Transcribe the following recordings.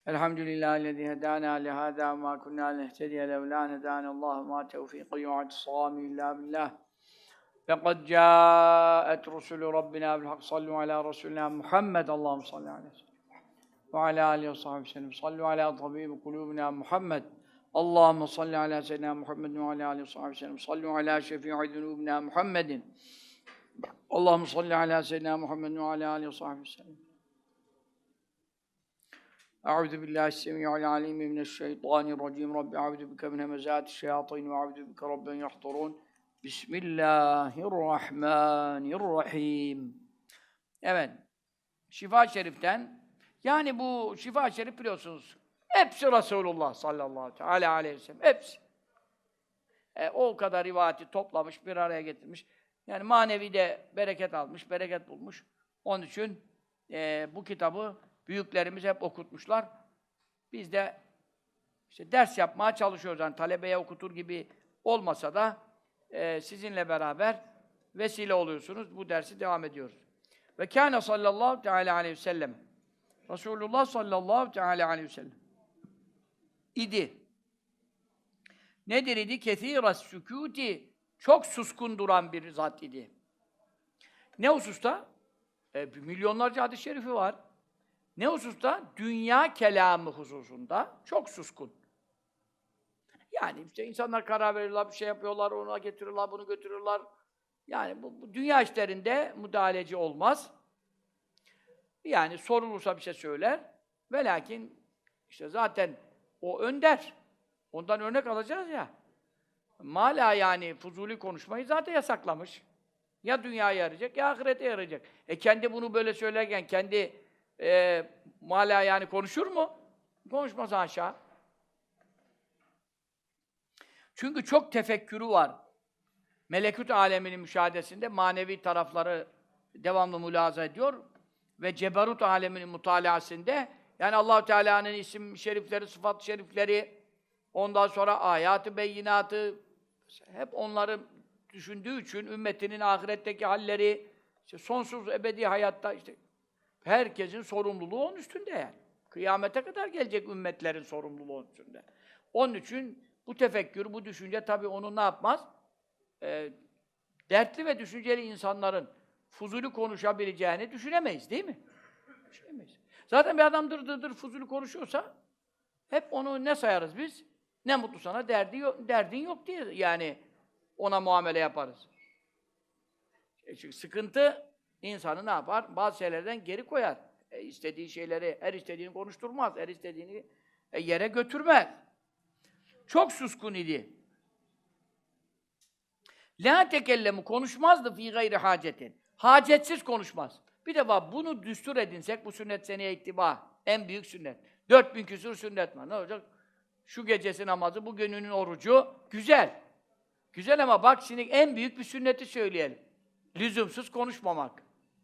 Elhamdülillahillezî hedâna lihâzâ ve mâ kunnâ linehtediye levlâ en hedânallâhu mâ tevfîkî ve i'tisâmî illâ billah. Fekad câet rusulü Rabbina bilhak. Sallu alâ Resulina Muhammed. Allahümme salli aleyhi ve sellem. Ve alâ âlihi ve sahbihi ve sellem. Sallu alâ tabîbi kulûbina Muhammed. Allahümme salli alâ seyyidina Muhammed ve alâ âlihi ve sahbihi ve sellem. Sallu alâ şefî'i zunûbina Muhammedin. Allahümme salli alâ seyyidina Muhammed ve alâ âlihi ve sahbihi ve sellem. Euzu billahi s-semî'il alîm mineşşeytânirracîm. Rabbi euzu bike min hemezâti'ş-şeyâtîn ve euzu bike rabben yahdurûn. Bismillahirrahmanirrahim. Evet. Şifa-i Şerif'ten, yani bu Şifa-i Şerif biliyorsunuz, hepsi Resulullah sallallahu teâlâ aleyhi ve sellem, hepsi. O kadar rivayeti toplamış, bir araya getirmiş. Yani manevi de bereket almış, bereket bulmuş. Onun için bu kitabı büyüklerimiz hep okutmuşlar. Biz de işte ders yapmaya çalışıyoruz. Yani talebeye okutur gibi olmasa da sizinle beraber vesile oluyorsunuz. Bu dersi devam ediyoruz. Ve kâne sallallahu teâlâ aleyhi ve sellem. Resulullah sallallahu teâlâ aleyhi ve sellem idi. Nedir idi? Kethîres sükûti. Çok suskun duran bir zat idi. Ne hususta? Milyonlarca hadis-i şerifi var. Ne hususta? Dünya kelamı hususunda çok suskun. Yani işte insanlar karar veriyorlar, bir şey yapıyorlar, ona getiriyorlar, bunu götürüyorlar. Yani bu dünya işlerinde müdahaleci olmaz. Yani sorulursa bir şey söyler. Ve lakin işte zaten o önder. Ondan örnek alacağız ya. Mâlâ yani fuzuli konuşmayı zaten yasaklamış. Ya dünyaya yarayacak ya ahirete yarayacak. Kendi bunu böyle söylerken kendi mâlâ yani konuşur mu? Konuşmaz haşa. Çünkü çok tefekkürü var. Melekut aleminin müşahedesinde manevi tarafları devamlı mülahaza ediyor ve ceberut aleminin mutalaasında yani Allah-u Teala'nın isim şerifleri, sıfat şerifleri, ondan sonra ayat-ı beyinatı hep onları düşündüğü için ümmetinin ahiretteki halleri, işte sonsuz ebedi hayatta işte herkesin sorumluluğu onun üstünde yani. Kıyamete kadar gelecek ümmetlerin sorumluluğu onun üstünde. Onun için bu tefekkür, bu düşünce tabii onu ne yapmaz? Dertli ve düşünceli insanların fuzuli konuşabileceğini düşünemeyiz, değil mi? Düşünemeyiz. Zaten bir adam dır fuzuli konuşuyorsa hep onu ne sayarız biz? Ne mutlu sana, derdin yok diye yani ona muamele yaparız. Çünkü sıkıntı insanı ne yapar? Bazı şeylerden geri koyar. İstediği şeyleri, her istediğini konuşturmaz, her istediğini yere götürmez. Çok suskun idi. La tekellemu konuşmazdı fî gayri hacetin. Hacetsiz konuşmaz. Bir defa bunu düstur edinsek, bu sünnet seneye ittiba, en büyük sünnet. 4000 küsur sünnet var. Ne olacak? Şu gecesi namazı, bu gününün orucu, güzel. Güzel ama bak şimdi en büyük bir sünneti söyleyelim. Lüzumsuz konuşmamak.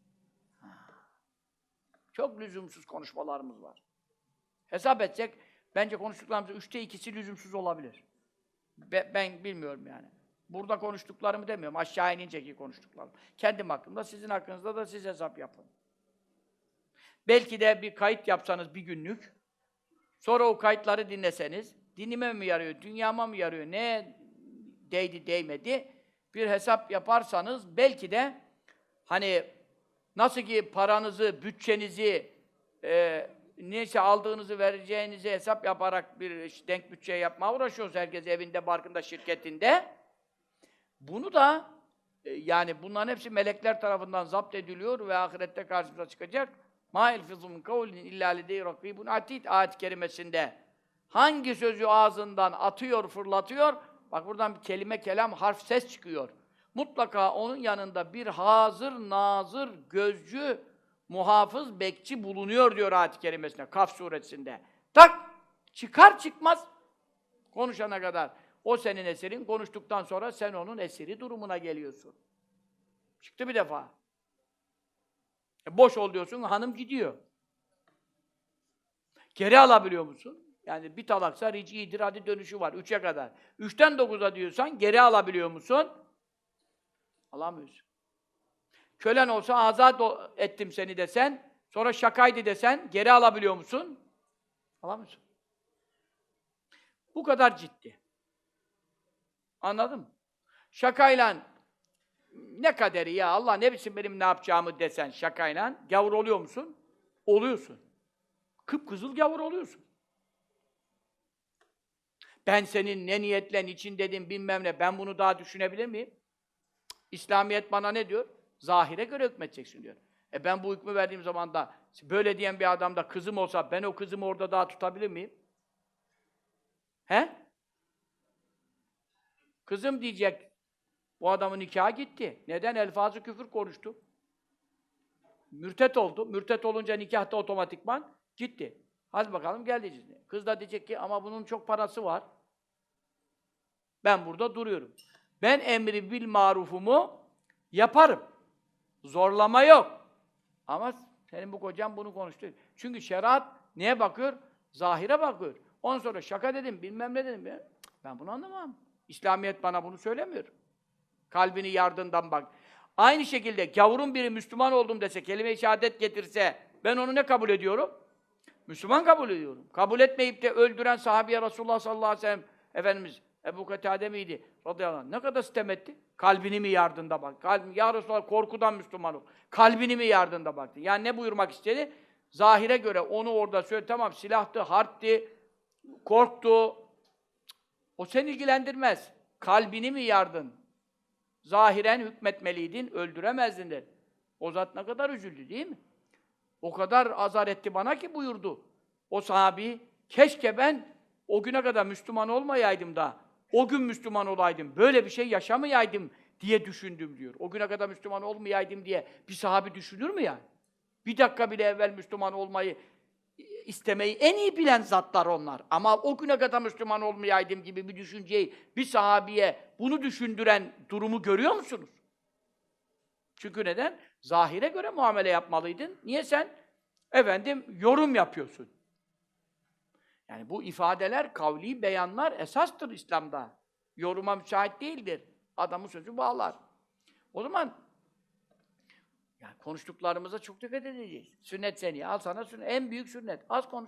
Çok lüzumsuz konuşmalarımız var. Hesap etsek, bence konuştuklarımızın 2'si lüzumsuz olabilir. Ben bilmiyorum yani. Burada konuştuklarımı demiyorum, aşağı inince ki konuştuklarım. Kendim hakkımda, sizin hakkınızda da siz hesap yapın. Belki de bir kayıt yapsanız bir günlük, sonra o kayıtları dinleseniz, dinime mi yarıyor, dünyama mı yarıyor, ne değdi değmedi, bir hesap yaparsanız belki de hani nasıl ki paranızı, bütçenizi, neyse aldığınızı, vereceğinizi hesap yaparak bir denk bütçe yapmaya uğraşıyoruz. Herkes evinde, barkında, şirketinde. Bunu da yani bunların hepsi melekler tarafından zapt ediliyor ve ahirette karşımıza çıkacak. مَا يَلْفِظُ مِنْ قَوْلٍ اِلَّا لَدَيْهِ رَقِيبٌ عَتِيدٌ ayet-i kerimesinde hangi sözü ağzından atıyor, fırlatıyor, bak buradan bir kelime, kelam, harf, ses çıkıyor. Mutlaka onun yanında bir hazır, nazır, gözcü, muhafız, bekçi bulunuyor diyor ayet-i kerimesinde, Kaf suresinde. Tak! Çıkar çıkmaz konuşana kadar. O senin esirin, konuştuktan sonra sen onun esiri durumuna geliyorsun. Çıktı bir defa. Boş ol diyorsun, hanım gidiyor. Geri alabiliyor musun? Yani bir talaksa ric'idir, hadi dönüşü var, 3'e kadar. 3'ten 9'a diyorsan geri alabiliyor musun? Alamıyorsun. Kölen olsa azat ettim seni desen, sonra şakaydı desen, geri alabiliyor musun? Alamıyorsun. Bu kadar ciddi. Anladın mı? Şakayla ne kaderi ya Allah ne bilsin benim ne yapacağımı desen şakayla gavur oluyor musun? Oluyorsun. Kıpkızıl gavur oluyorsun. Ben senin ne niyetle, niçin dedim bilmem ne, ben bunu daha düşünebilir miyim? İslamiyet bana ne diyor? Zahire göre hükmedeceksin diyor. Ben bu hükmü verdiğim zaman da, böyle diyen bir adam da kızım olsa, ben o kızımı orada daha tutabilir miyim? He? Kızım diyecek, bu adamın nikahı gitti. Neden? Elfazı küfür konuştu. Mürtet oldu. Mürtet olunca nikah da otomatikman gitti. Hadi bakalım gel diyeceğiz. Kız da diyecek ki ama bunun çok parası var. Ben burada duruyorum. Ben emri bil marufumu yaparım. Zorlama yok. Ama senin bu kocan bunu konuştu. Çünkü şeriat neye bakıyor? Zahire bakıyor. Ondan sonra şaka dedim, bilmem ne dedim. Ben bunu anlamam. İslamiyet bana bunu söylemiyor. Kalbini yardığından bak. Aynı şekilde gavurun biri Müslüman oldum dese, kelime-i şehadet getirse, ben onu ne kabul ediyorum? Müslüman kabul ediyorum. Kabul etmeyip de öldüren sahabeye Resulullah sallallahu aleyhi ve sellem Efendimiz Ebu Katade miydi? Radıyallahu anh. Ne kadar sitem etti? Kalbini mi yardığında bak. Ya Resulallah korkudan Müslüman ol. Kalbini mi yardığında baktı. Yani ne buyurmak istedi? Zahire göre onu orada söyle, tamam silahtı, harpti, korktu. O seni ilgilendirmez. Kalbini mi yardın? Zahiren hükmetmeliydin, öldüremezdin dedi. O zat ne kadar üzüldü değil mi? O kadar azar etti bana ki buyurdu. O sahabi, keşke ben o güne kadar Müslüman olmayaydım da, o gün Müslüman olaydım, böyle bir şey yaşamayaydım diye düşündüm diyor. O güne kadar Müslüman olmayaydım diye bir sahabi düşünür mü yani? Bir dakika bile evvel Müslüman olmayı istemeyi en iyi bilen zatlar onlar. Ama o güne kadar Müslüman olmayaydım gibi bir düşünceyi bir sahabiye bunu düşündüren durumu görüyor musunuz? Çünkü neden? Zahire göre muamele yapmalıydın. Niye sen? Efendim, yorum yapıyorsun. Yani bu ifadeler, kavli beyanlar esastır İslam'da. Yoruma müsait değildir. Adamın sözü bağlar. O zaman yani konuştuklarımıza çok dikkat edeceğiz. Sünnet seni. Al sana sünnet. En büyük sünnet. Az konuş.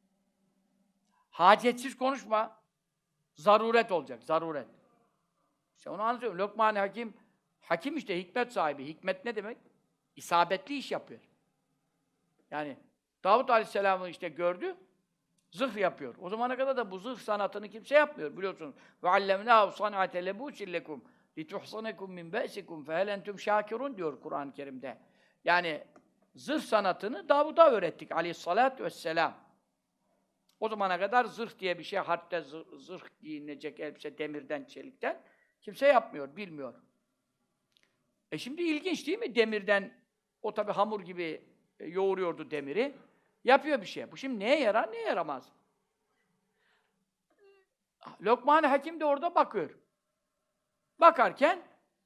Hacetsiz konuşma. Zaruret olacak. Zaruret. İşte onu anlatıyorum. Lokman Hakim, hakim işte hikmet sahibi. Hikmet ne demek? İsabetli iş yapıyor. Yani Davud Aleyhisselam'ı işte gördü, zırh yapıyor. O zamana kadar da bu zırh sanatını kimse yapmıyor biliyorsunuz. Ve allemnâhu san'ate lebûsin lekum lituhsanekum min ba'sikum fehel entum şâkirun diyor Kur'an-ı Kerim'de. Yani zırh sanatını Davud'a öğrettik aleyhissalâtu vesselâm. O zamana kadar zırh diye bir şey, harpte zırh giyinecek elbise demirden, çelikten kimse yapmıyor, bilmiyor. Şimdi ilginç değil mi? Demirden, o tabi hamur gibi yoğuruyordu demiri. Yapıyor bir şey. Bu şimdi neye yarar, neye yaramaz? Lokman-ı Hakim de orada bakıyor. Bakarken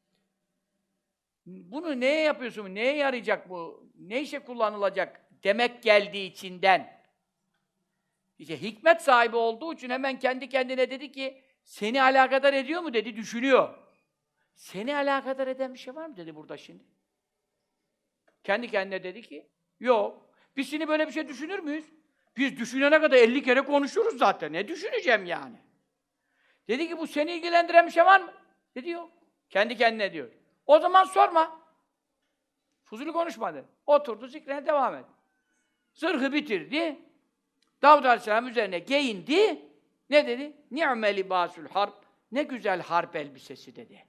bunu neye yapıyorsun, neye yarayacak bu, ne işe kullanılacak demek geldiği içinden. İşte hikmet sahibi olduğu için hemen kendi kendine dedi ki, seni alakadar ediyor mu dedi, düşünüyor. Seni alakadar eden bir şey var mı dedi burada şimdi. Kendi kendine dedi ki, yok. Biz şimdi böyle bir şey düşünür müyüz? Biz düşünene kadar 50 kere konuşuruz zaten. Ne düşüneceğim yani? Dedi ki, bu seni ilgilendiren bir şey var mı? Dedi, yok. Kendi kendine diyor. O zaman sorma. Fuzuli konuşma dedi. Oturdu, zikrine devam et. Zırhı bitirdi. Davud Aleyhisselam üzerine giyindi. Ne dedi? Ni'me libâsul harp. Ne güzel harp elbisesi dedi.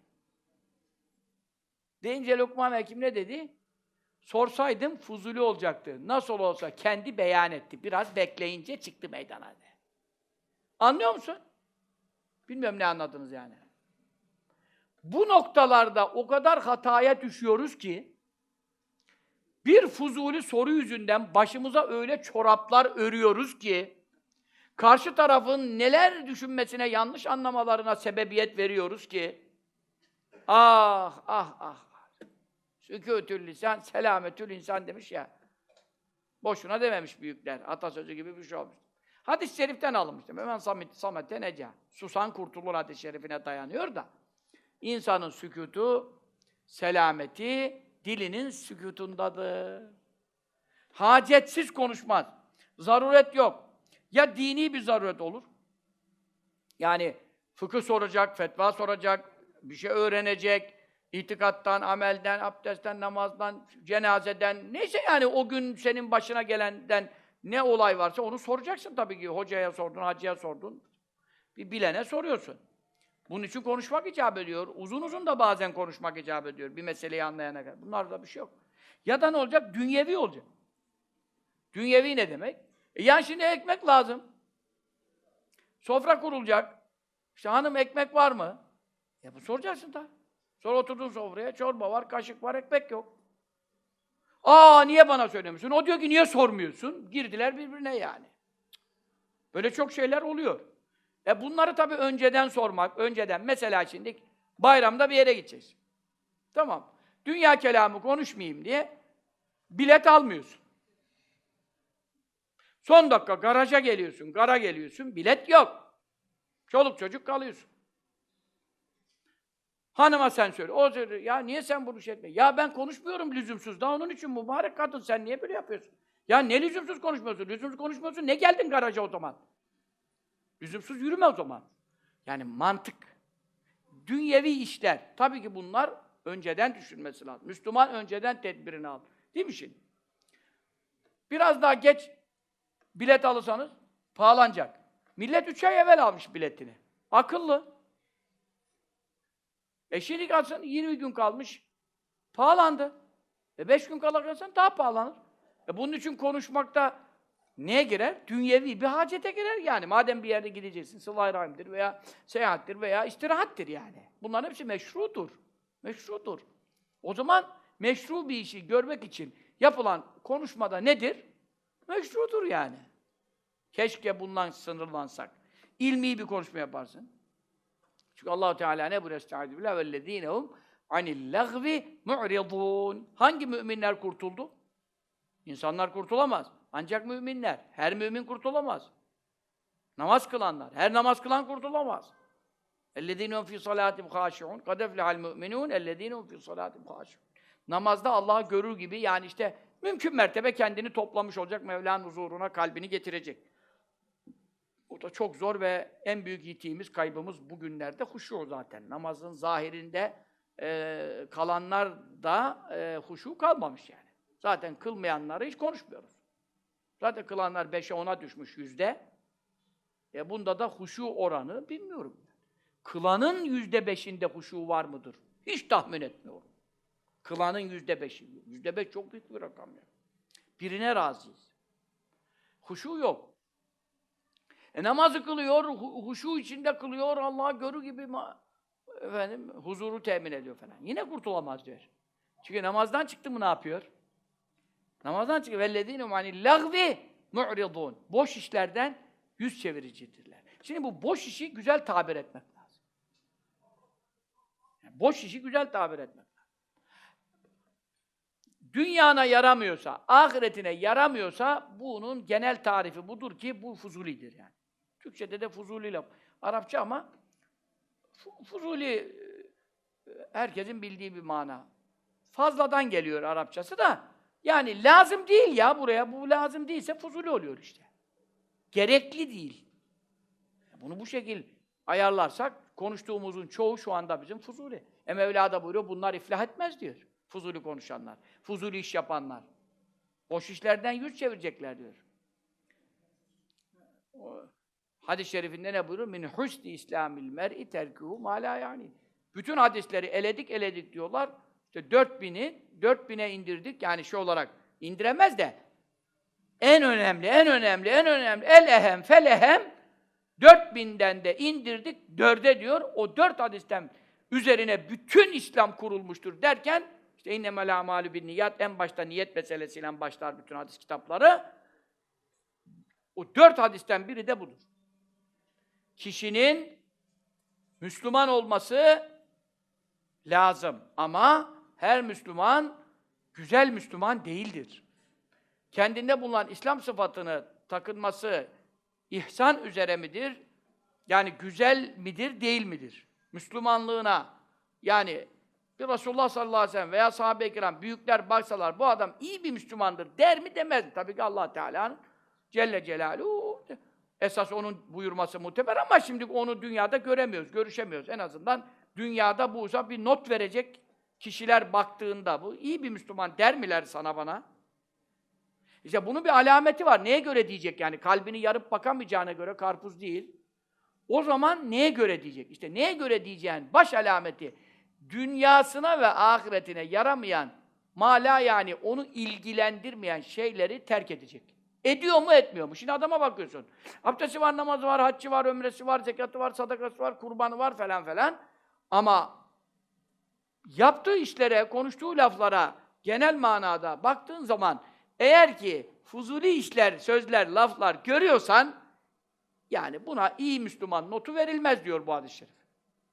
Deyince Lokman Hakim ne dedi? Sorsaydım Fuzuli olacaktı. Nasıl olsa kendi beyan etti. Biraz bekleyince çıktı meydana dedi. Anlıyor musun? Bilmiyorum ne anladınız yani. Bu noktalarda o kadar hataya düşüyoruz ki bir Fuzuli soru yüzünden başımıza öyle çoraplar örüyoruz ki karşı tarafın neler düşünmesine, yanlış anlamalarına sebebiyet veriyoruz ki ah, ah, ah. Sükûtül lisan, selâmetül insan demiş ya. Boşuna dememiş büyükler. Atasözü gibi bir şey olmuş. Hadis-i şeriften alınmıştım. Hemen Samet'e neca. Susan kurtulur hadis-i şerifine dayanıyor da. İnsanın sükûtu, selameti, dilinin sükûtundadır. Hacetsiz konuşmaz. Zaruret yok. Ya dini bir zaruret olur. Yani fıkıh soracak, fetva soracak, bir şey öğrenecek, itikattan, amelden, abdestten, namazdan, cenazeden, neyse yani o gün senin başına gelenden ne olay varsa onu soracaksın tabii ki. Hocaya sordun, hacıya sordun, bir bilene soruyorsun. Bunun için konuşmak icap ediyor. Uzun uzun da bazen konuşmak icap ediyor, bir meseleyi anlayana kadar. Bunlarda bir şey yok. Ya da ne olacak? Dünyevi olacak. Dünyevi ne demek? Yani şimdi ekmek lazım. Sofra kurulacak. İşte hanım ekmek var mı? Bu soracaksın da. Sonra oturdun sofraya, çorba var, kaşık var, ekmek yok. Niye bana söylemiyorsun? O diyor ki niye sormuyorsun? Girdiler birbirine yani. Böyle çok şeyler oluyor. Bunları tabii önceden sormak, önceden. Mesela şimdi bayramda bir yere gideceğiz. Tamam. Dünya kelamı konuşmayayım diye bilet almıyorsun. Son dakika garaja geliyorsun, gara geliyorsun, bilet yok. Çoluk çocuk kalıyorsun. Hanıma sen söyle. O söylüyor. Ya niye sen bunu şey etme? Ya ben konuşmuyorum lüzumsuz da onun için mübarek kadın sen niye böyle yapıyorsun? Ya ne lüzumsuz konuşmuyorsun? Lüzumsuz konuşmuyorsun. Ne geldin garaja o zaman? Lüzumsuz yürüme o zaman. Yani mantık. Dünyevi işler. Tabii ki bunlar önceden düşünmesi lazım. Müslüman önceden tedbirini al. Değil mi şimdi? Biraz daha geç bilet alırsanız pahalanacak. Millet 3 ay evvel almış biletini. Akıllı. Şimdi kalsın 20 gün kalmış. Pahalandı. 5 gün kala kalsan daha pahalanır. Bunun için konuşmakta neye girer? Dünyevi bir hacete girer yani. Madem bir yerde gideceksin, sıla-i rahimdir veya seyahattir veya istirahattir yani. Bunların hepsi meşrudur. Meşrudur. O zaman meşru bir işi görmek için yapılan konuşmada nedir? Meşrudur yani. Keşke bundan sınırlansak. İlmi bir konuşma yaparsın. Çünkü Allah Teala ne buyuruyor? Estaizu billah vellezînehum anil lagvi mu'ridûn. Hangi müminler kurtuldu? İnsanlar kurtulamaz. Ancak müminler. Her mümin kurtulamaz. Namaz kılanlar. Her namaz kılan kurtulamaz. اَلَّذ۪ينَهُمْ فِي صَلَاتِهِمْ خَاشِعُونَ قَدْ اَفْلَحَ الْمُؤْمِنُونَ اَلَّذ۪ينَهُمْ فِي صَلَاتِهِمْ خَاشِعُونَ. Namazda Allah'ı görür gibi yani işte mümkün mertebe kendini toplamış olacak, Mevla'nın huzuruna kalbini getirecek. O da çok zor ve en büyük yitiğimiz, kaybımız bugünlerde huşu zaten. Namazın zahirinde kalanlar da huşu kalmamış yani. Zaten kılmayanları hiç konuşmuyoruz. Zaten kılanlar 5'e 10'a düşmüş %. Bunda da huşu oranı bilmiyorum. Kılanın %5'inde huşu var mıdır? Hiç tahmin etmiyorum. Kılanın %5'i. %5 çok büyük bir rakam ya. Birine razıyız. Huşu yok. Namazı kılıyor, huşu içinde kılıyor, Allah'ı görür gibi huzuru temin ediyor falan. Yine kurtulamaz diyor. Çünkü namazdan çıktı mı ne yapıyor? Namazdan çıktı. وَالَّذ۪ينُ مَعْنِ اللَّغْوِ مُعْرِضُونَ. Boş işlerden yüz çeviricidirler. Şimdi bu boş işi güzel tabir etmek lazım. Yani boş işi güzel tabir etmek lazım. Dünyana yaramıyorsa, ahiretine yaramıyorsa bunun genel tarifi budur ki bu fuzulidir yani. Türkçede de fuzuli laf. Arapça ama fuzuli herkesin bildiği bir mana. Fazladan geliyor Arapçası da. Yani lazım değil ya buraya. Bu lazım değilse fuzuli oluyor işte. Gerekli değil. Bunu bu şekil ayarlarsak konuştuğumuzun çoğu şu anda bizim fuzuli. Mevla da buyuruyor bunlar iflah etmez diyor. Fuzuli konuşanlar, fuzuli iş yapanlar. Boş işlerden yüz çevirecekler diyor. Hadis-i şerifinde ne buyuruyor? Min husni İslamil mer'i terkuhu ma la yani. Bütün hadisleri eledik diyorlar. İşte 4000'e indirdik. Yani şey olarak indiremez de en önemli, el ehem, fel ehem 4000'den de indirdik 4'e diyor. O 4 hadisten üzerine bütün İslam kurulmuştur derken işte innemel a'malü binniyat en başta niyet meselesiyle başlar bütün hadis kitapları. O 4 hadisten biri de budur. Kişinin Müslüman olması lazım ama her Müslüman güzel Müslüman değildir. Kendinde bulunan İslam sıfatını takınması ihsan üzere midir? Yani güzel midir, değil midir? Müslümanlığına yani bir Resulullah sallallahu aleyhi ve sellem veya sahabe-i kiram büyükler baksalar bu adam iyi bir Müslümandır der mi demez mi? Tabii ki Allah Teala'nın Celle Celaluhu Esas onun buyurması muteber ama şimdi onu dünyada göremiyoruz, görüşemiyoruz. En azından dünyada bu bir not verecek kişiler baktığında bu iyi bir Müslüman der miler sana bana? İşte bunun bir alameti var. Neye göre diyecek yani? Kalbini yarıp bakamayacağına göre karpuz değil. O zaman neye göre diyecek? İşte neye göre diyeceğin baş alameti dünyasına ve ahiretine yaramayan, mala yani onu ilgilendirmeyen şeyleri terk edecek. Ediyor mu, etmiyor mu? Şimdi adama bakıyorsun. Abdesti var, namazı var, haccı var, ömresi var, zekatı var, sadakası var, kurbanı var falan falan. Ama yaptığı işlere, konuştuğu laflara genel manada baktığın zaman eğer ki fuzuli işler, sözler, laflar görüyorsan yani buna iyi Müslüman notu verilmez diyor bu hadis-i şerif.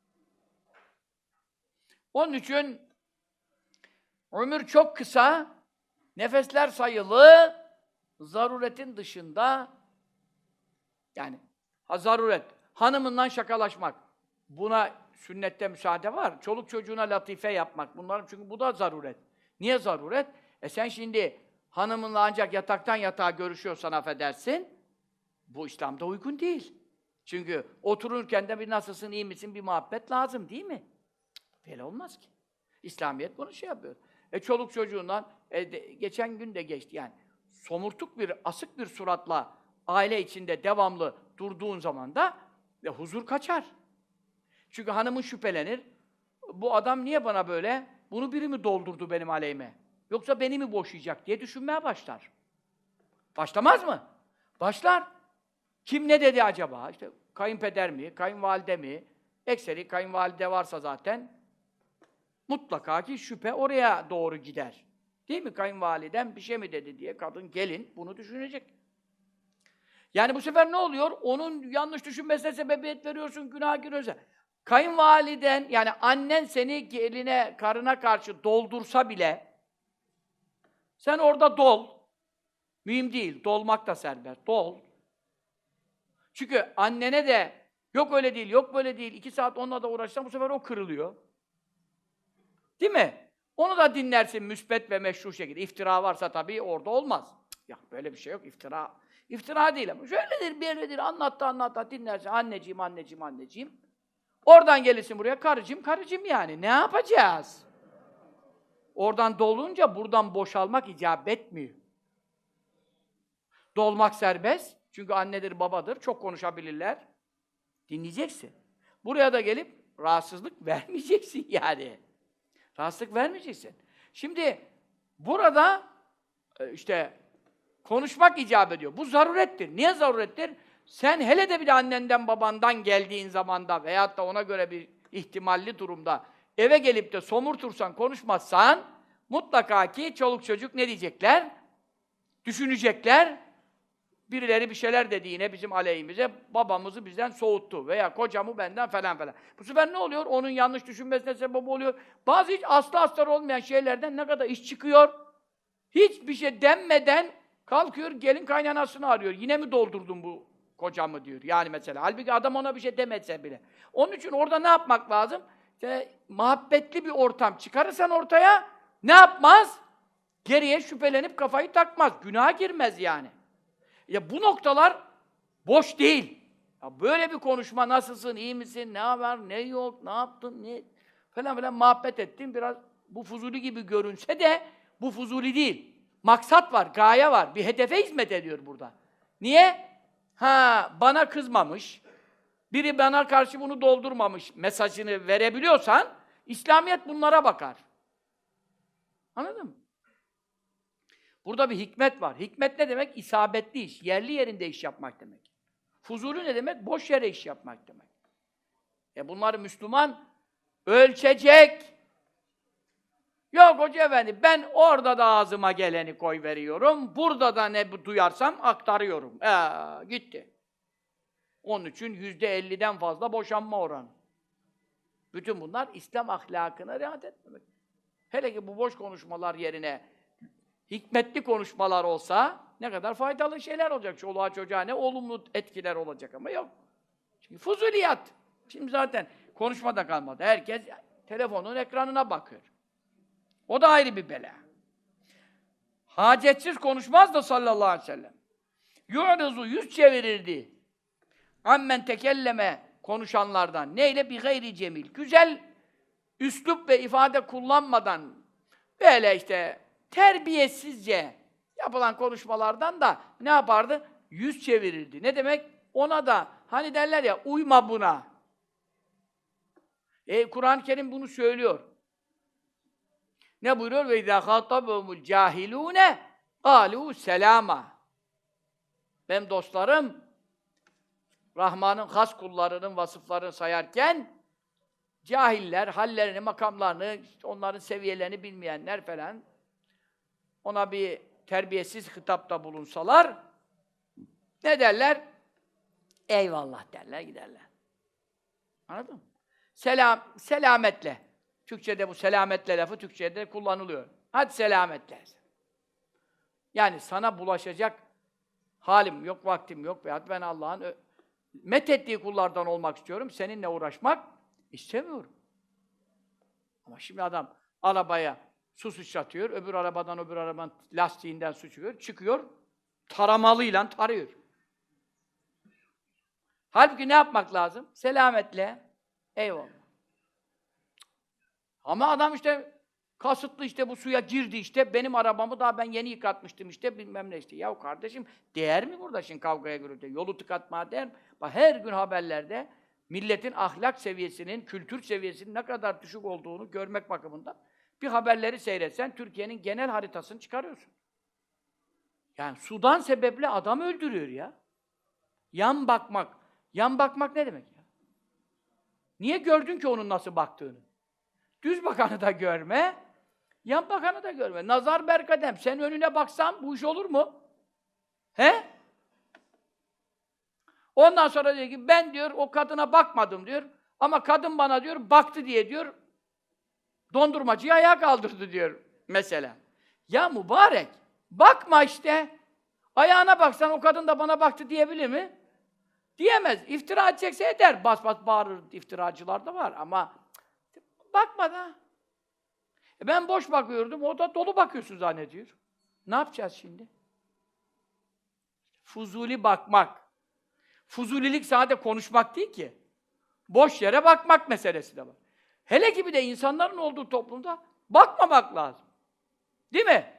Onun için ömür çok kısa, nefesler sayılı, zaruretin dışında yani zaruret, hanımından şakalaşmak, buna sünnette müsaade var. Çoluk çocuğuna latife yapmak, bunların çünkü bu da zaruret. Niye zaruret? Sen şimdi hanımınla ancak yataktan yatağa görüşüyorsan affedersin, bu İslam'da uygun değil. Çünkü otururken de bir nasılsın, iyi misin, bir muhabbet lazım değil mi? Böyle olmaz ki. İslamiyet bunu şey yapıyor. Çoluk çocuğundan, geçen gün de geçti yani, somurtuk bir, asık bir suratla aile içinde devamlı durduğun zaman da huzur kaçar. Çünkü hanımın şüphelenir. Bu adam niye bana böyle? Bunu biri mi doldurdu benim aleyhime? Yoksa beni mi boşayacak diye düşünmeye başlar. Başlamaz mı? Başlar. Kim ne dedi acaba? İşte kayınpeder mi, kayınvalide mi? Ekseri kayınvalide varsa zaten mutlaka ki şüphe oraya doğru gider. Değil mi? Kayınvaliden bir şey mi dedi diye kadın, gelin bunu düşünecek. Yani bu sefer ne oluyor? Onun yanlış düşünmesine sebebiyet veriyorsun, günah giriyorsa. Kayınvaliden, yani annen seni geline, karına karşı doldursa bile sen orada dol. Mühim değil. Dolmak da serbest. Dol. Çünkü annene de yok öyle değil, yok böyle değil, 2 saat onunla da uğraşsan bu sefer o kırılıyor. Değil mi? Onu da dinlersin müsbet ve meşru şekilde. İftira varsa tabii orada olmaz. Ya böyle bir şey yok, iftira. İftira değil ama şöyledir, böyledir, anlattı, dinlersin. Anneciğim. Oradan gelirsin buraya, karıcığım yani. Ne yapacağız? Oradan dolunca buradan boşalmak icap etmiyor. Dolmak serbest. Çünkü annedir, babadır. Çok konuşabilirler. Dinleyeceksin. Buraya da gelip rahatsızlık vermeyeceksin yani. Rahatsızlık vermeyeceksin. Şimdi burada işte konuşmak icap ediyor. Bu zarurettir. Niye zarurettir? Sen hele de bir de annenden babandan geldiğin zamanda veyahut da ona göre bir ihtimalli durumda eve gelip de somurtursan, konuşmazsan mutlaka ki çoluk çocuk ne diyecekler? Düşünecekler. Birileri bir şeyler dedi yine bizim aleyhimize, babamızı bizden soğuttu veya kocamı benden falan. Bu sefer ne oluyor? Onun yanlış düşünmesine sebep oluyor. Bazı hiç aslı astar olmayan şeylerden ne kadar iş çıkıyor? Hiçbir şey denmeden kalkıyor, gelin kaynanasını arıyor. Yine mi doldurdun bu kocamı diyor. Yani mesela. Halbuki adam ona bir şey demetse bile. Onun için orada ne yapmak lazım? İşte, muhabbetli bir ortam çıkarırsan ortaya ne yapmaz? Geriye şüphelenip kafayı takmaz. Günaha girmez yani. Ya bu noktalar boş değil. Ya böyle bir konuşma, nasılsın, iyi misin, ne haber, ne yok, ne yaptın, ne falan muhabbet ettin. Biraz bu fuzuli gibi görünse de bu fuzuli değil. Maksat var, gaye var. Bir hedefe hizmet ediyor burada. Niye? Bana kızmamış, biri bana karşı bunu doldurmamış mesajını verebiliyorsan İslamiyet bunlara bakar. Anladın mı? Burada bir hikmet var. Hikmet ne demek? İsabetli iş, yerli yerinde iş yapmak demek. Fuzuli ne demek? Boş yere iş yapmak demek. Bunları Müslüman ölçecek. Yok hoca efendi, ben orada da ağzıma geleni koyveriyorum, burada da ne duyarsam aktarıyorum. Gitti. Onun için %50'den fazla boşanma oranı. Bütün bunlar İslam ahlakına riayet etmemek. Hele ki bu boş konuşmalar yerine hikmetli konuşmalar olsa ne kadar faydalı şeyler olacak. Çoluğa çocuğa ne olumlu etkiler olacak ama yok. Çünkü fuzuliyat. Şimdi zaten konuşma da kalmadı. Herkes telefonun ekranına bakıyor. O da ayrı bir bela. Hacetsiz konuşmaz da sallallahu aleyhi ve sellem. Yu'ruzu, yüz çevirirdi. Ammen tekelleme konuşanlardan. Neyle? Bi gayri cemil. Güzel üslup ve ifade kullanmadan böyle işte terbiyesizce yapılan konuşmalardan da ne yapardı? Yüz çevirirdi. Ne demek? Ona da hani derler ya uyma buna. Kur'an-ı Kerim bunu söylüyor. Ne buyuruyor? Ve izâ khâtabehumul cahilûne âlû selâma. Benim dostlarım Rahman'ın has kullarının vasıflarını sayarken cahiller, hallerini, makamlarını, onların seviyelerini bilmeyenler falan ona bir terbiyesiz hitapta bulunsalar ne derler? Eyvallah derler, giderler. Anladın mı? Selametle. Türkçe'de bu selametle lafı Türkçe'de kullanılıyor. Hadi selametle. Yani sana bulaşacak halim yok, vaktim yok veyahut ben Allah'ın methettiği kullardan olmak istiyorum. Seninle uğraşmak istemiyorum. Ama şimdi adam arabaya su sıçratıyor, öbür arabanın lastiğinden su çıkıyor, taramalıyla tarıyor. Halbuki ne yapmak lazım? Selametle, eyvallah. Ama adam işte kasıtlı işte bu suya girdi işte, benim arabamı daha ben yeni yıkatmıştım işte, bilmem ne işte. Yahu kardeşim, değer mi burada şimdi kavgaya gürültüye? Yolu tıkatmaya değer mi? Bak her gün haberlerde milletin ahlak seviyesinin, kültür seviyesinin ne kadar düşük olduğunu görmek bakımından bir haberleri seyretsen Türkiye'nin genel haritasını çıkarıyorsun. Yani sudan sebeple adam öldürüyor ya. Yan bakmak. Yan bakmak ne demek ya? Niye gördün ki onun nasıl baktığını? Düz bakanı da görme, yan bakanı da görme. Nazar berkadem. Sen önüne baksan bu iş olur mu? He? Ondan sonra diyor ki ben diyor o kadına bakmadım diyor. Ama kadın bana diyor baktı diye diyor dondurmacıyı ayağa kaldırdı diyor mesela. Ya mübarek, bakma işte. Ayağına baksan o kadın da bana baktı diyebilir mi? Diyemez. İftira edecekse eder. Bas bas bağırır. İftiracılar da var ama bakma da. Ben boş bakıyordum, o da dolu bakıyorsun zannediyor. Ne yapacağız şimdi? Fuzuli bakmak. Fuzulilik sadece konuşmak değil ki. Boş yere bakmak meselesi de var. Hele ki bir de insanların olduğu toplumda bakmamak lazım. Değil mi?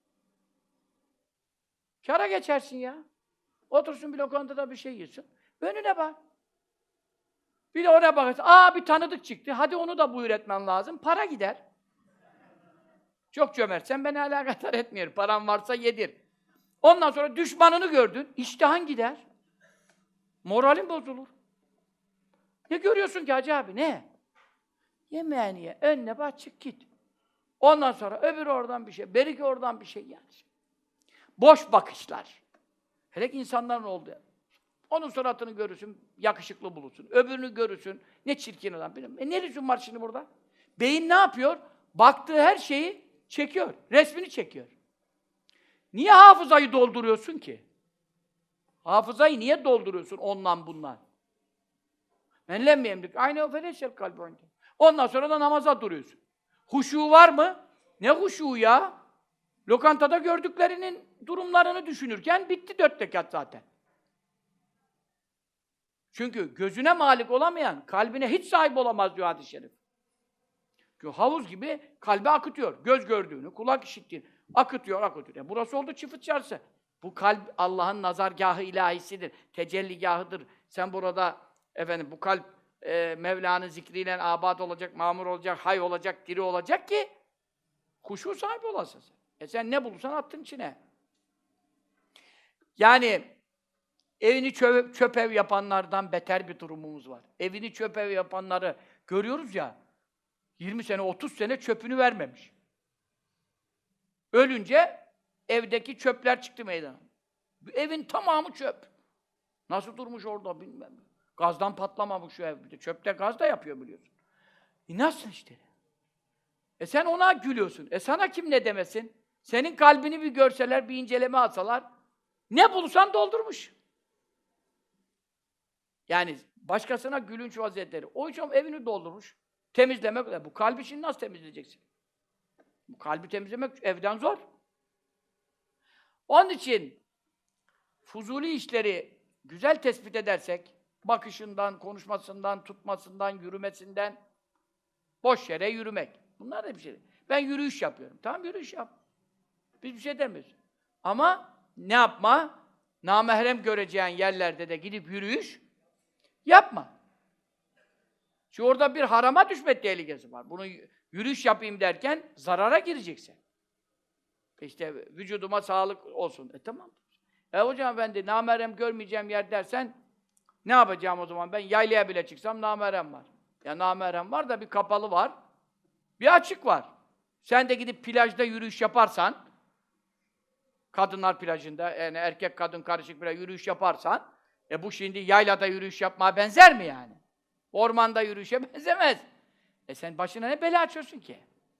Kâra geçersin ya. Otursun bir lokantada bir şey yesin. Önüne bak. Bir de oraya bakarsın. Bir tanıdık çıktı. Hadi onu da buyur etmen lazım. Para gider. Çok cömertsen beni alakadar etmiyor. Paran varsa yedir. Ondan sonra düşmanını gördün. İştahın gider. Moralin bozulur. Ne görüyorsun ki Hacı abi? Ne? Yemeğini ye. Önüne bak çık git. Ondan sonra öbürü oradan bir şey. Beriki oradan bir şey yani. Boş bakışlar. Hele ki insanların olduğu. Onun suratını görürsün, yakışıklı bulursun. Öbürünü görürsün, ne çirkin adam. Ne lüzum var şimdi burada? Beyin ne yapıyor? Baktığı her şeyi çekiyor, resmini çekiyor. Niye hafızayı dolduruyorsun ki? Hafızayı niye dolduruyorsun ondan bundan? Men lem yemlik. Aynı o feleşel kalbi oynuyor. Ondan sonra da namaza duruyorsun. Huşu var mı? Ne huşu ya? Lokantada gördüklerinin durumlarını düşünürken bitti 4 rekat zaten. Çünkü gözüne malik olamayan, kalbine hiç sahip olamaz diyor hadis-i şerif. Çünkü havuz gibi kalbi akıtıyor. Göz gördüğünü, kulak işittiğini akıtıyor, akıtıyor. Yani burası oldu çıfıt çarşı. Bu kalp Allah'ın nazargâhı ilahisidir, tecelligâhıdır. Sen burada, bu kalp Mevla'nın zikriyle abad olacak, mamur olacak, hay olacak, diri olacak ki huşu sahibi olasın. Sen ne bulursan attın içine. Yani evini çöp ev yapanlardan beter bir durumumuz var. Evini çöp ev yapanları görüyoruz ya, 20 sene, 30 sene çöpünü vermemiş. Ölünce evdeki çöpler çıktı meydana. Evin tamamı çöp. Nasıl durmuş orada bilmem. Gazdan patlamamış şu ev. Çöpte gaz da yapıyor biliyorsun. Nasıl işte? Sen ona gülüyorsun. Sana kim ne demesin? Senin kalbini bir görseler, bir inceleme alsalar, ne bulursan doldurmuş. Yani başkasına gülünç vaziyetleri. O yüzden evini doldurmuş. Temizlemek, bu kalbi şimdi nasıl temizleyeceksin? Bu kalbi temizlemek evden zor. Onun için fuzuli işleri güzel tespit edersek, Bakışından, konuşmasından, tutmasından, yürümesinden. Boş yere yürümek. Bunlar da bir şey. Ben yürüyüş yapıyorum. Tamam, yürüyüş yap. Biz bir şey demiyoruz. Ama ne yapma? Namahrem göreceğin yerlerde de gidip yürüyüş yapma. Çünkü orada bir harama düşme tehlikesi var. Bunu yürüyüş yapayım derken zarara gireceksin. İşte vücuduma sağlık olsun. Tamam. Hocam ben de namahrem görmeyeceğim yer dersen ne yapacağım o zaman? Ben yaylaya bile çıksam namahrem var. Ya namahrem var da bir kapalı var. Bir açık var. Sen de gidip plajda yürüyüş yaparsan, kadınlar plajında, yani erkek kadın karışık bir yürüyüş yaparsan, bu şimdi yaylada yürüyüş yapmaya benzer mi yani? Ormanda yürüyüşe benzemez. Sen başına ne bela açıyorsun ki?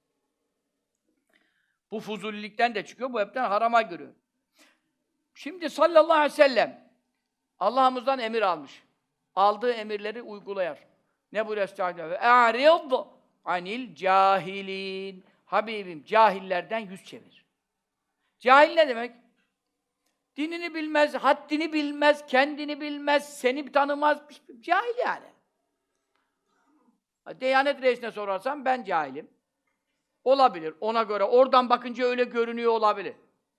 Bu fuzullikten de çıkıyor, bu hepten harama giriyor. Şimdi sallallahu aleyhi ve sellem Allah'ımızdan emir almış. Aldığı emirleri uygulayar. Ne buyuruyor Estağfirullah? "E'rid anil cahilin." Habibim, cahillerden yüz çevir. Cahil ne demek? Dinini bilmez, haddini bilmez, kendini bilmez, seni tanımaz. Cahil yani. Diyanet reisine sorarsan ben cahilim. Olabilir. Ona göre, oradan bakınca öyle görünüyor olabilir.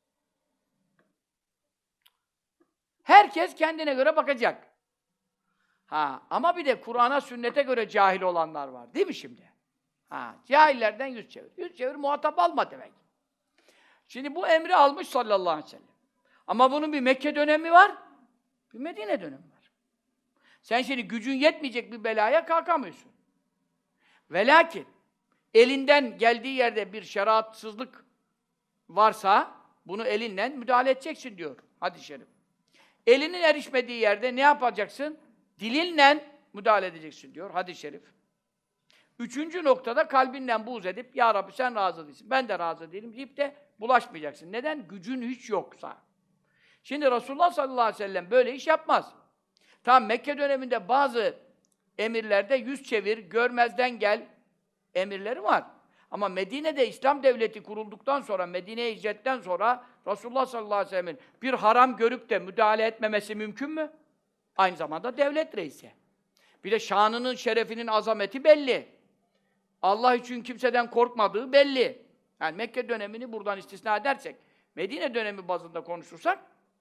Herkes kendine göre bakacak. Ama bir de Kur'an'a, sünnete göre cahil olanlar var. Değil mi şimdi? Cahillerden yüz çevir. Yüz çevir, muhatap alma demek. Şimdi bu emri almış sallallahu aleyhi ve sellem. Ama bunun bir Mekke dönemi var, bir Medine dönemi var. Sen şimdi gücün yetmeyecek bir belaya kalkamıyorsun. Ve lakin elinden geldiği yerde bir şeriatsızlık varsa bunu elinle müdahale edeceksin diyor hadis-i şerif. Elinin erişmediği yerde ne yapacaksın? Dilinle müdahale edeceksin diyor hadis-i şerif. Üçüncü noktada kalbinle buğz edip Ya Rabbi sen razı değilsin, ben de razı değilim deyip de bulaşmayacaksın. Neden? Gücün hiç yoksa. Şimdi Resulullah sallallahu aleyhi ve sellem böyle iş yapmaz. Tamam, Mekke döneminde bazı emirlerde yüz çevir, görmezden gel emirleri var. Ama Medine'de İslam devleti kurulduktan sonra, Medine'ye hicretten sonra Resulullah sallallahu aleyhi ve sellem'in bir haram görüp de müdahale etmemesi mümkün mü? Aynı zamanda devlet reisi. Bir de şanının, şerefinin azameti belli. Allah için kimseden korkmadığı belli. Yani Mekke dönemini buradan istisna edersek, Medine dönemi bazında konuşursak,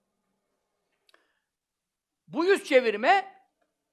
bu yüz çevirme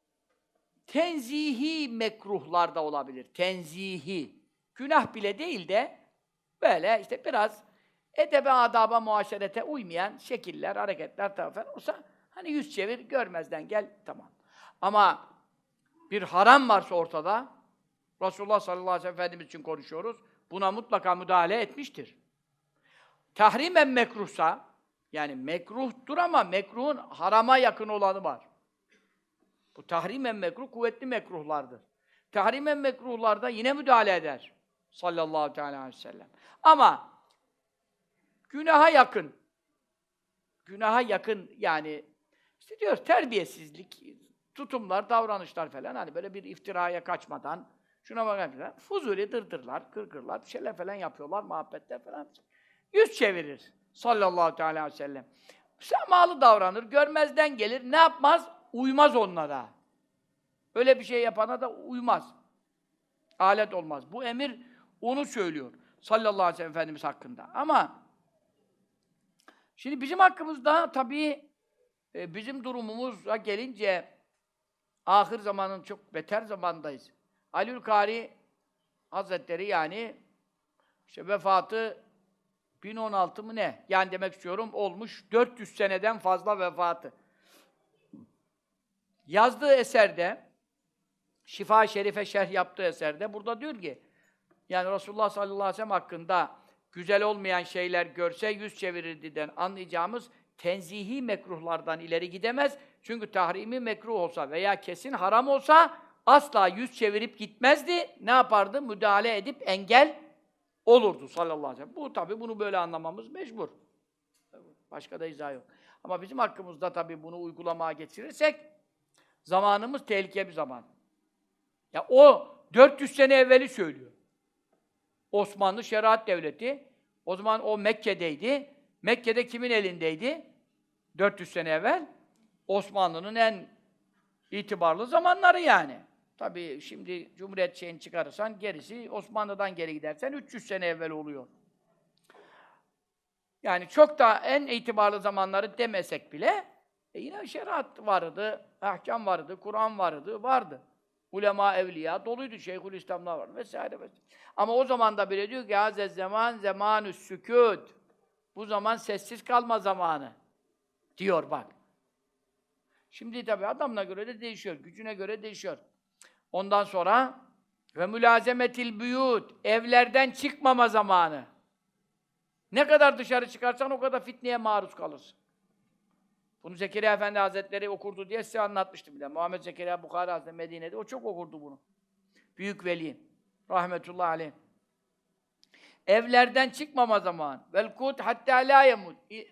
tenzihi mekruhlarda olabilir. Tenzihi. Günah bile değil de böyle işte biraz edebe, adaba, muaşerete uymayan şekiller, hareketler falan olsa hani yüz çevir, görmezden gel, tamam. Ama bir haram varsa ortada, Resulullah sallallahu aleyhi ve sellem Efendimiz için konuşuyoruz, buna mutlaka müdahale etmiştir. Tahrimen mekruhsa, yani mekruhtur ama mekruhun harama yakın olanı var. Bu tahrimen mekruh, kuvvetli mekruhlardır. Tahrimen mekruhlarda yine müdahale eder. Sallallahu aleyhi ve sellem. Ama günaha yakın yani işte diyoruz terbiyesizlik, tutumlar, davranışlar falan hani böyle bir iftiraya kaçmadan şuna bakın fuzuli dırdırlar, kırkırlar, bir şeyler falan yapıyorlar, muhabbetler falan. Yüz çevirir sallallahu aleyhi ve sellem. Müsamahalı davranır, görmezden gelir, ne yapmaz? Uymaz onlara. Öyle bir şey yapana da uymaz. Alet olmaz. Bu emir onu söylüyor sallallahu aleyhi ve sellem Efendimiz hakkında. Ama şimdi bizim hakkımızda tabii bizim durumumuza gelince ahir zamanın çok beter zamandayız. Aliül Kari Hazretleri yani işte vefatı 1016 mı ne? Yani demek istiyorum olmuş 400 seneden fazla vefatı. Yazdığı eserde Şifa-i Şerife şerh yaptığı eserde burada diyor ki yani Resulullah sallallahu aleyhi ve sellem hakkında güzel olmayan şeyler görse yüz çevirirdi'den anlayacağımız tenzihi mekruhlardan ileri gidemez. Çünkü tahrimi mekruh olsa veya kesin haram olsa asla yüz çevirip gitmezdi. Ne yapardı? Müdahale edip engel olurdu sallallahu aleyhi ve sellem. Bu tabii bunu böyle anlamamız mecbur. Başka da izah yok. Ama bizim hakkımızda tabii bunu uygulamaya geçirirsek zamanımız tehlikeli bir zaman. Ya o 400 sene evveli söylüyor. Osmanlı Şeriat Devleti. O zaman o Mekke'deydi. Mekke'de kimin elindeydi? 400 sene evvel. Osmanlı'nın en itibarlı zamanları yani. Tabii şimdi Cumhuriyet şeyini çıkarırsan gerisi Osmanlı'dan geri gidersen 300 sene evvel oluyor. Yani çok da en itibarlı zamanları demesek bile yine şeriat vardı, ahkam vardı, Kur'an vardı. Ulema, evliya doluydu, Şeyhülislamlar var vesaire vesaire. Ama o zaman da bile diyor ki "Hâze zaman zamanü sükût." Bu zaman sessiz kalma zamanı diyor bak. Şimdi tabii adamına göre de değişiyor, gücüne göre değişiyor. Ondan sonra ve mülazemetil buyut, evlerden çıkmama zamanı. Ne kadar dışarı çıkarsan o kadar fitneye maruz kalırsın. Bunu Zekeriya Efendi Hazretleri okurdu diye size anlatmıştım bile. Muhammed Zekeriya Bukhari Hazretleri Medine'de o çok okurdu bunu. Büyük veli. Rahmetullahi aleyh. Evlerden çıkmama zamanı. Vel kut hatta la yemut.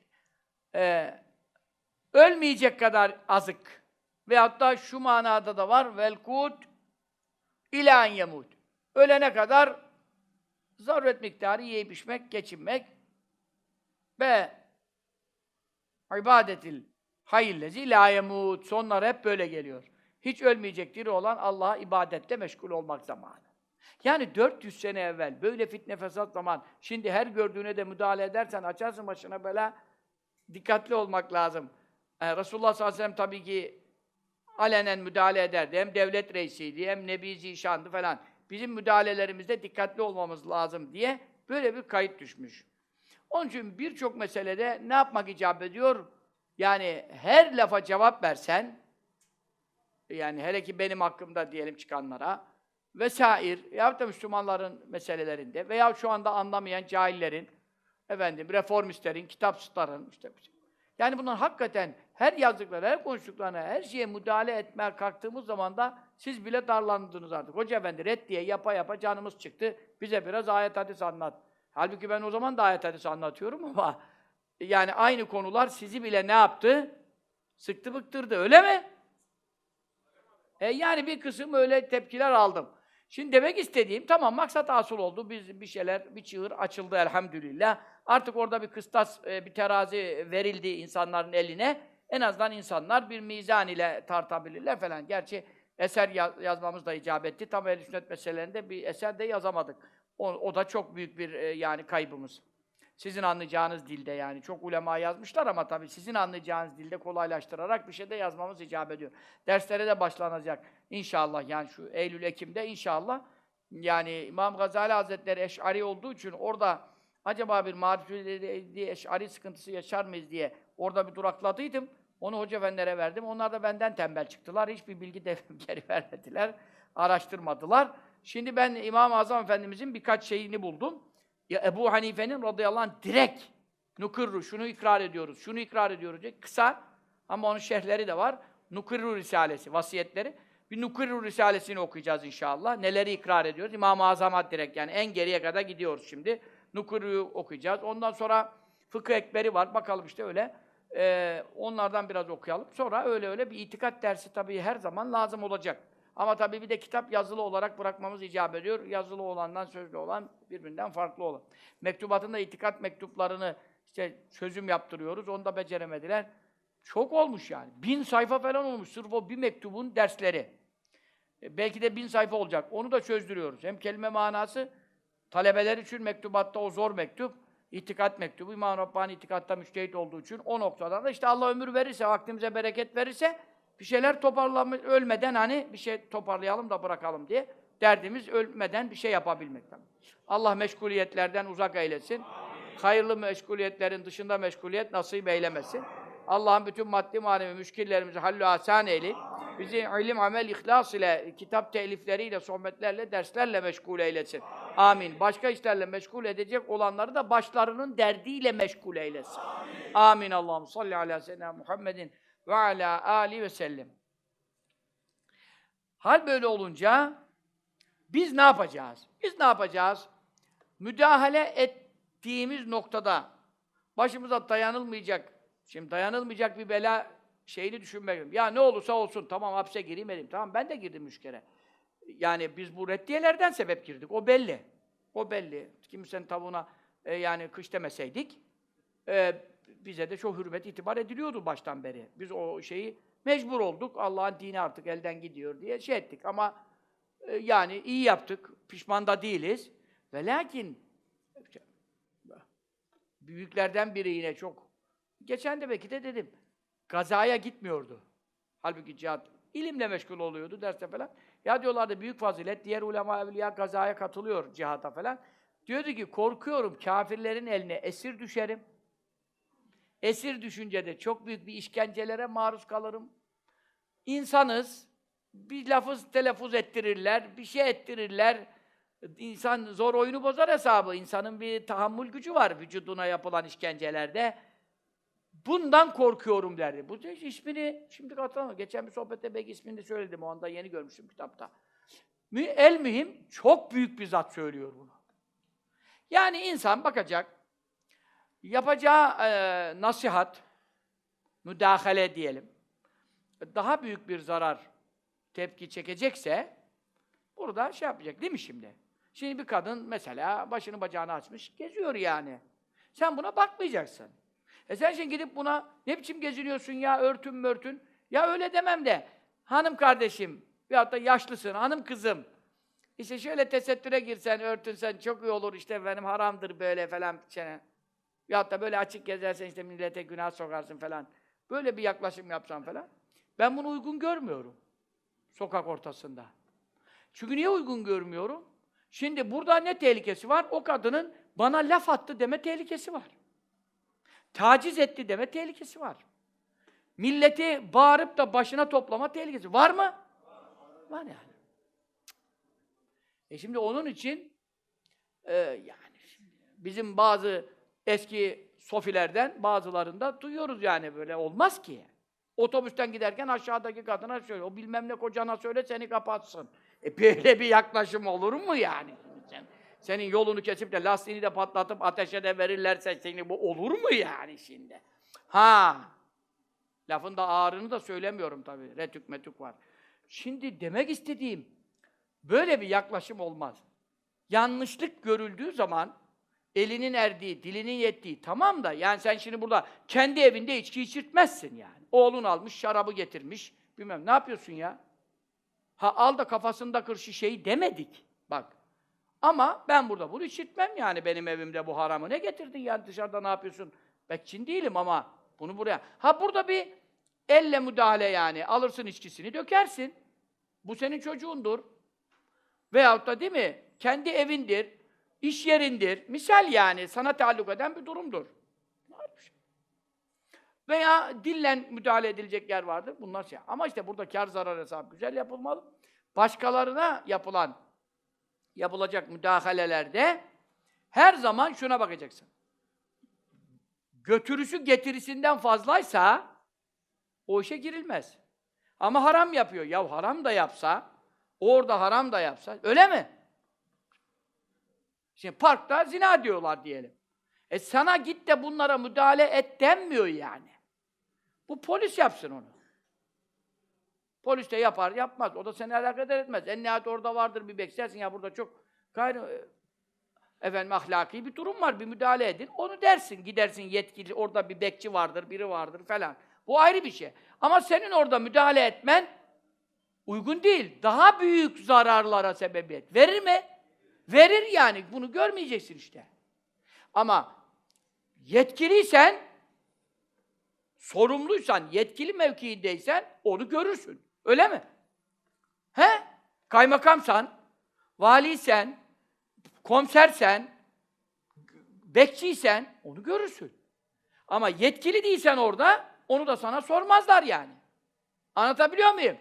Ölmeyecek kadar azık. Veyahut da şu manada da var. Vel kut ila en yemut. Ölene kadar zaruret miktarı yiyip içmek, geçinmek ve ibadetil hayyillezi la yemut. Sonlar hep böyle geliyor. Hiç ölmeyecek diri olan Allah'a ibadette meşgul olmak zamanı. Yani 400 sene evvel böyle fitne fesat zaman, şimdi her gördüğüne de müdahale edersen açarsın başına bela, dikkatli olmak lazım. Resulullah sallallahu aleyhi ve sellem tabii ki alenen müdahale ederdi. Hem devlet reisiydi, hem Nebi Zişan'dı falan. Bizim müdahalelerimizde dikkatli olmamız lazım diye böyle bir kayıt düşmüş. Onun için birçok meselede ne yapmak icap ediyor? Yani her lafa cevap versen, yani hele ki benim hakkımda diyelim çıkanlara vesaire, yahut da Müslümanların meselelerinde veya şu anda anlamayan cahillerin, reformistlerin, kitapsızların, işte yani bunlar hakikaten her yazdıkları, her konuştuklarına, her şeye müdahale etmeye kalktığımız zaman da siz bile darlandınız artık. Hoca efendi reddiye yapa yapa canımız çıktı. Bize biraz ayet hadis anlat. Halbuki ben o zaman da ayet hadis anlatıyorum ama yani aynı konular sizi bile ne yaptı? Sıktı bıktırdı. Öyle mi? Yani bir kısım öyle tepkiler aldım. Şimdi demek istediğim, tamam maksat hasıl oldu. Biz bir şeyler, bir çığır açıldı elhamdülillah. Artık orada bir kıstas, bir terazi verildi insanların eline. En azından insanlar bir mizan ile tartabilirler falan. Gerçi eser yazmamız da icap etti. Tam ehl-i sünnet meselelerinde bir eser de yazamadık. O da çok büyük bir yani kaybımız. Sizin anlayacağınız dilde yani. Çok ulema yazmışlar ama tabii sizin anlayacağınız dilde kolaylaştırarak bir şey de yazmamız icap ediyor. Derslere de başlanacak inşallah, yani şu Eylül-Ekim'de inşallah. Yani İmam Gazali Hazretleri Eş'ari olduğu için orada acaba bir Marifü Eş'ari sıkıntısı yaşar mıyız diye orada bir durakladıydım. Onu hoca efendilere verdim. Onlar da benden tembel çıktılar. Hiçbir bilgi de geri vermediler. Araştırmadılar. Şimdi ben İmam-ı Azam Efendimizin birkaç şeyini buldum. Ya Ebu Hanife'nin radıyallahu anh direkt nukirru, şunu ikrar ediyoruz, şunu ikrar ediyoruz diye kısa ama onun şerhleri de var. Nukirru Risalesi, vasiyetleri. Bir Nukirru Risalesini okuyacağız inşallah. Neleri ikrar ediyoruz? İmam-ı Azam'a direkt, yani en geriye kadar gidiyoruz şimdi. Nukirru'yu okuyacağız. Ondan sonra Fıkıh Ekberi var. Bakalım işte öyle. Onlardan biraz okuyalım. Sonra öyle bir itikat dersi tabii her zaman lazım olacak. Ama tabii bir de kitap yazılı olarak bırakmamız icap ediyor. Yazılı olandan sözlü olan birbirinden farklı olan. Mektubatında itikat mektuplarını işte çözüm yaptırıyoruz. Onu da beceremediler. Çok olmuş yani. 1000 sayfa falan olmuş. Sırf o bir mektubun dersleri. Belki de 1000 sayfa olacak. Onu da çözdürüyoruz. Hem kelime manası, talebeler için mektubatta o zor mektup, itikat mektubu. İmam Rabbani itikatta müçtehit olduğu için o noktadan da işte Allah ömür verirse, vaktimize bereket verirse bir şeyler toparlamış, ölmeden hani bir şey toparlayalım da bırakalım diye derdimiz ölmeden bir şey yapabilmekten. Allah meşguliyetlerden uzak eylesin. Amin. Hayırlı meşguliyetlerin dışında meşguliyet nasip eylemesin. Allah'ın bütün maddi manevi müşkillerimizi hallü asan eyle. Bizi ilim, amel, ihlas ile, kitap telifleriyle, sohbetlerle, derslerle meşgul eylesin. Amin. Başka işlerle meşgul edecek olanları da başlarının derdiyle meşgul eylesin. Amin. Allah'ım salli ala seyyidina Muhammedin ve ala âli ve sellem. Hal böyle olunca biz ne yapacağız? Biz ne yapacağız? Müdahale ettiğimiz noktada başımıza dayanılmayacak, şimdi dayanılmayacak bir bela şeyini düşünmek. Ya ne olursa olsun, tamam hapse gireyim edeyim. Tamam ben de girdim 3 kere. Yani biz bu reddiyelerden sebep girdik. O belli. O belli. Kimsenin tavuğuna yani kış demeseydik bize de çok hürmet, itibar ediliyordu baştan beri. Biz o şeyi Mecbur olduk. Allah'ın dini artık elden gidiyor diye şey ettik ama yani iyi yaptık. Pişman da değiliz. Ve lakin büyüklerden biri yine çok. Geçen de belki de dedim. Gazaya gitmiyordu. Halbuki cihat ilimle meşgul oluyordu derste falan. Ya diyorlardı büyük fazilet, diğer ulema evliya gazaya katılıyor cihata falan. Diyordu ki korkuyorum kâfirlerin eline esir düşerim. Esir düşünce de çok büyük bir işkencelere maruz kalırım. İnsanız, bir lafız telaffuz ettirirler, bir şey ettirirler. İnsan zor oyunu bozar hesabı. İnsanın bir tahammül gücü var vücuduna yapılan işkencelerde. Bundan korkuyorum derdi. Bu ismini şimdi hatırlamıyorum. Geçen bir sohbette belki ismini söyledim. O anda yeni görmüştüm kitapta. El mühim çok büyük bir zat söylüyor bunu. Yani insan bakacak, yapacağı nasihat, müdahale diyelim, daha büyük bir zarar, tepki çekecekse burada şey yapacak değil mi şimdi? Şimdi bir kadın mesela başını bacağını açmış, geziyor yani. Sen buna bakmayacaksın. Sen şimdi gidip buna ne biçim geziniyorsun ya, örtün mörtün. Ya öyle demem de, hanım kardeşim, veyahut da yaşlısın, hanım kızım, İşte şöyle tesettüre girsen, örtünsen çok iyi olur, işte benim haramdır böyle falan. Veyahut da böyle açık gezersen işte millete günah sokarsın falan. Böyle bir yaklaşım yapsan falan. Ben bunu uygun görmüyorum. Sokak ortasında. Çünkü niye uygun görmüyorum? Şimdi burada ne tehlikesi var? O kadının bana laf attı deme tehlikesi var. Taciz etti deme tehlikesi var. Milleti bağırıp da başına toplama tehlikesi var mı? Var yani. Şimdi onun için yani bizim bazı eski sofilerden bazılarında duyuyoruz yani böyle olmaz ki. Otobüsten giderken aşağıdaki kadına söylüyor. O bilmem ne kocana söyle seni kapatsın. Böyle bir yaklaşım olur mu yani? Senin yolunu kesip de lastiğini de patlatıp ateşe de verirlerse seni bu olur mu yani şimdi? Ha. Lafın da ağırını da söylemiyorum tabii. Retük metük var. Şimdi demek istediğim böyle bir yaklaşım olmaz. Yanlışlık görüldüğü zaman elinin erdiği, dilinin yettiği tamam da yani sen şimdi burada kendi evinde içki içirtmezsin yani. Oğlun almış, şarabı getirmiş, bilmem ne yapıyorsun ya? Ha al da kafasında kır şişeyi demedik. Bak. Ama ben burada bunu içirtmem yani benim evimde bu haramı. Ne getirdin yani dışarıda ne yapıyorsun? Bekçin değilim ama bunu buraya. Ha burada bir elle müdahale yani. Alırsın içkisini, dökersin. Bu senin çocuğundur. Veyahut da değil mi? Kendi evindir, iş yerindir. Misal yani sana taalluk eden bir durumdur. Veya dille müdahale edilecek yer vardır. Bunlar şey. Ama işte burada kar zarar hesabı güzel yapılmalı. Başkalarına yapılacak müdahalelerde her zaman şuna bakacaksın. Götürüsü getirisinden fazlaysa o işe girilmez. Ama haram yapıyor. Ya haram da yapsa, orada haram da yapsa, öyle mi? Şimdi parkta zina diyorlar diyelim. Sana git de bunlara müdahale et denmiyor yani. Bu polis yapsın onu. Polis de yapar, yapmaz. O da seni alakadar etmez. En nihayet orada vardır bir beklersin ya burada çok gayrı ahlaki bir durum var, bir müdahale edin. Onu dersin, gidersin yetkili, orada bir bekçi vardır, biri vardır falan. Bu ayrı bir şey. Ama senin orada müdahale etmen uygun değil. Daha büyük zararlara sebebiyet verir mi? Verir yani. Bunu görmeyeceksin işte. Ama yetkiliysen, sorumluysan, yetkili mevkiindeysen onu görürsün. Öyle mi? He? Kaymakamsan, valiysen, komisersen, bekçiysen onu görürsün. Ama yetkili değilsen orada onu da sana sormazlar yani. Anlatabiliyor muyum?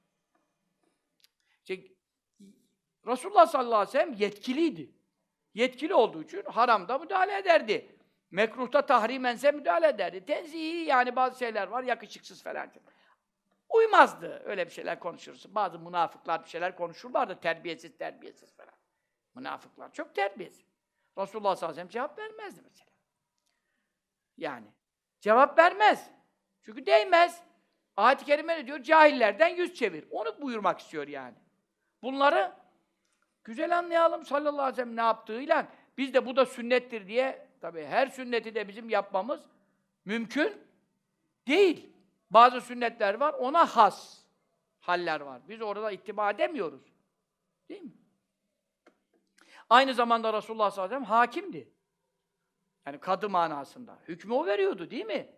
İşte, Resulullah sallallahu aleyhi ve sellem yetkiliydi. Yetkili olduğu için haramda müdahale ederdi. Mekruhta tahrimense müdahale ederdi. Tenzihi yani bazı şeyler var, yakışıksız falan. Uymazdı. Öyle bir şeyler konuşursun. Bazı münafıklar bir şeyler konuşurlardı. Terbiyesiz falan. Münafıklar çok terbiyesiz. Resulullah sallallahu aleyhi ve sellem cevap vermezdi mesela. Yani. Cevap vermez. Çünkü değmez. Ayet-i Kerime ne diyor? Cahillerden yüz çevir. Onu buyurmak istiyor yani. Bunları güzel anlayalım sallallahu aleyhi ve sellem ne yaptığıyla. Biz de bu da sünnettir diye, tabii her sünneti de bizim yapmamız mümkün değil. Bazı sünnetler var, ona has haller var. Biz orada ittiba edemiyoruz. Değil mi? Aynı zamanda Resulullah sallallahu aleyhi ve sellem hakimdi. Yani kadı manasında. Hükmü o veriyordu, değil mi?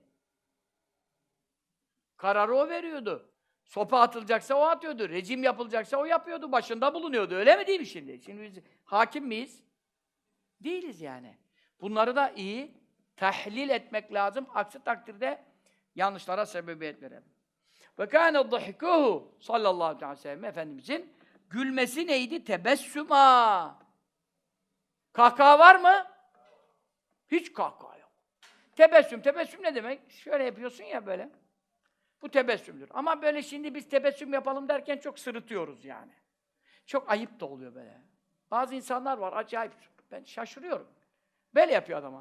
Kararı o veriyordu. Sopa atılacaksa o atıyordu. Rejim yapılacaksa o yapıyordu. Başında bulunuyordu. Öyle mi değil mi şimdi? Şimdi biz hakim miyiz? Değiliz yani. Bunları da iyi tahlil etmek lazım. Aksi takdirde yanlışlara sebebiyet verir. Ve kâne dhihkuhu sallallahu aleyhi ve sellem Efendimizin gülmesi neydi? Tebessüma. Kahkaha var mı? Hiç kahkaha yok. Tebessüm. Tebessüm ne demek? Şöyle yapıyorsun ya böyle. Bu tebessümdür. Ama böyle şimdi biz tebessüm yapalım derken çok sırıtıyoruz yani. Çok ayıp da oluyor böyle. Bazı insanlar var, acayip. Ben şaşırıyorum. Böyle yapıyor adama.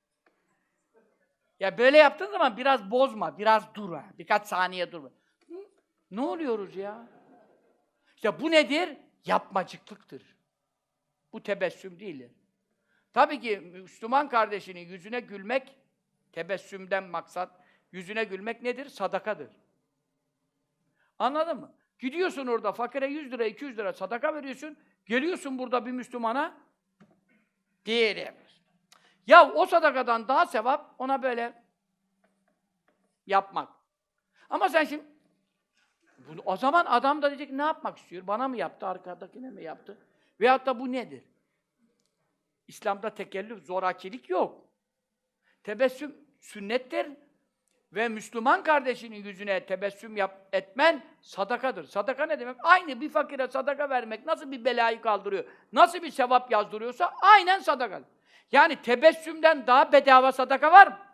Ya böyle yaptığın zaman biraz bozma, biraz dur ha. Birkaç saniye dur. Ne oluyoruz ya? İşte bu nedir? Yapmacıklıktır. Bu tebessüm değildir. Tabii ki Müslüman kardeşinin yüzüne gülmek, tebessümden maksat, yüzüne gülmek nedir? Sadakadır. Anladın mı? Gidiyorsun orada fakire 100 lira, 200 lira sadaka veriyorsun, geliyorsun burada bir Müslümana, diyelim. Ya o sadakadan daha sevap ona böyle yapmak. Ama sen şimdi, o zaman adam da diyecek ne yapmak istiyor? Bana mı yaptı, arkadakine mi yaptı? Veyahut da bu nedir? İslam'da tekellüf, zorakilik yok. Tebessüm sünnettir ve Müslüman kardeşinin yüzüne tebessüm etmen sadakadır. Sadaka ne demek? Aynı bir fakire sadaka vermek nasıl bir belayı kaldırıyor, nasıl bir sevap yazdırıyorsa aynen sadaka. Yani tebessümden daha bedava sadaka var mı?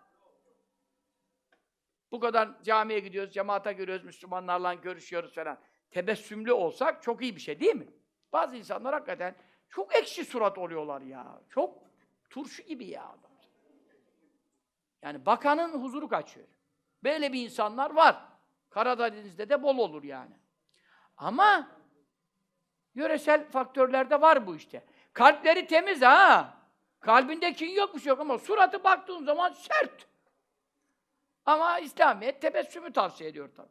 Bu kadar camiye gidiyoruz, cemaate giriyoruz, Müslümanlarla görüşüyoruz falan. Tebessümlü olsak çok iyi bir şey değil mi? Bazı insanlar hakikaten çok ekşi surat oluyorlar ya. Çok turşu gibi ya adam. Yani bakanın huzuru kaçıyor. Böyle bir insanlar var. Karadeniz'de de bol olur yani. Ama yöresel faktörlerde var bu işte. Kalpleri temiz ha. Kalbinde kin yok bir şey yok ama suratı baktığın zaman sert. Ama İslamiyet tebessümü tavsiye ediyor tabii.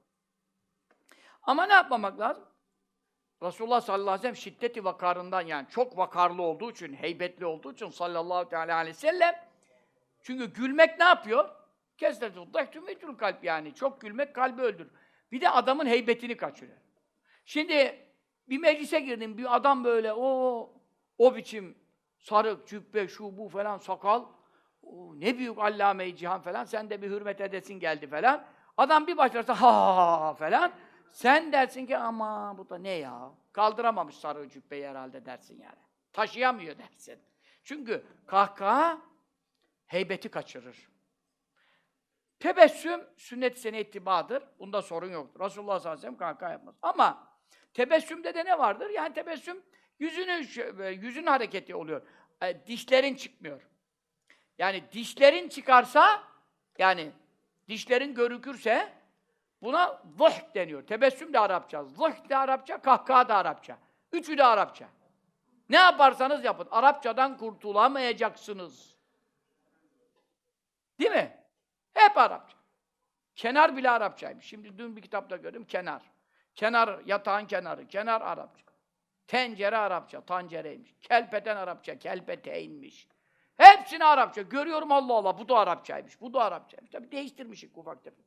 Ama ne yapmamak lazım? Resulullah sallallahu aleyhi ve sellem şiddeti vakarından yani çok vakarlı olduğu için, heybetli olduğu için sallallahu aleyhi ve sellem çünkü gülmek ne yapıyor? Kesretullah kalp yani. Çok gülmek kalbi öldürür. Bir de adamın heybetini kaçırıyor. Şimdi bir meclise girdim, bir adam böyle o biçim sarık, cübbe, şu bu falan sakal. Ne büyük allame-i cihan falan. Sen de bir hürmet edesin geldi falan. Adam bir başlarsa ha falan. Sen dersin ki ama bu da ne ya? Kaldıramamış sarığı cübbeyi herhalde dersin yani. Taşıyamıyor dersin. Çünkü kahkaha heybeti kaçırır. Tebessüm sünnet-i sene ittibadır. Bunda sorun yoktur. Resulullah sallallahu aleyhi ve sellem kahkaha yapmaz. Ama tebessümde de ne vardır? Yani tebessüm yüzün hareketi oluyor. Dişlerin çıkmıyor. Yani dişlerin çıkarsa, yani dişlerin görükürse buna zıhk deniyor. Tebessüm de Arapça, zıhk de Arapça, kahkaha da Arapça. Üçü de Arapça. Ne yaparsanız yapın, Arapçadan kurtulamayacaksınız. Değil mi? Hep Arapça. Kenar bile Arapçaymış. Şimdi dün bir kitapta gördüm, kenar. Kenar, yatağın kenarı, kenar Arapça. Tencere Arapça, tancereymiş. Kelpeten Arapça, kelpeteynmiş. Hepsini Arapça. Görüyorum Allah Allah, bu da Arapçaymış, bu da Arapçaymış. Tabii değiştirmişik ufak tefek.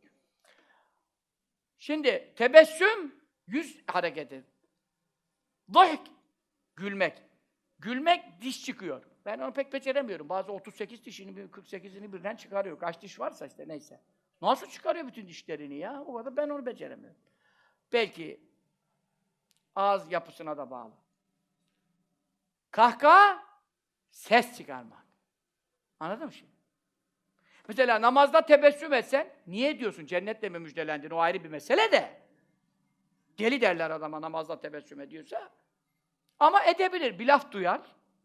Şimdi tebessüm, yüz hareketi. Zıhk, gülmek. Gülmek, diş çıkıyor. Ben onu pek beceremiyorum. Bazı 38 dişini, 48'ini birden çıkarıyor. Kaç diş varsa işte neyse. Nasıl çıkarıyor bütün dişlerini ya? O kadar ben onu beceremiyorum. Belki ağız yapısına da bağlı. Kahkaha, ses çıkarmak. Anladın mı şimdi? Mesela namazda tebessüm etsen, niye diyorsun? Cennetle mi müjdelendin? O ayrı bir mesele de. Deli derler adama namazda tebessüm ediyorsa. Ama edebilir. Bir laf duyar.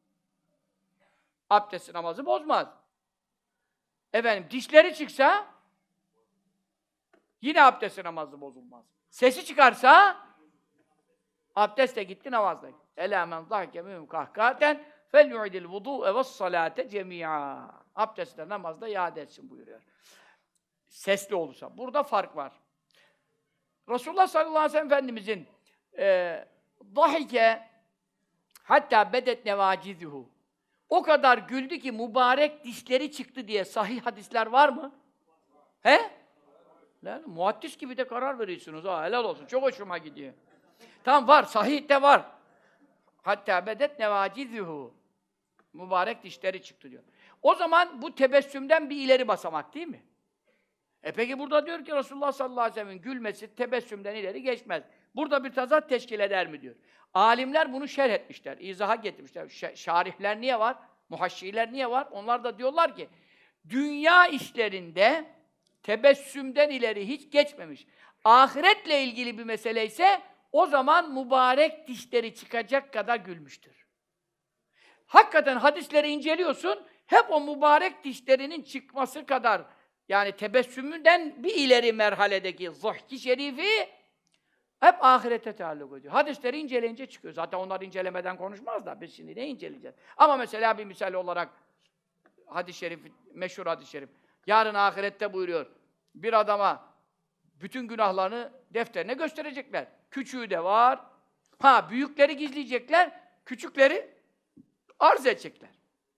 Abdesti namazı bozmaz. Efendim dişleri çıksa yine abdesti namazı bozulmaz. Sesi çıkarsa abdest de gitti, namaz da gitti. Elâ men zâhke minhum kahkâten felyu'idil vudû'e ve's-salâte cemî'â. Abdestle namazda iade etsin buyuruyor. Sesli olursa. Burada fark var. Resulullah sallallahu aleyhi ve sellem Efendimizin dahike hatta bedet nevacizuhu. O kadar güldü ki mübarek dişleri çıktı diye sahih hadisler var mı? He? Lan, muhaddis gibi de karar veriyorsunuz ha, helal olsun. Çok hoşuma gidiyor. Tamam var, sahih de var. Hatta bedet nevacizuhu. Mübarek dişleri çıktı diyor. O zaman bu tebessümden bir ileri basamak değil mi? Peki burada diyor ki Resulullah sallallahu aleyhi ve sellem'in gülmesi tebessümden ileri geçmez. Burada bir tezat teşkil eder mi diyor. Alimler bunu şerh etmişler, izaha getirmişler. Şarihler niye var? Muhaşşiler niye var? Onlar da diyorlar ki dünya işlerinde tebessümden ileri hiç geçmemiş. Ahiretle ilgili bir mesele ise o zaman mübarek dişleri çıkacak kadar gülmüştür. Hakikaten hadisleri inceliyorsun, hep o mübarek dişlerinin çıkması kadar, yani tebessümünden bir ileri merhaledeki zahki şerifi hep ahirete taalluk ediyor. Hadisleri inceleyince çıkıyor. Zaten onlar incelemeden konuşmaz da biz şimdi ne inceleyeceğiz? Ama mesela bir misal olarak hadis-i şerif, meşhur hadis-i şerif. Yarın ahirette buyuruyor. Bir adama bütün günahlarını defterine gösterecekler. Küçüğü de var. Büyükleri gizleyecekler, küçükleri arz edecekler.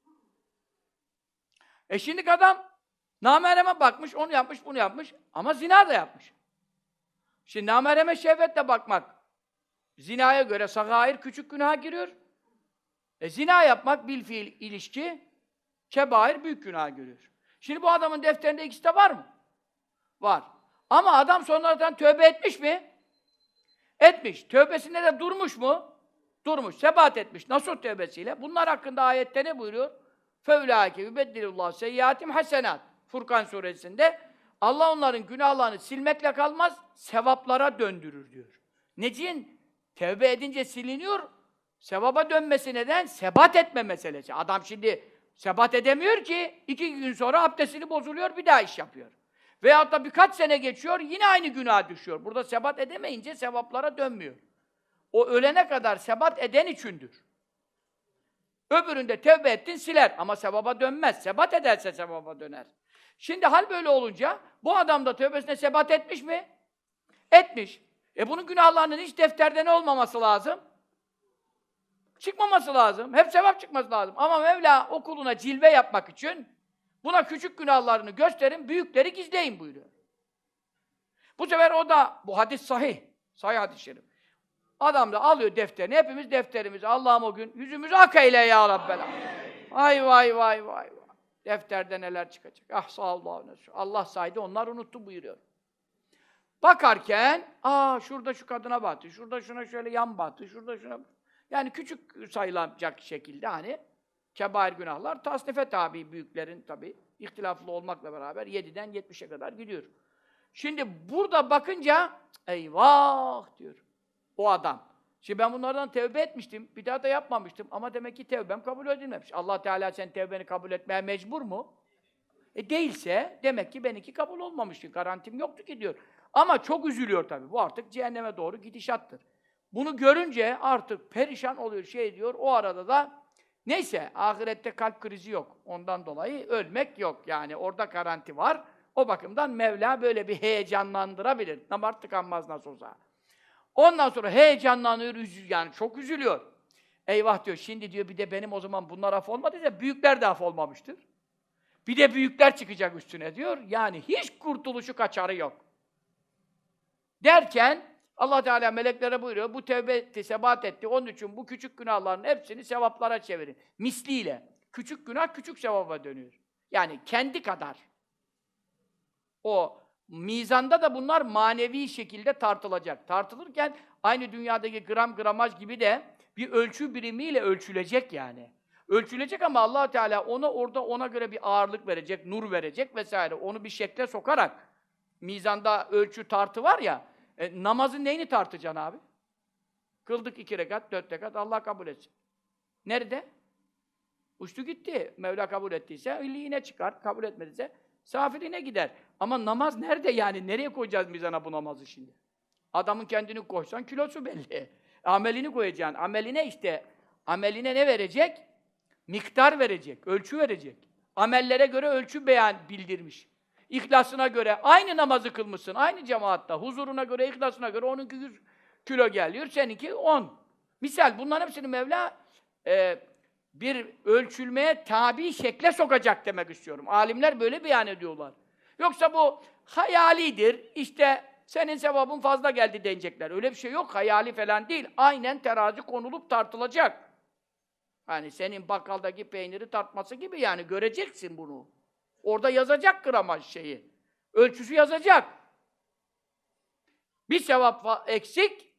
Şimdi adam nâmereme bakmış, onu yapmış, bunu yapmış ama zina da yapmış. Şimdi nâmereme şehvetle bakmak, zinaya göre sagair küçük günaha giriyor. Zina yapmak, bilfiil ilişki, kebair büyük günaha giriyor. Şimdi bu adamın defterinde ikisi de var mı? Var. Ama adam sonradan tövbe etmiş mi? Etmiş. Tövbesinde de durmuş mu? Durmuş. Sebat etmiş. Nasuh tövbesiyle. Bunlar hakkında ayette ne buyuruyor? فَاُولَٰئِكَ يُبَدِّلُ اللّٰهُ سَيِّئَاتِهِمْ حَسَنَاتٍ Furkan suresinde Allah onların günahlarını silmekle kalmaz, sevaplara döndürür diyor. Necin? Tevbe edince siliniyor, sevaba dönmesi neden? Sebat etme meselesi. Adam şimdi sebat edemiyor ki, 2 gün sonra abdestini bozuluyor, bir daha iş yapıyor. Veyahut da birkaç sene geçiyor, yine aynı günaha düşüyor. Burada sebat edemeyince sevaplara dönmüyor. O ölene kadar sebat eden içindir. Öbüründe tevbe ettin, siler. Ama sevaba dönmez. Sebat ederse sevaba döner. Şimdi hal böyle olunca, bu adam da tövbesine sebat etmiş mi? Etmiş. Bunun günahlarının hiç defterden olmaması lazım. Çıkmaması lazım. Hep sevap çıkması lazım. Ama Mevla o kuluna cilve yapmak için buna küçük günahlarını gösterin, büyükleri gizleyin buyuruyor. Bu sefer o da, bu hadis sahih. Sahih hadis-i şerif. Adam da alıyor defterini, hepimiz defterimizi. Allah'ım o gün yüzümüzü ak eyle ya Rabbel. Vay vay vay vay. Defterde neler çıkacak. Ahsallahu nesu. Allah saydı, onlar unuttu buyuruyor. Bakarken, şurada şu kadına battı, şurada şuna şöyle yan battı, şurada şuna... Yani küçük sayılacak şekilde hani kebair günahlar tasnife tabi, büyüklerin tabi ihtilaflı olmakla beraber 7'den 70'e kadar gidiyor. Şimdi burada bakınca eyvah diyor o adam. Şimdi ben bunlardan tevbe etmiştim, bir daha da yapmamıştım ama demek ki tevbem kabul edilmemiş. Allah Teala sen tevbeni kabul etmeye mecbur mu? Değilse demek ki benimki kabul olmamıştı, garantim yoktu ki diyor. Ama çok üzülüyor tabii, bu artık cehenneme doğru gidişattır. Bunu görünce artık perişan oluyor, diyor, o arada da neyse, ahirette kalp krizi yok. Ondan dolayı ölmek yok. Yani orada garanti var. O bakımdan Mevla böyle bir heyecanlandırabilir. Namaz tıkanmaz nasıl olsa. Ondan sonra heyecanlanıyor, yani çok üzülüyor. Eyvah diyor, şimdi diyor bir de benim o zaman bunlar af olmadıysa büyükler de af olmamıştır. Bir de büyükler çıkacak üstüne diyor. Yani hiç kurtuluşu kaçarı yok. Derken Allah Teala meleklere buyuruyor, bu tevbe etti, sebat etti. Onun için bu küçük günahların hepsini sevaplara çevirin. Misliyle. Küçük günah küçük sevaba dönüyor. Yani kendi kadar. O mizanda da bunlar manevi şekilde tartılacak. Tartılırken aynı dünyadaki gram gramaj gibi de bir ölçü birimiyle ölçülecek yani. Ölçülecek ama Allah Teala ona göre bir ağırlık verecek, nur verecek vesaire. Onu bir şekle sokarak mizanda ölçü tartı var ya. Namazın neyini tartacaksın abi? Kıldık 2 rekat, 4 rekat, Allah kabul etsin. Nerede? Uçtu gitti. Mevla kabul ettiyse illiğine çıkar, kabul etmediyse safirine gider. Ama namaz nerede yani? Nereye koyacağız mizana bu namazı şimdi? Adamın kendini koysan kilosu belli. Amelini koyacaksın. Ameline ne verecek? Miktar verecek, ölçü verecek. Amellere göre ölçü bildirmiş. İhlasına göre aynı namazı kılmışsın, aynı cemaatta, huzuruna göre, ihlasına göre onunki 100 kilo geliyor, seninki 10. Misal bunların hepsini Mevla bir ölçülmeye tabi şekle sokacak demek istiyorum. Alimler böyle beyan ediyorlar. Yoksa bu hayalidir, işte senin sevabın fazla geldi denecekler. Öyle bir şey yok, hayali falan değil. Aynen terazi konulup tartılacak. Yani senin bakkaldaki peyniri tartması gibi yani göreceksin bunu. Orada yazacak gramaj şeyi. Ölçüsü yazacak. Bir sevap eksik,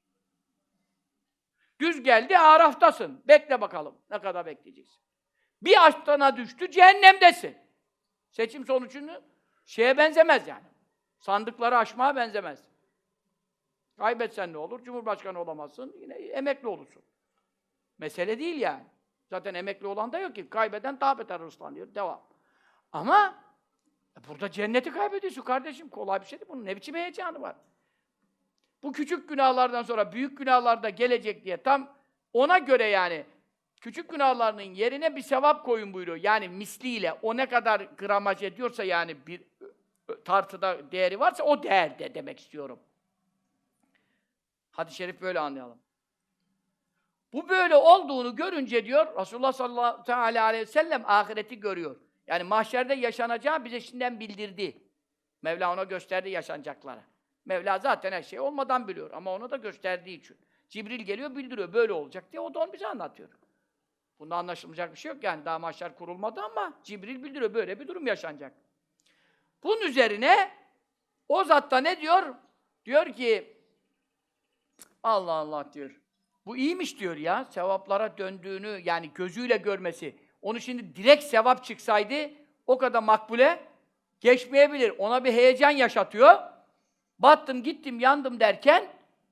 düz geldi, Araf'tasın. Bekle bakalım. Ne kadar bekleyeceksin? Bir aştana düştü, cehennemdesin. Seçim sonucunu şeye benzemez yani. Sandıkları aşmaya benzemez. Kaybetsen ne olur? Cumhurbaşkanı olamazsın, yine emekli olursun. Mesele değil yani. Zaten emekli olan da yok ki. Kaybeden daha beter hırslanıyor. Devam. Ama burada cenneti kaybediyorsun kardeşim. Kolay bir şey değil. Bunun ne biçim heyecanı var? Bu küçük günahlardan sonra büyük günahlar da gelecek diye tam ona göre yani küçük günahlarının yerine bir sevap koyun buyuruyor. Yani misliyle o ne kadar gramaj ediyorsa yani bir tartıda değeri varsa o değerde demek istiyorum. Hadis-i şerif böyle anlayalım. Bu böyle olduğunu görünce diyor Resulullah sallallahu aleyhi ve sellem ahireti görüyor. Yani mahşerde yaşanacağı bize şimdiden bildirdi. Mevla ona gösterdi yaşanacakları. Mevla zaten her şeyi olmadan biliyor ama onu da gösterdiği için. Cibril geliyor bildiriyor böyle olacak diye o da onu bize anlatıyor. Bunda anlaşılmayacak bir şey yok yani daha mahşer kurulmadı ama Cibril bildiriyor böyle bir durum yaşanacak. Bunun üzerine o zat da ne diyor? Diyor ki Allah Allah diyor. Bu iyiymiş diyor ya. Sevaplara döndüğünü yani gözüyle görmesi. Onu şimdi direkt sevap çıksaydı o kadar makbule geçmeyebilir. Ona bir heyecan yaşatıyor. Battım, gittim, yandım derken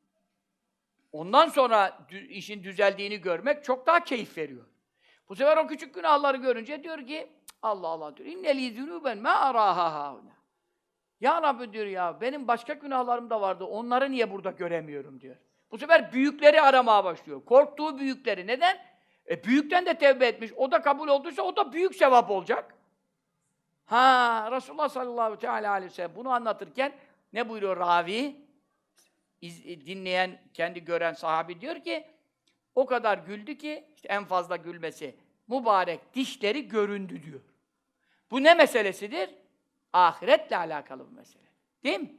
ondan sonra işin düzeldiğini görmek çok daha keyif veriyor. Bu sefer o küçük günahları görünce diyor ki Allah Allah diyor. İnnelî zünûben mâ arâhâ hâhûnâ. Ya Rabbi diyor ya benim başka günahlarım da vardı. Onları niye burada göremiyorum diyor. Bu sefer büyükleri aramaya başlıyor. Korktuğu büyükleri. Neden? Büyükten de tevbe etmiş. O da kabul olduysa o da büyük sevap olacak. Ha, Resulullah sallallahu aleyhi ve sellem bunu anlatırken ne buyuruyor ravi? Dinleyen, kendi gören sahabi diyor ki o kadar güldü ki işte en fazla gülmesi mübarek dişleri göründü diyor. Bu ne meselesidir? Ahiretle alakalı bir mesele. Değil mi?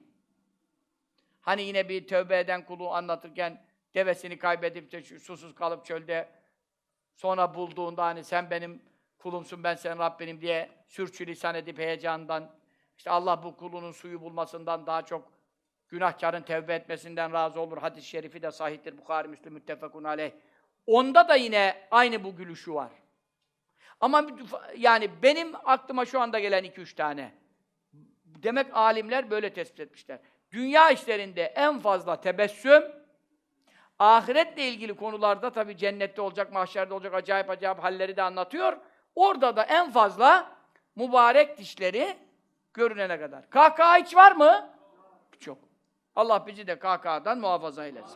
Hani yine bir tövbe eden kulu anlatırken devesini kaybedip de susuz kalıp çölde sonra bulduğunda hani sen benim kulumsun, ben senin Rabbinim diye sürçülisan edip heyecandan işte Allah bu kulunun suyu bulmasından daha çok günahkarın tevbe etmesinden razı olur. Hadis-i şerifi de sahihtir. Bukhari, Müslim, müttefekun aleyh. Onda da yine aynı bu gülüşü var. Ama yani benim aklıma şu anda gelen 2-3 tane. Demek alimler böyle tespit etmişler. Dünya işlerinde en fazla tebessüm, ahiretle ilgili konularda tabii cennette olacak, mahşerde olacak acayip acayip halleri de anlatıyor. Orada da en fazla mübarek dişleri görünene kadar. Kahkaha hiç var mı? Çok. Allah bizi de kahkahadan muhafaza eylesin.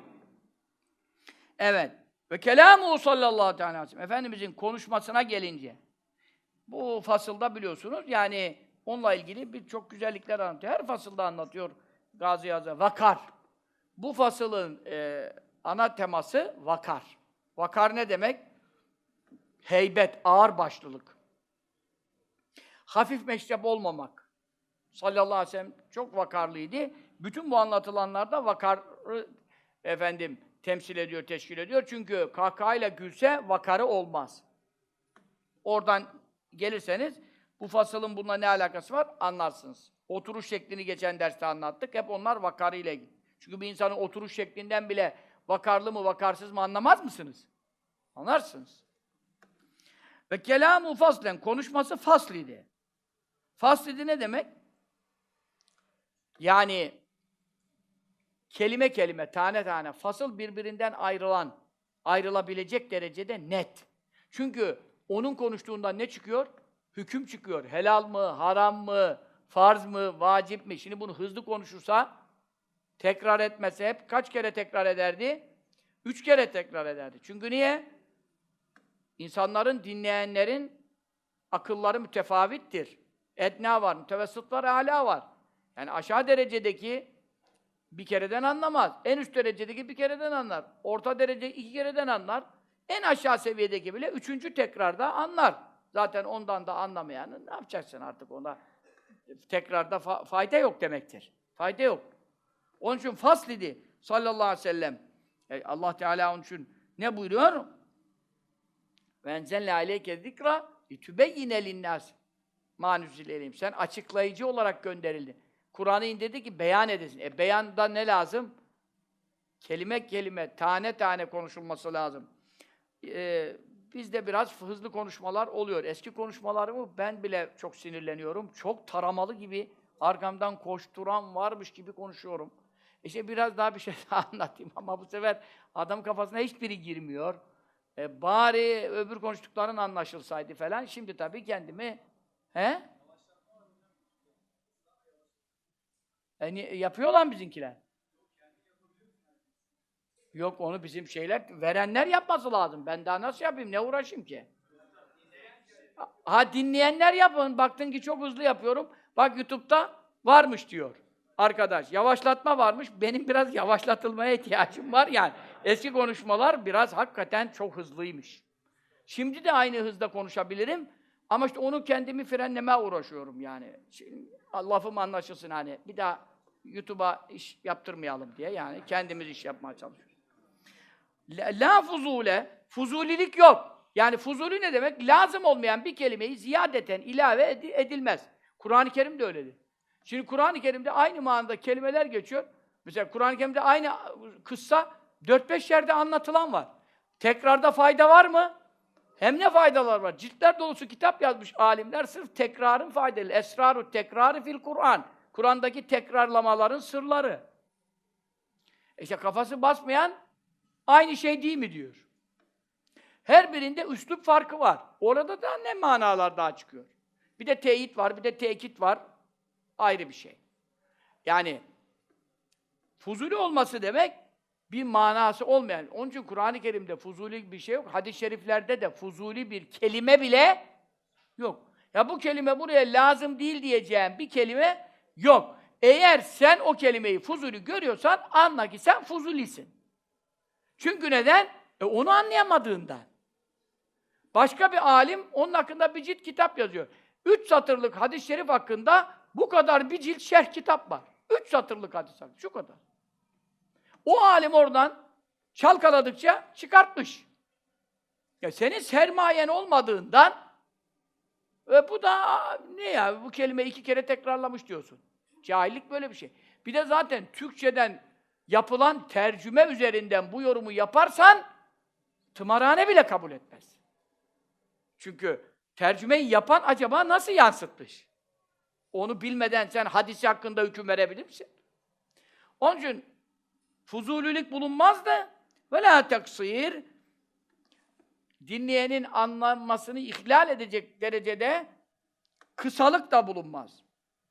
Evet. Ve kelamu sallallahu aleyhi ve sellem. Efendimizin konuşmasına gelince, bu fasılda biliyorsunuz yani onunla ilgili birçok güzellikler anlatıyor. Her fasılda anlatıyor Gazi Yazı. Vakar. Bu fasılın ana teması vakar. Vakar ne demek? Heybet, ağırbaşlılık. Hafif meşrep olmamak. Sallallahu aleyhi ve sellem çok vakarlıydı. Bütün bu anlatılanlarda vakarı temsil ediyor, teşkil ediyor. Çünkü kahkahayla gülse vakarı olmaz. Oradan gelirseniz bu fasılın bununla ne alakası var anlarsınız. Oturuş şeklini geçen derste anlattık. Hep onlar vakarı ile ilgili. Çünkü bir insanın oturuş şeklinden bile vakarlı mı, vakarsız mı anlamaz mısınız? Anlarsınız. Ve kelamu faslen, konuşması fasliydi. Fasliydi ne demek? Yani kelime kelime, tane tane, fasıl birbirinden ayrılabilecek derecede net. Çünkü onun konuştuğundan ne çıkıyor? Hüküm çıkıyor. Helal mı, haram mı, farz mı, vacip mi? Şimdi bunu hızlı konuşursa, tekrar etmese hep kaç kere tekrar ederdi? 3 kere tekrar ederdi. Çünkü niye? İnsanların, dinleyenlerin akılları mütefavittir. Edna var, mütevessit var, âlâ var. Yani aşağı derecedeki bir kereden anlamaz. En üst derecedeki bir kereden anlar. Orta derece iki kereden anlar. En aşağı seviyedeki bile üçüncü tekrarda anlar. Zaten ondan da anlamayanı ne yapacaksın artık ona? Tekrarda fayda yok demektir. Fayda yok. Onun için fasl idi sallallahu aleyhi ve sellem. Allah Teala onun için ne buyuruyor? Ve enzelne aleyke zikra litübeyyine linnâs mâ nüzzile ileyhim. Sen açıklayıcı olarak gönderildin. Kur'an'ı indirdi ki beyan edesin. Beyanda ne lazım? Kelime kelime, tane tane konuşulması lazım. Bizde biraz hızlı konuşmalar oluyor. Eski konuşmalarımı ben bile çok sinirleniyorum. Çok taramalı gibi, arkamdan koşturan varmış gibi konuşuyorum. İşte biraz daha bir şey daha anlatayım ama bu sefer adam kafasına hiçbiri girmiyor. Bari öbür konuştukların anlaşılsaydı falan. Şimdi tabii kendimi yapıyorlar bizimkiler. Yok onu bizim şeyler, verenler yapması lazım. Ben daha nasıl yapayım, ne uğraşayım ki? Ha dinleyenler yapın, baktın ki çok hızlı yapıyorum. Bak YouTube'da varmış diyor arkadaş. Yavaşlatma varmış, benim biraz yavaşlatılmaya ihtiyacım var yani. Eski konuşmalar biraz hakikaten çok hızlıymış. Şimdi de aynı hızda konuşabilirim. Ama işte onu kendimi frenlemeye uğraşıyorum yani. Şimdi, lafım anlaşılsın hani. Bir daha YouTube'a iş yaptırmayalım diye yani. Kendimiz iş yapmaya çalışıyoruz. La fuzule, fuzulilik yok. Yani fuzuli ne demek? Lazım olmayan bir kelimeyi ziyadeten ilave edilmez. Kur'an-ı Kerim de öyledir. Şimdi Kur'an-ı Kerim'de aynı manada kelimeler geçiyor. Mesela Kur'an-ı Kerim'de aynı kıssa 4-5 yerde anlatılan var. Tekrarda fayda var mı? Hem ne faydalar var? Ciltler dolusu kitap yazmış alimler sırf tekrarın faydalı. Esrarü tekrarı fil Kur'an. Kur'an'daki tekrarlamaların sırları. İşte kafası basmayan aynı şey değil mi diyor. Her birinde üslup farkı var. Orada da ne manalar daha çıkıyor. Bir de teyit var, bir de tekit var. Ayrı bir şey. Yani fuzuli olması demek bir manası olmayan. Onun için Kur'an-ı Kerim'de fuzuli bir şey yok. Hadis-i şeriflerde de fuzuli bir kelime bile yok. Ya bu kelime buraya lazım değil diyeceğim bir kelime yok. Eğer sen o kelimeyi fuzuli görüyorsan anla ki sen fuzulisin. Çünkü neden? Onu anlayamadığından. Başka bir alim onun hakkında bir cilt kitap yazıyor. 3 satırlık hadis-i şerif hakkında bu kadar bir cilt şerh kitap var. 3 satırlık hadis hakkında. Şu kadar. O alim oradan çalkaladıkça çıkartmış. Ya senin sermayen olmadığından bu da ne ya bu kelime 2 kere tekrarlamış diyorsun. Cahillik böyle bir şey. Bir de zaten Türkçeden yapılan tercüme üzerinden bu yorumu yaparsan tımarhane bile kabul etmez. Çünkü tercümeyi yapan acaba nasıl yansıtmış? Onu bilmeden sen hadisi hakkında hüküm verebilir misin? Onun için fuzulülük bulunmaz da ve la taksir dinleyenin anlanmasını ihlal edecek derecede kısalık da bulunmaz.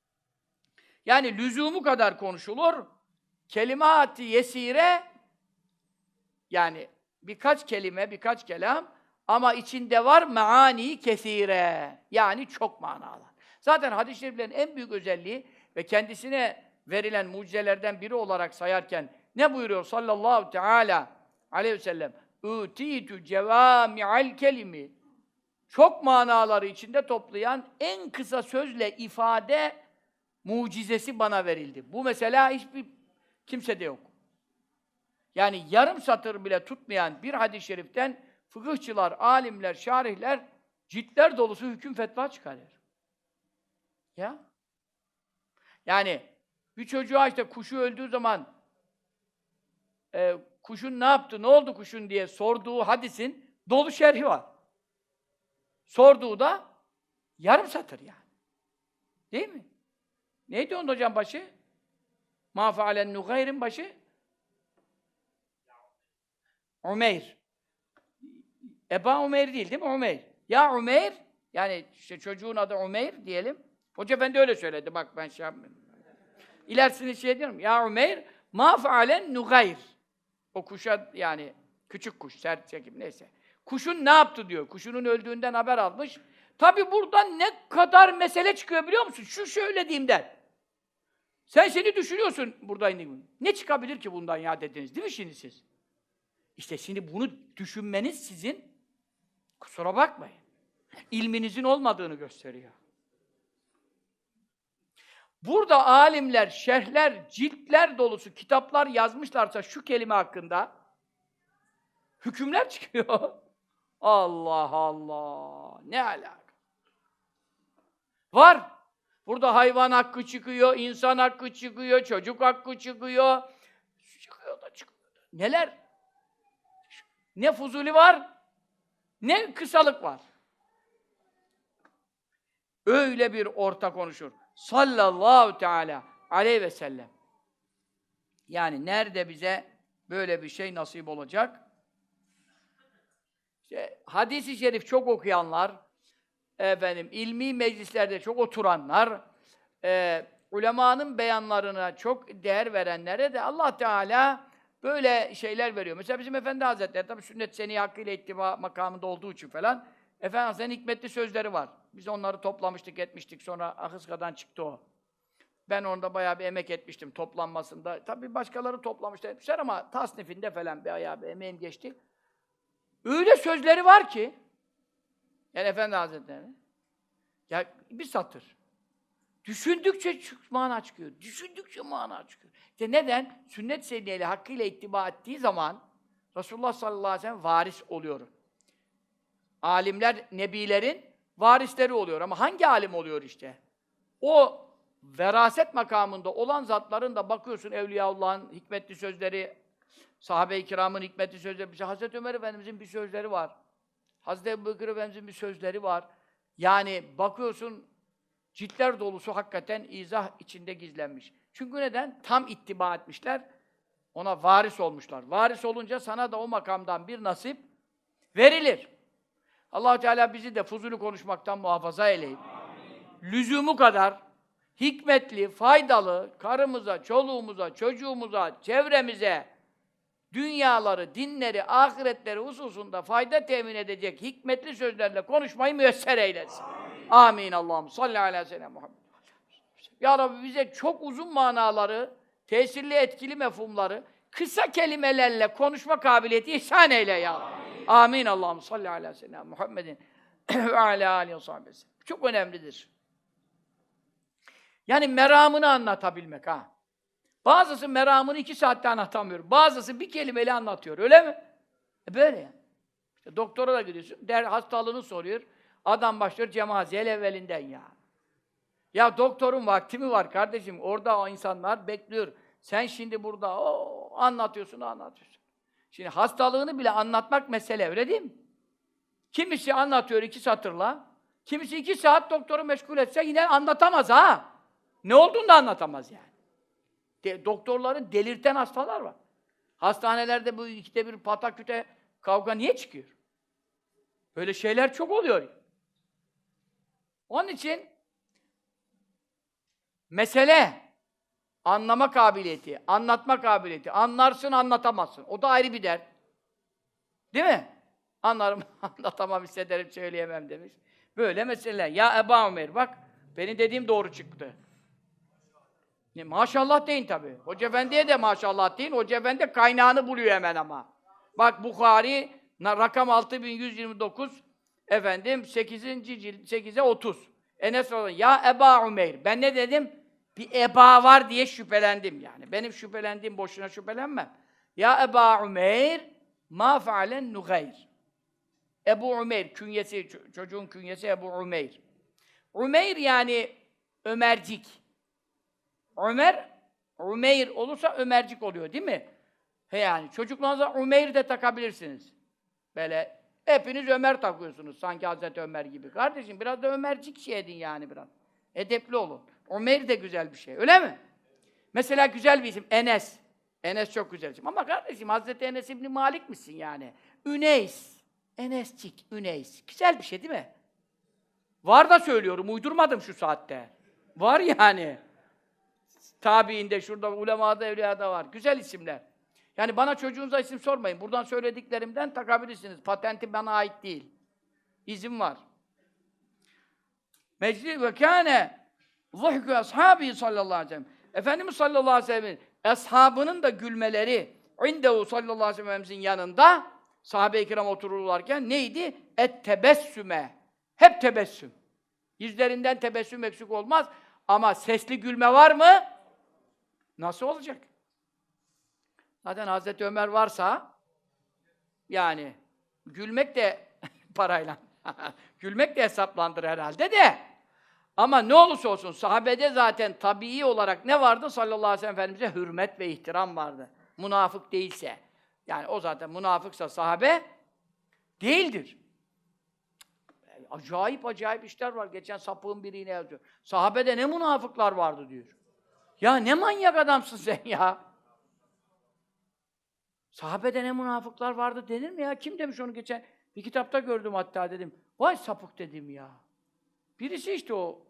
Yani lüzumu kadar konuşulur. Kelimat-ı yesire yani birkaç kelime, birkaç kelam ama içinde var meani kesire. Yani çok manalar. Zaten hadis-i şeriflerin en büyük özelliği ve kendisine verilen mucizelerden biri olarak sayarken ne buyuruyor sallallahu teala aleyhi ve sellem? Utitu cevami'al kelimi. Çok manaları içinde toplayan en kısa sözle ifade mucizesi bana verildi. Bu mesela hiçbir kimsede yok. Yani yarım satır bile tutmayan bir hadis-i şeriften fıkıhçılar, alimler, şarihler ciltler dolusu hüküm fetva çıkarır. Ya? Yani bir çocuğa işte kuşu öldüğü zaman kuşun ne yaptı, ne oldu kuşun diye sorduğu hadisin dolu şerhi var. Sorduğu da yarım satır yani. Değil mi? Neydi onun hocam başı? Mâ fealen Nugayr'in başı? Umeyr. Eba Umeyr değil mi? Umeyr. Ya Umeyr, yani işte çocuğun adı Umeyr diyelim. Hoca efendi öyle söyledi, bak ben şey yapmıyorum. İlerisini şey diyorum, ya Umeyr, mâ fealen Nugayr. O kuşa yani, küçük kuş, sert çekim, neyse. Kuşun ne yaptı diyor, kuşunun öldüğünden haber almış. Tabi buradan ne kadar mesele çıkıyor biliyor musun? Şu şöyle diyeyim der. Sen seni düşünüyorsun burada indiğin. Ne çıkabilir ki bundan ya dediniz değil mi şimdi siz? İşte şimdi bunu düşünmeniz sizin, kusura bakmayın, ilminizin olmadığını gösteriyor. Burada alimler, şerhler, ciltler dolusu kitaplar yazmışlarsa şu kelime hakkında hükümler çıkıyor. Allah Allah! Ne alaka? Var. Burada hayvan hakkı çıkıyor, insan hakkı çıkıyor, çocuk hakkı çıkıyor. Çıkıyor da çıkıyor da. Neler? Ne fuzuli var, ne kısalık var. Öyle bir orta konuşur. Sallallahu teala aleyhi ve sellem. Yani nerede bize böyle bir şey nasip olacak? İşte, hadis-i şerif çok okuyanlar, ilmi meclislerde çok oturanlar, ulemanın beyanlarına çok değer verenlere de Allah Teala böyle şeyler veriyor. Mesela bizim Efendi Hazretleri, tabii sünnet seni hakkıyla ittiba makamında olduğu için falan, Efendi Hazretleri'nin hikmetli sözleri var. Biz onları toplamıştık, etmiştik. Sonra Ahıska'dan çıktı o. Ben orada bayağı bir emek etmiştim toplanmasında. Tabii başkaları toplamışlar, etmişler ama tasnifinde falan bayağı bir emeğim geçti. Öyle sözleri var ki, yani Efendi Hazretleri'nin, ya bir satır. Düşündükçe mana çıkıyor. Düşündükçe mana çıkıyor. İşte neden? Sünnet seniyeli hakkıyla ittiba ettiği zaman Resulullah sallallahu aleyhi ve sellem varis oluyor. Alimler, nebilerin varisleri oluyor. Ama hangi alim oluyor işte? O veraset makamında olan zatların da bakıyorsun Evliyaullah'ın hikmetli sözleri, sahabe-i kiramın hikmetli sözleri, bize Hazreti Ömer Efendimiz'in bir sözleri var. Hazreti Ebubekir Efendimiz'in bir sözleri var. Yani bakıyorsun ciltler dolusu hakikaten izah içinde gizlenmiş. Çünkü neden? Tam ittiba etmişler. Ona varis olmuşlar. Varis olunca sana da o makamdan bir nasip verilir. Allah Teala bizi de fuzuli konuşmaktan muhafaza eyleyin. Lüzumu kadar hikmetli, faydalı, karımıza, çoluğumuza, çocuğumuza, çevremize, dünyaları, dinleri, ahiretleri hususunda fayda temin edecek hikmetli sözlerle konuşmayı müyesser eylesin. Amin. Allah'ım salli ala seyyidina Muhammed. Ya Rabbi bize çok uzun manaları, tesirli, etkili mefhumları, kısa kelimelerle konuşma kabiliyeti ihsan eyle ya Rabbi. Amin. Allah'ım salli ala seyyidina Muhammedin ve ala aleyhi ve sahbihi. Çok önemlidir. Yani meramını anlatabilmek ha. Bazısı meramını 2 saatte anlatamıyor. Bazısı bir kelimeyle anlatıyor. Öyle mi? Böyle yani. İşte doktora da gidiyorsun, hastalığını soruyor. Adam başlıyor cemaziyel evvelinden ya. Ya doktorun vakti mi var kardeşim? Orada o insanlar bekliyor. Sen şimdi burada anlatıyorsun. Şimdi hastalığını bile anlatmak mesele, öyle değil mi? Kimisi anlatıyor 2 satırla. Kimisi 2 saat doktoru meşgul etse yine anlatamaz ha. Ne olduğunu da anlatamaz yani. Doktorları delirten hastalar var. Hastanelerde bu 2'de 1 pataküte kavga niye çıkıyor? Böyle şeyler çok oluyor. Onun için mesele anlama kabiliyeti, anlatma kabiliyeti. Anlarsın, anlatamazsın. O da ayrı bir dert. Değil mi? Anlarım, anlatamam, hissederim, söyleyemem demiş. Böyle mesele. Ya Ebu Ömer bak, benim dediğim doğru çıktı. Maşallah deyin tabii. Hoca Efendi'ye de maşallah deyin. Hoca Efendi kaynağını buluyor hemen ama. Bak Bukhari, rakam 6129, 8. cilt, 8'e 30. Enes radıyallahu anh, ya Ebu Ömer. Ben ne dedim? Bir eba var diye şüphelendim yani. Benim şüphelendiğim boşuna şüphelenmem. Ya Ebu Ömer, ma fealen Nugayr. Ebu Ömer, künyesi, çocuğun künyesi Ebu Ömer. Ömer yani Ömercik. Ömer olursa Ömercik oluyor değil mi? Yani çocuklarınıza Ömer de takabilirsiniz. Böyle hepiniz Ömer takıyorsunuz sanki Hazreti Ömer gibi. Kardeşim biraz da Ömercik şey edin yani biraz. Edepli olun. Ömer de güzel bir şey, öyle mi? Mesela güzel bir isim, Enes. Enes çok güzel isim. Ama kardeşim Hazreti Enes İbni Malik misin yani? Üneys. Enescik, Üneys. Güzel bir şey değil mi? Var da söylüyorum, uydurmadım şu saatte. Var yani. Tabiinde, şurada, ulemada, evliyada var. Güzel isimler. Yani bana çocuğunuza isim sormayın. Buradan söylediklerimden takabilirsiniz. Patenti bana ait değil. İzin var. Meclis ve kâne zuhku ashabi sallallahu aleyhi ve sellem. Efendimiz sallallahu aleyhi ve sellem'in ashabının da gülmeleri indehu sallallahu aleyhi ve sellem'in yanında sahabe-i kiram otururlarken neydi? Et-tebessüme. Hep tebessüm. Yüzlerinden tebessüm eksik olmaz. Ama sesli gülme var mı? Nasıl olacak? Zaten Hazreti Ömer varsa yani gülmek de parayla. Gülmek de hesaplandır herhalde de. Ama ne olursa olsun sahabede zaten tabii olarak ne vardı? Sallallahu aleyhi ve sellem Efendimiz'e hürmet ve ihtiram vardı. Münafık değilse. Yani o zaten münafıksa sahabe değildir. Acayip acayip işler var. Geçen sapığın biri yine yazıyor. Sahabede ne münafıklar vardı diyor. Ya ne manyak adamsın sen ya. Sahabede ne münafıklar vardı denir mi ya? Kim demiş onu geçen? Bir kitapta gördüm hatta dedim. Vay sapık dedim ya. Birisi işte o.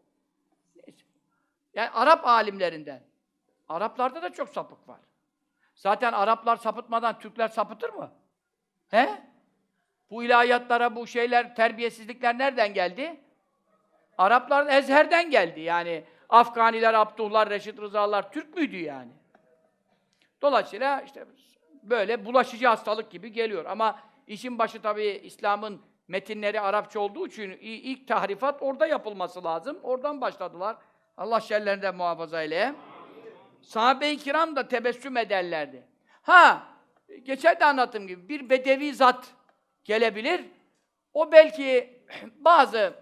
Yani Arap alimlerinden. Araplarda da çok sapık var. Zaten Araplar sapıtmadan Türkler sapıtır mı? He? Bu ilahiyatlara, bu şeyler, terbiyesizlikler nereden geldi? Araplar Ezher'den geldi. Yani Afganiler, Abduhlar, Reşit Rızalar Türk müydü yani? Dolayısıyla işte böyle bulaşıcı hastalık gibi geliyor. Ama işin başı tabii İslam'ın metinleri Arapça olduğu için ilk tahrifat orada yapılması lazım. Oradan başladılar. Allah şerlerinden muhafaza eyle. Sahabe-i kiram da tebessüm ederlerdi. Ha, geçen de anlattığım gibi bir bedevi zat gelebilir. O belki bazı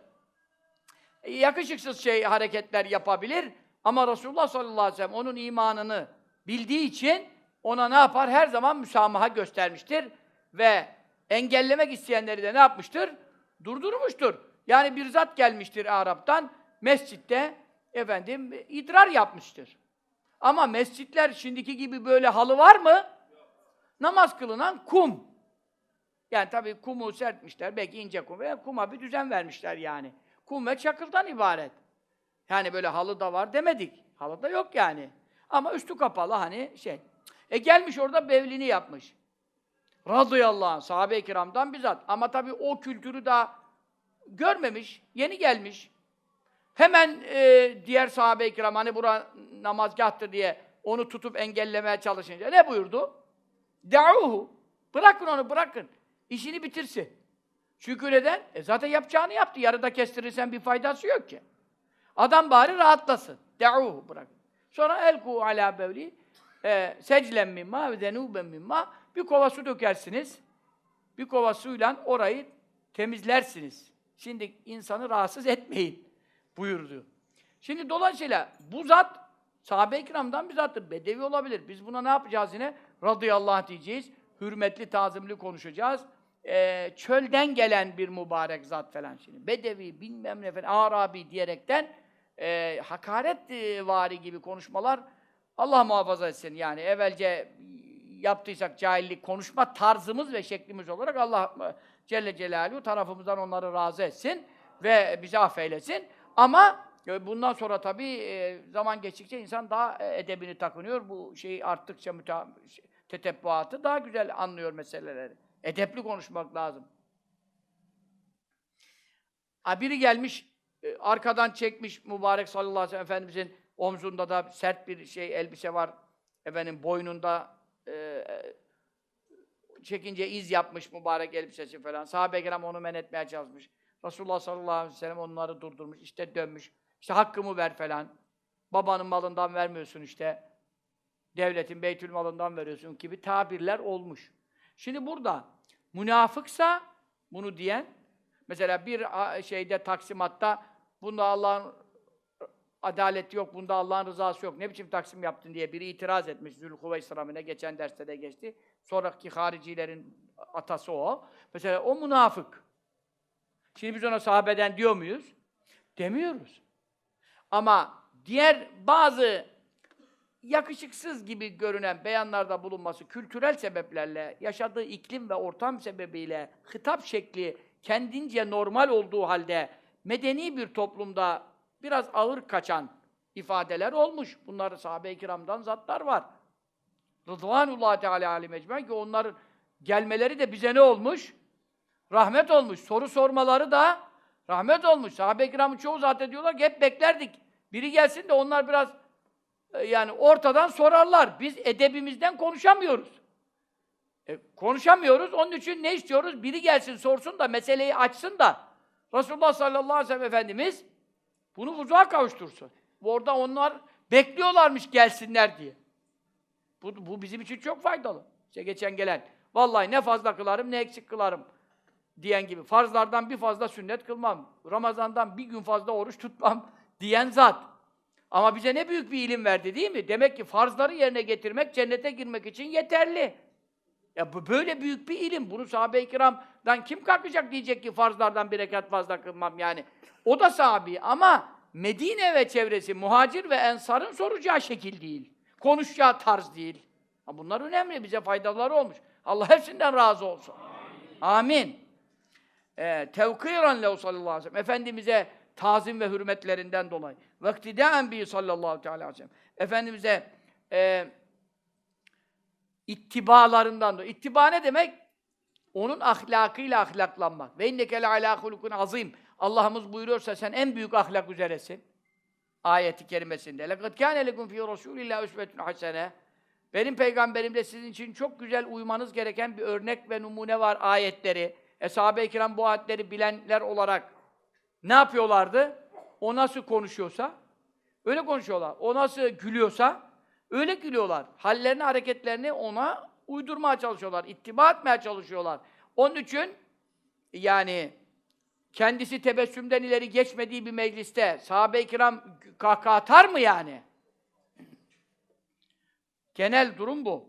yakışıksız hareketler yapabilir. Ama Resulullah sallallahu aleyhi ve sellem onun imanını bildiği için ona ne yapar? Her zaman müsamaha göstermiştir. Ve engellemek isteyenleri de ne yapmıştır? Durdurmuştur. Yani bir zat gelmiştir Arap'tan, mescitte idrar yapmıştır. Ama mescitler şimdiki gibi böyle halı var mı? Namaz kılınan kum. Yani tabii kumu serpmişler, belki ince kum veya kuma bir düzen vermişler yani. Kum ve çakıldan ibaret. Yani böyle halı da var demedik. Halı da yok yani. Ama üstü kapalı hani şey. Gelmiş orada bevlini yapmış. Radıyallahu anh, sahabe-i kiramdan bizzat. Ama tabii o kültürü daha görmemiş, yeni gelmiş. Hemen diğer sahabe-i kiram, hani bura namazgahtır diye onu tutup engellemeye çalışınca ne buyurdu? Da'uhu. Bırakın onu, bırakın. İşini bitirsin. Çünkü neden? Zaten yapacağını yaptı. Yarıda kestirirsen bir faydası yok ki. Adam bari rahatlasın. Da'uhu, bırakın. Sonra elku ala bevli seclen mimma ve zenuben mimma. Bir kova su dökersiniz. Bir kova suyla orayı temizlersiniz. Şimdi insanı rahatsız etmeyin buyurdu. Şimdi dolayısıyla bu zat sahabe-i kiramdan bir zattır. Bedevi olabilir. Biz buna ne yapacağız yine? Radıyallahu anh diyeceğiz. Hürmetli, tazimli konuşacağız. Çölden gelen bir mübarek zat falan şimdi. Bedevi, bilmem ne falan, Arabi diyerekten hakaret vari gibi konuşmalar Allah muhafaza etsin. Yani evvelce yaptıysak cahillik, konuşma tarzımız ve şeklimiz olarak Allah Celle Celaluhu tarafımızdan onları razı etsin ve bizi affeylesin. Ama bundan sonra tabii zaman geçtikçe insan daha edebini takınıyor. Bu şeyi arttıkça tetebbuatı daha güzel anlıyor meseleleri. Edepli konuşmak lazım. Biri gelmiş, arkadan çekmiş mübarek sallallahu aleyhi ve sellem Efendimizin omzunda da sert bir elbise var. Boynunda çekince iz yapmış mübarek elbisesi falan. Sahabe-i kiram onu men etmeye çalışmış. Resulullah sallallahu aleyhi ve sellem onları durdurmuş. İşte dönmüş. İşte hakkımı ver falan. Babanın malından vermiyorsun işte. Devletin beytül malından veriyorsun gibi tabirler olmuş. Şimdi burada münafıksa bunu diyen, mesela bir taksimatta bunda Allah'ın adaleti yok, bunda Allah'ın rızası yok. Ne biçim taksim yaptın diye biri itiraz etmiş. Zülhuveysiramine geçen derste de geçti. Sonraki haricilerin atası o. Mesela o münafık. Şimdi biz ona sahabeden diyor muyuz? Demiyoruz. Ama diğer bazı yakışıksız gibi görünen beyanlarda bulunması kültürel sebeplerle, yaşadığı iklim ve ortam sebebiyle hitap şekli kendince normal olduğu halde medeni bir toplumda biraz ağır kaçan ifadeler olmuş. Bunlar sahabe-i kiramdan zatlar var. Rıdvanullahi Teala aleyhim ecmaîn ki onların gelmeleri de bize ne olmuş? Rahmet olmuş. Soru sormaları da Rahmet olmuş. Sahabe-i kiramın çoğu zaten diyorlar ki hep beklerdik. Biri gelsin de onlar biraz yani ortadan sorarlar. Biz edebimizden konuşamıyoruz. Konuşamıyoruz. Onun için ne istiyoruz? Biri gelsin sorsun da meseleyi açsın da Resulullah sallallahu aleyhi ve sellem Efendimiz bunu vuzuğa kavuştursun. Orada onlar bekliyorlarmış gelsinler diye. Bu bizim için çok faydalı. İşte geçen gelen, vallahi ne fazla kılarım ne eksik kılarım diyen gibi. Farzlardan bir fazla sünnet kılmam. Ramazandan bir gün fazla oruç tutmam diyen zat. Ama bize ne büyük bir ilim verdi değil mi? Demek ki farzları yerine getirmek, cennete girmek için yeterli. Ya bu böyle büyük bir ilim. Bunu sahabe-i kiramdan kim kalkacak diyecek ki farzlardan bir rekat fazla kılmam yani. O da sahabi ama Medine ve çevresi, muhacir ve ensarın soracağı şekil değil. Konuşacağı tarz değil. Bunlar önemli, bize faydaları olmuş. Allah hepsinden razı olsun. Amin. Tevkiran lehu sallallahu aleyhi ve sellem. Efendimiz'e tazim ve hürmetlerinden dolayı. Vektidâen bi sallallahu aleyhi ve sellem. Efendimiz'e ittibalarından dolayı. İttiba ne demek? Onun ahlakıyla ahlaklanmak. Ve inneke le alâ hulukun azîm. Allah'ımız buyuruyorsa sen en büyük ahlak üzeresin. Ayeti kerimesinde. لَقَدْ كَانَ لَكُمْ فِي رَسُولِ اللّٰهِ اُسْوَةٌ حَسَنَةٌ. Benim peygamberimde sizin için çok güzel uymanız gereken bir örnek ve numune var ayetleri. Eshab-ı kiram bu ayetleri bilenler olarak ne yapıyorlardı? O nasıl konuşuyorsa öyle konuşuyorlar. O nasıl gülüyorsa öyle gülüyorlar. Hallerini, hareketlerini ona uydurmaya çalışıyorlar. İttiba etmeye çalışıyorlar. Onun için yani kendisi tebessümden ileri geçmediği bir mecliste sahabe-i kiram kahkaha atar mı yani? Genel durum bu.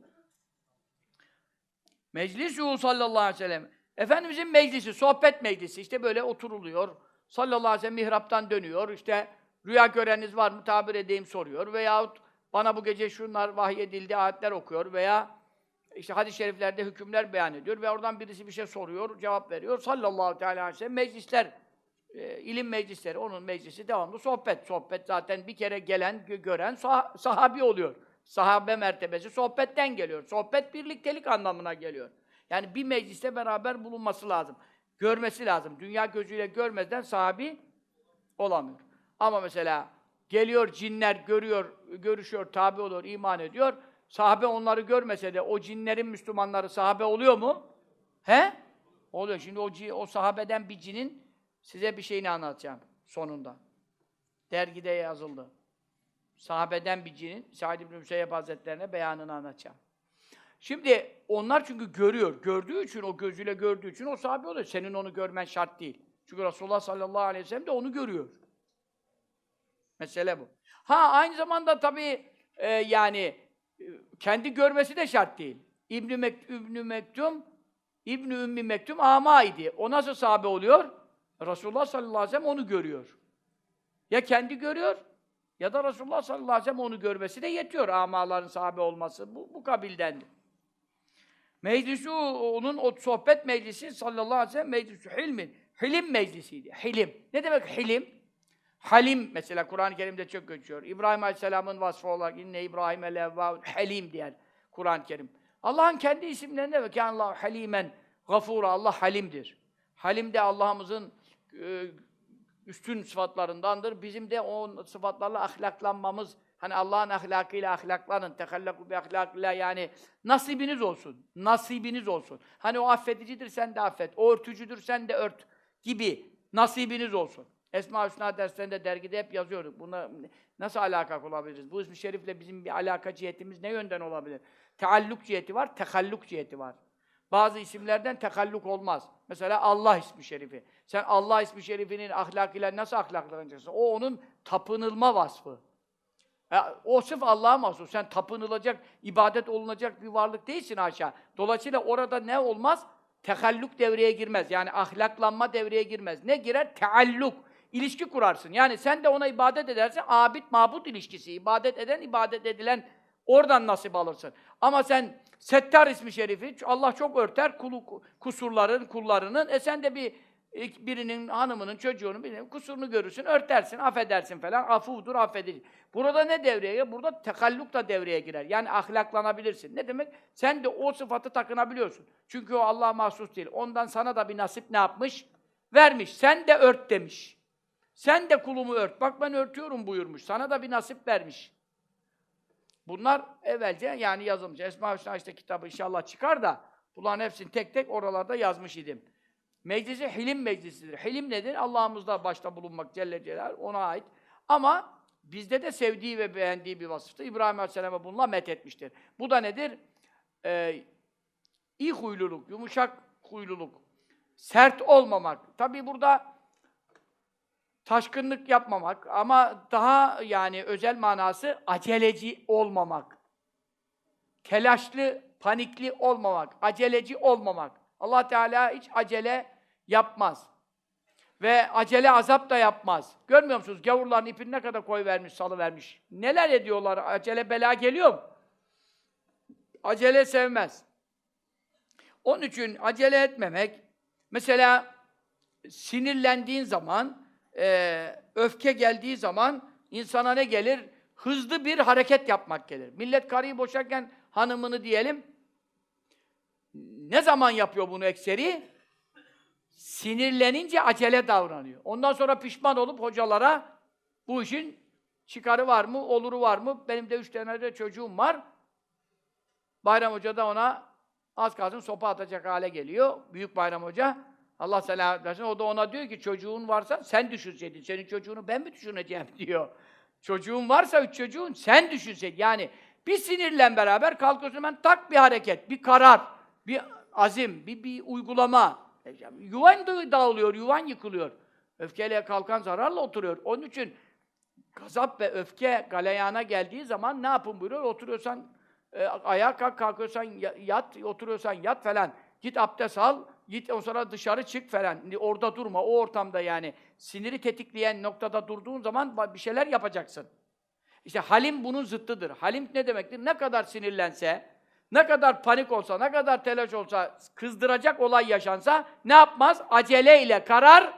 Meclis-i sallallahu aleyhi ve sellem. Efendimizin meclisi, sohbet meclisi. İşte böyle oturuluyor. Sallallahu aleyhi ve sellem mihraptan dönüyor. İşte rüya göreniniz var mı tabir edeyim soruyor. Veyahut bana bu gece şunlar vahyedildi, ayetler okuyor. Veya işte hadis-i şeriflerde hükümler beyan ediyor. Ve oradan birisi bir şey soruyor, cevap veriyor. Sallallahu aleyhi ve sellem meclisler, ilim meclisleri, onun meclisi devamlı sohbet. Sohbet zaten bir kere gelen, gören sahabi oluyor. Sahabe mertebesi sohbetten geliyor. Sohbet birliktelik anlamına geliyor. Yani bir mecliste beraber bulunması lazım. Görmesi lazım. Dünya gözüyle görmezden sahabi olamıyor. Ama mesela geliyor cinler, görüyor, görüşüyor, tabi oluyor, iman ediyor. Sahabe onları görmese de o cinlerin Müslümanları sahabe oluyor mu? He? Oluyor. Şimdi o sahabeden bir cinin size bir şeyini anlatacağım sonunda. Dergide yazıldı. Sahabeden bir cinin Said İbn Müseyyep Hazretlerine beyanını anlatacağım. Şimdi onlar çünkü görüyor. Gördüğü için, o gözüyle gördüğü için o sahabe oluyor. Senin onu görmen şart değil. Çünkü Resulullah sallallahu aleyhi ve sellem de onu görüyor. Mesele bu. Aynı zamanda tabii yani kendi görmesi de şart değil. İbn-i Ümmi Mektum ama idi. O nasıl sahabe oluyor? Resulullah sallallahu aleyhi ve sellem onu görüyor. Ya kendi görüyor ya da Resulullah sallallahu aleyhi ve sellem onu görmesi de yetiyor. Amaların sahabe olması bu kabildendir. Meclisi, onun o sohbet meclisi sallallahu aleyhi ve sellem meclisi hilmin. Hilim meclisiydi. Hilim. Ne demek hilim? Halim mesela Kur'an-ı Kerim'de çok geçiyor. İbrahim Aleyhisselam'ın vasfı olarak inne İbrahim'e levvâun halim diyen Kur'an-ı Kerim. Allah'ın kendi isimlerinde ve kânallâhu halîmen gafûrâ. Allah halimdir. Halim de Allah'ımızın üstün sıfatlarındandır. Bizim de o sıfatlarla ahlaklanmamız, hani Allah'ın ahlakıyla ahlaklanın, tehallâku bi ahlâkillâh yani nasibiniz olsun. Nasibiniz olsun. Hani o affedicidir sen de affet. O örtücüdür sen de ört gibi nasibiniz olsun. Esma-ı Hüsna derslerinde, dergide hep yazıyorduk. Buna nasıl alaka kurabiliriz? Bu ismi şerifle bizim bir alaka cihetimiz ne yönden olabilir? Tealluk ciheti var, tehalluk ciheti var. Bazı isimlerden tehalluk olmaz. Mesela Allah ismi şerifi. Sen Allah ismi şerifinin ahlakıyla nasıl ahlaklanacaksın? O onun tapınılma vasfı. O sırf Allah'a mahsus. Sen tapınılacak, ibadet olunacak bir varlık değilsin haşa. Dolayısıyla orada ne olmaz? Tehalluk devreye girmez. Yani ahlaklanma devreye girmez. Ne girer? Tealluk. İlişki kurarsın. Yani sen de ona ibadet edersen, abid-mabud ilişkisi. İbadet eden, ibadet edilen, oradan nasip alırsın. Ama sen Settar ismi şerifi, Allah çok örter kullarının. Sen de birinin, hanımının, çocuğunun birinin kusurunu görürsün, örtersin, affedersin falan. Afudur, affedici. Burada ne devreye girer? Burada tekalluk da devreye girer. Yani ahlaklanabilirsin. Ne demek? Sen de o sıfatı takınabiliyorsun. Çünkü o Allah'a mahsus değil. Ondan sana da bir nasip ne yapmış? vermiş. Sen de ört demiş. Sen de kulumu ört. Bak ben örtüyorum buyurmuş. Sana da bir nasip vermiş. Bunlar evvelce yani yazılmış. Esma-i Hüsna işte kitabı inşallah çıkar da bunların hepsini tek tek oralarda yazmış idim. Meclisi Hilim Meclisidir. Hilim nedir? Allah'ımızda başta bulunmak Celle Celal ona ait. Ama bizde de sevdiği ve beğendiği bir vasıftır. İbrahim Aleyhisselam'a bununla methetmiştir. Bu da nedir? İyi huyluluk, yumuşak huyluluk. Sert olmamak. Tabii burada taşkınlık yapmamak ama daha yani özel manası aceleci olmamak. Telaşlı, panikli olmamak, aceleci olmamak. Allah Teala hiç acele yapmaz. Ve acele azap da yapmaz. Görmüyor musunuz? Gavurların ipini ne kadar koyuvermiş, salıvermiş. Neler ediyorlar? Acele bela geliyor mu? Acele sevmez. Onun için acele etmemek, mesela sinirlendiğin zaman, öfke geldiği zaman insana ne gelir? Hızlı bir hareket yapmak gelir. Millet karıyı boşarken hanımını diyelim, ne zaman yapıyor bunu ekseri? Sinirlenince acele davranıyor. Ondan sonra pişman olup hocalara bu işin çıkarı var mı, oluru var mı? Benim de 3 tane de çocuğum var. Bayram Hoca da ona az kalsın sopa atacak hale geliyor. Büyük Bayram Hoca. Allah selamet versin. O da ona diyor ki çocuğun varsa sen düşünseydin. Senin çocuğunu ben mi düşüneceğim diyor. Çocuğun varsa 3 çocuğun sen düşünseydin. Yani bir sinirle beraber kalkıyorsun hemen tak bir hareket, bir karar, bir azim, bir uygulama. Yuvan dağılıyor, yuvan yıkılıyor. Öfkeyle kalkan zararla oturuyor. Onun için gazap ve öfke galeyana geldiği zaman ne yapın buyuruyor? Oturuyorsan ayağa kalk, kalkıyorsan yat, oturuyorsan yat falan. Git abdest al, git o sonra dışarı çık falan. Orada durma, o ortamda yani. Siniri tetikleyen noktada durduğun zaman bir şeyler yapacaksın. İşte halim bunun zıttıdır. Halim ne demektir? Ne kadar sinirlense, ne kadar panik olsa, ne kadar telaş olsa, kızdıracak olay yaşansa ne yapmaz? Aceleyle karar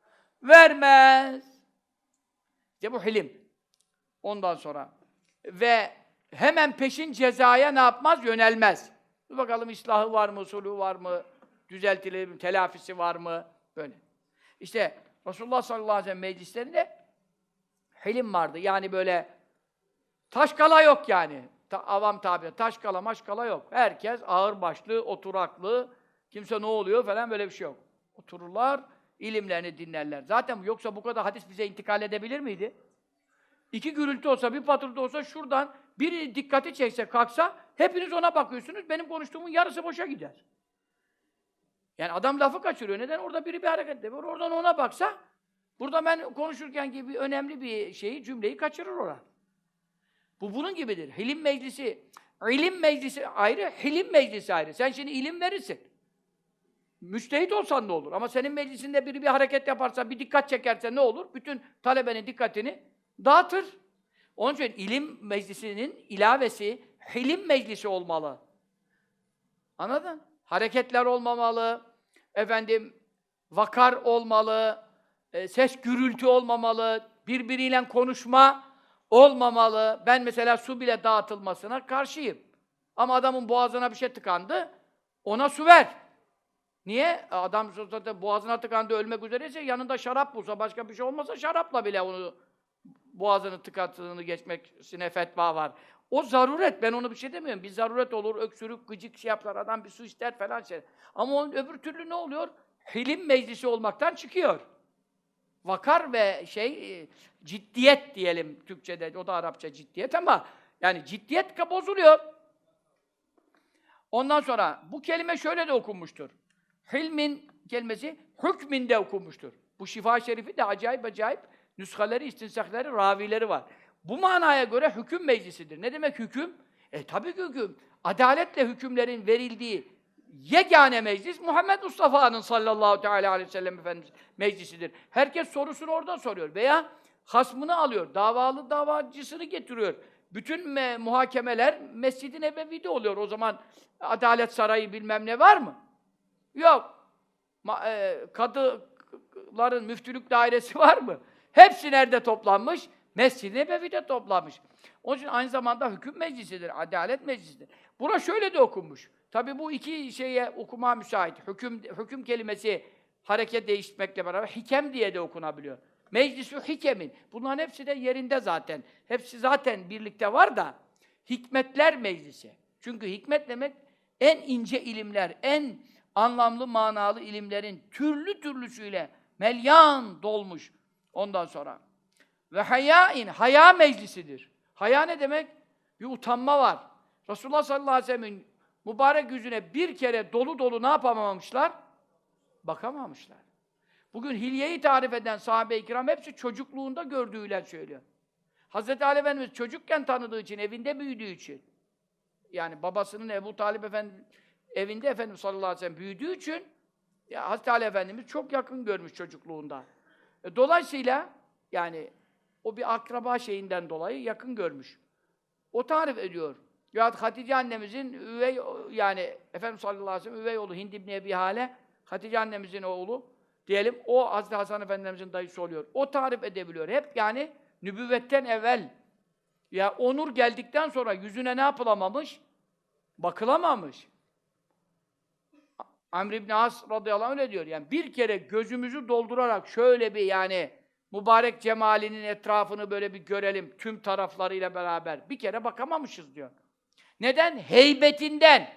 vermez. İşte bu hilim. Ondan sonra. Ve hemen peşin cezaya ne yapmaz? Yönelmez. Bir bakalım ıslahı var mı, usulü var mı, düzeltilir mi, telafisi var mı? Böyle. İşte Resulullah sallallahu aleyhi ve sellem meclislerinde hilim vardı. Yani böyle taşkala yok yani. Avam tabiri. Taşkala, maşkala yok. Herkes ağırbaşlı, oturaklı. Kimse ne oluyor falan böyle bir şey yok. Otururlar, ilimlerini dinlerler. Zaten yoksa bu kadar hadis bize intikal edebilir miydi? 2 gürültü olsa, bir patırtı olsa şuradan biri dikkati çekse, kalksa hepiniz ona bakıyorsunuz. Benim konuştuğumun yarısı boşa gider. Yani adam lafı kaçırıyor. Neden? Orada biri bir hareket yapıyor. Oradan ona baksa burada ben konuşurken gibi önemli bir cümleyi kaçırır orada. Bu bunun gibidir. Hilim meclisi, ilim meclisi ayrı, hilim meclisi ayrı. Sen şimdi ilim verirsin. Müçtehit olsan ne olur? Ama senin meclisinde biri bir hareket yaparsa, bir dikkat çekerse ne olur? Bütün talebenin dikkatini dağıtır. Onun için ilim meclisinin ilavesi hilim meclisi olmalı. Anladın? Hareketler olmamalı, vakar olmalı, ses gürültü olmamalı, birbiriyle konuşma olmamalı. Ben mesela su bile dağıtılmasına karşıyım. Ama adamın boğazına bir şey tıkandı, ona su ver. Niye? Adam zaten boğazına tıkandı, ölmek üzereyse yanında şarap bulsa, başka bir şey olmasa şarapla bile onu boğazını tıkattığını geçmesine fetva var. O zaruret, ben onu bir şey demiyorum. Bir zaruret olur, öksürük, gıcık şey yapar, adam bir su ister falan şey. Ama onun öbür türlü ne oluyor? Hilim meclisi olmaktan çıkıyor. Vakar ve ciddiyet diyelim Türkçe'de, o da Arapça ciddiyet ama yani ciddiyet bozuluyor. Ondan sonra bu kelime şöyle de okunmuştur. Hilmin kelimesi hükminde okunmuştur. Bu Şifa-i Şerif'i de acayip nüshaleri, istinsakları, ravileri var. Bu manaya göre hüküm meclisidir. Ne demek hüküm? Tabii ki hüküm. Adaletle hükümlerin verildiği yegane meclis Muhammed Mustafa'nın sallallahu teala aleyhi ve sellem Efendimiz meclisidir. Herkes sorusunu orada soruyor veya hasmını alıyor, davalı davacısını getiriyor. Bütün muhakemeler Mescid-i Nebevi'de oluyor. O zaman Adalet Sarayı bilmem ne var mı? Yok. Kadıların müftülük dairesi var mı? Hepsi nerede toplanmış? Mescid-i Nebevi'de toplanmış. Onun için aynı zamanda hüküm meclisidir, adalet meclisidir. Bura şöyle de okunmuş. Tabi bu iki şeye okuma müsait. Hüküm kelimesi hareket değiştirmekle beraber hikem diye de okunabiliyor. Meclis-ü hikemin. Bunların hepsi de yerinde zaten. Hepsi zaten birlikte var da hikmetler meclisi. Çünkü hikmet demek en ince ilimler, en anlamlı, manalı ilimlerin türlü türlüsüyle melyan dolmuş. Ondan sonra ve hayain, haya meclisidir. Haya ne demek? Bir utanma var. Resulullah sallallahu aleyhi ve sellem'in mübarek yüzüne bir kere dolu dolu ne yapamamışlar? Bakamamışlar. Bugün hilyeyi tarif eden sahabe-i kiram hepsi çocukluğunda gördüğüyle söylüyor. Hazreti Ali Efendimiz çocukken tanıdığı için, evinde büyüdüğü için, yani babasının Ebu Talib Efendimiz evinde Efendimiz sallallahu aleyhi ve sellem büyüdüğü için ya Hazreti Ali Efendimiz çok yakın görmüş çocukluğunda. Dolayısıyla yani o bir akraba şeyinden dolayı yakın görmüş. O tarif ediyor. Ya Hatice annemizin üvey, yani Efendimiz sallallahu aleyhi ve sellem üvey oğlu Hind İbni Ebi Hale, Hatice annemizin oğlu diyelim, o Hazreti Hasan Efendimizin dayısı oluyor. O tarif edebiliyor. Hep yani nübüvvetten evvel ya onur geldikten sonra yüzüne ne yapılamamış? Bakılamamış. Amr İbn As radıyallahu anh öyle diyor. Yani bir kere gözümüzü doldurarak şöyle bir yani mübarek cemalinin etrafını böyle bir görelim tüm taraflarıyla beraber. Bir kere bakamamışız diyor. Neden? Heybetinden.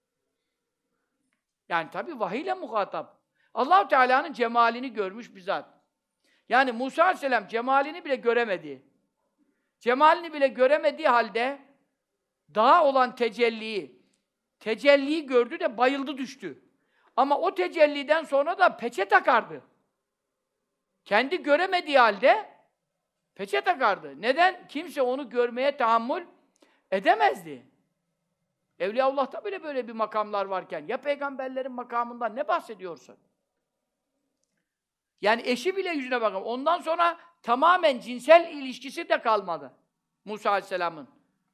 Yani tabii vahiyle muhatap. Allah-u Teala'nın cemalini görmüş bizzat. Yani Musa aleyhisselam cemalini bile göremedi. Cemalini bile göremediği halde dağa olan tecelliyi gördü de bayıldı düştü. Ama o tecelliden sonra da peçe takardı. Kendi göremediği halde peçe takardı. Neden? Kimse onu görmeye tahammül edemezdi. Evliyaullah'ta bile böyle bir makamlar varken ya peygamberlerin makamından ne bahsediyorsun? Yani eşi bile yüzüne bakamıyor. Ondan sonra tamamen cinsel ilişkisi de kalmadı Musa Aleyhisselam'ın.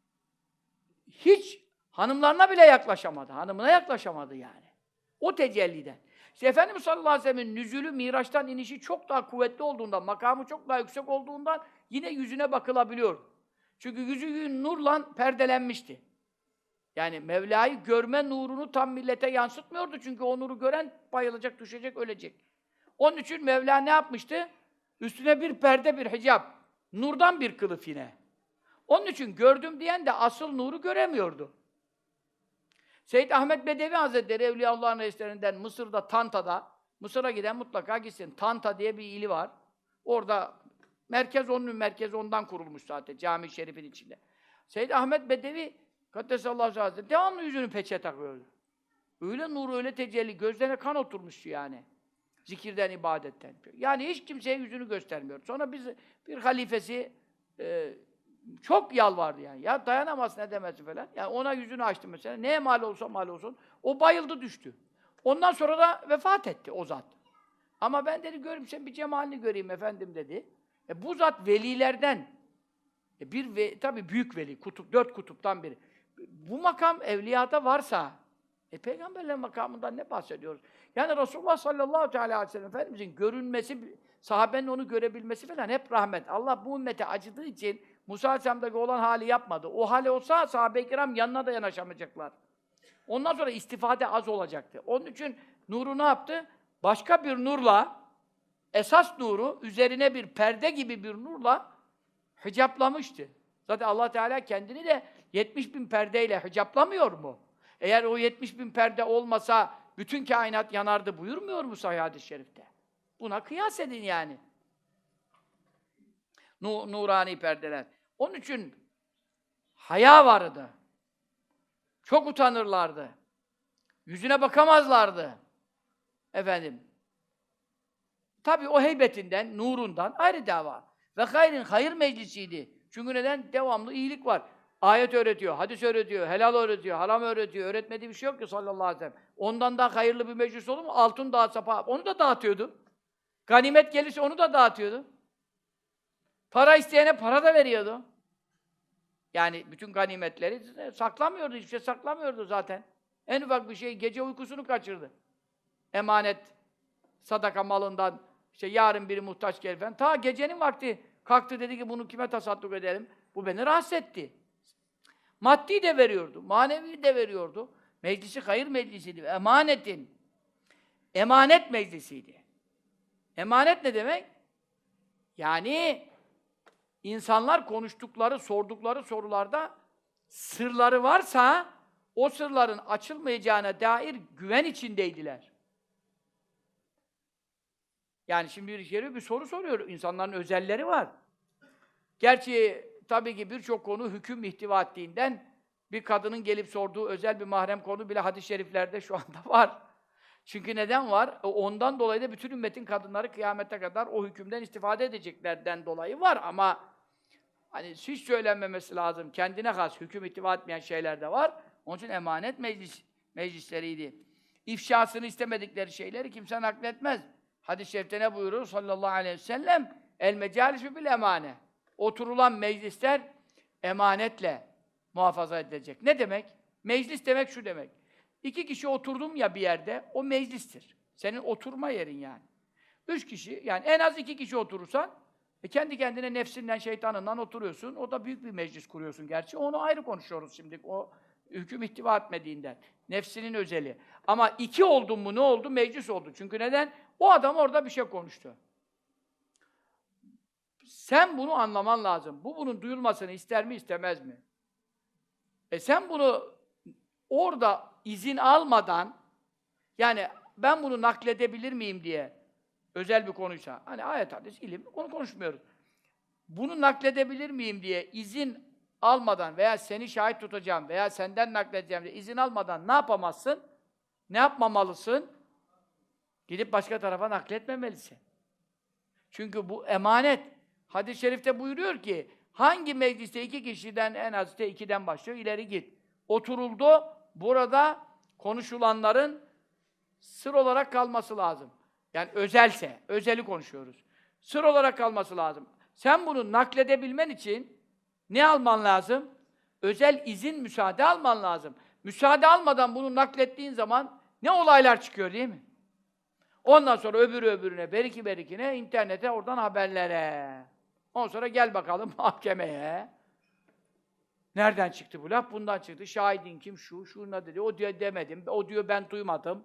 Hiç hanımlarına bile yaklaşamadı. Hanımına yaklaşamadı yani. O tecelliden. İşte Efendimiz sallallahu aleyhi ve sellem'in nüzulü, Miraç'tan inişi çok daha kuvvetli olduğundan, makamı çok daha yüksek olduğundan yine yüzüne bakılabiliyor. Çünkü yüzü nurla perdelenmişti. Yani Mevla'yı görme nurunu tam millete yansıtmıyordu. Çünkü o nuru gören bayılacak, düşecek, ölecek. Onun için Mevla ne yapmıştı? Üstüne bir perde, bir hicap. Nurdan bir kılıf yine. Onun için gördüm diyen de asıl nuru göremiyordu. Seyyid Ahmet Bedevi Hazretleri, Evliyaullah'ın reislerinden Mısır'da, Tanta'da, Mısır'a giden mutlaka gitsin. Tanta diye bir ili var. Orada merkez ondan kurulmuş zaten, cami-i şerifin içinde. Seyyid Ahmet Bedevi, Kaddesallahu Hazretleri, devamlı yüzünü peçe takıyordu. Öyle nuru, öyle tecelli, gözlerine kan oturmuştu yani. Zikirden, ibadetten. Yani hiç kimseye yüzünü göstermiyor. Sonra bir halifesi çok yalvardı yani. Ya dayanamaz ne demesi falan. Yani ona yüzünü açtı mesela. Neye mal olsa mal olsun. O bayıldı düştü. Ondan sonra da vefat etti o zat. Ama ben dedi göreyim sen bir cemalini göreyim efendim dedi. Bu zat velilerden. Tabii büyük veli, dört kutuptan biri. Bu makam evliyada varsa peygamberlerin makamından ne bahsediyoruz? Yani Resulullah sallallahu aleyhi ve sellem Efendimizin görünmesi, sahabenin onu görebilmesi falan hep rahmet. Allah bu ümmete acıdığı için Musa Aleyhisselam'daki olan hali yapmadı. O hali olsa sahabe-i kiram yanına da yanaşamayacaklar. Ondan sonra istifade az olacaktı. Onun için nuru ne yaptı? Başka bir nurla, esas nuru üzerine bir perde gibi bir nurla hicaplamıştı. Zaten Allah Teala kendini de 70.000 perdeyle hicaplamıyor mu? Eğer o 70.000 perde olmasa bütün kainat yanardı buyurmuyor mu Sahih hadis-i şerifte? Buna kıyas edin yani. Nurani perdeler. Onun için haya vardı. Çok utanırlardı. Yüzüne bakamazlardı. Efendim. Tabii o heybetinden, nurundan ayrı dava. Ve hayır meclisiydi. Çünkü neden? Devamlı iyilik var. Ayet öğretiyor, hadis öğretiyor, helal öğretiyor, haram öğretiyor. Öğretmediği bir şey yok ki sallallahu aleyhi ve sellem. Ondan daha hayırlı bir meclis olur mu? Altın dağıtsa, onu da dağıtıyordu. Ganimet gelirse onu da dağıtıyordu. Para isteyene para da veriyordu. Yani bütün ganimetleri saklamıyordu, hiçbir şey saklamıyordu zaten. En ufak bir şey, gece uykusunu kaçırdı. Emanet, sadaka malından, işte yarın biri muhtaç gelir falan. Ta gecenin vakti kalktı dedi ki bunu kime tasadduk edelim? Bu beni rahatsız etti. Maddi de veriyordu, manevi de veriyordu. Meclisi hayır meclisiydi. Emanet meclisiydi. Emanet ne demek? Yani insanlar konuştukları, sordukları sorularda sırları varsa o sırların açılmayacağına dair güven içindeydiler. Yani şimdi bir soru soruyor. İnsanların özelleri var. Gerçi tabii ki birçok konu hüküm ihtiva ettiğinden bir kadının gelip sorduğu özel bir mahrem konu bile hadis-i şeriflerde şu anda var. Çünkü neden var? Ondan dolayı da bütün ümmetin kadınları kıyamete kadar o hükümden istifade edeceklerden dolayı var ama hani hiç söylenmemesi lazım. Kendine has hüküm ihtiva etmeyen şeyler de var. Onun için emanet meclisleriydi. İfşasını istemedikleri şeyleri kimse nakletmez. Hadis-i şerifte ne buyurur sallallahu aleyhi ve sellem? El mecalisü bil emane. Oturulan meclisler emanetle muhafaza edilecek. Ne demek? Meclis demek şu demek. İki kişi oturdum ya bir yerde, o meclistir. Senin oturma yerin yani. Üç kişi, yani en az iki kişi oturursan, kendi kendine nefsinden, şeytanından oturuyorsun. O da büyük bir meclis kuruyorsun gerçi. Onu ayrı konuşuyoruz şimdi. O hüküm ihtiva etmediğinden. Nefsinin özeli. Ama iki oldun mu ne oldu? Meclis oldu. Çünkü neden? O adam orada bir şey konuştu. Sen bunu anlaman lazım. Bunun duyulmasını ister mi, istemez mi? Sen bunu orada izin almadan, yani ben bunu nakledebilir miyim diye özel bir konuysa, hani ayet, hadis, ilim, onu konuşmuyoruz. Bunu nakledebilir miyim diye izin almadan veya seni şahit tutacağım veya senden nakledeceğim diye izin almadan ne yapamazsın? Ne yapmamalısın? Gidip başka tarafa nakletmemelisin. Çünkü bu emanet. Hadis-i şerifte buyuruyor ki, hangi mecliste iki kişiden en az ikiden başlıyor, ileri git. Oturuldu, burada konuşulanların sır olarak kalması lazım. Yani özelse, özeli konuşuyoruz. Sır olarak kalması lazım. Sen bunu nakledebilmen için ne alman lazım? Özel izin, müsaade alman lazım. Müsaade almadan bunu naklettiğin zaman ne olaylar çıkıyor değil mi? Ondan sonra öbürüne, berikine, internete, oradan haberlere. Ondan sonra gel bakalım mahkemeye. Nereden çıktı bu laf? Bundan çıktı. Şahidin kim? Şu ne dedi? O diyor demedim. O diyor ben duymadım.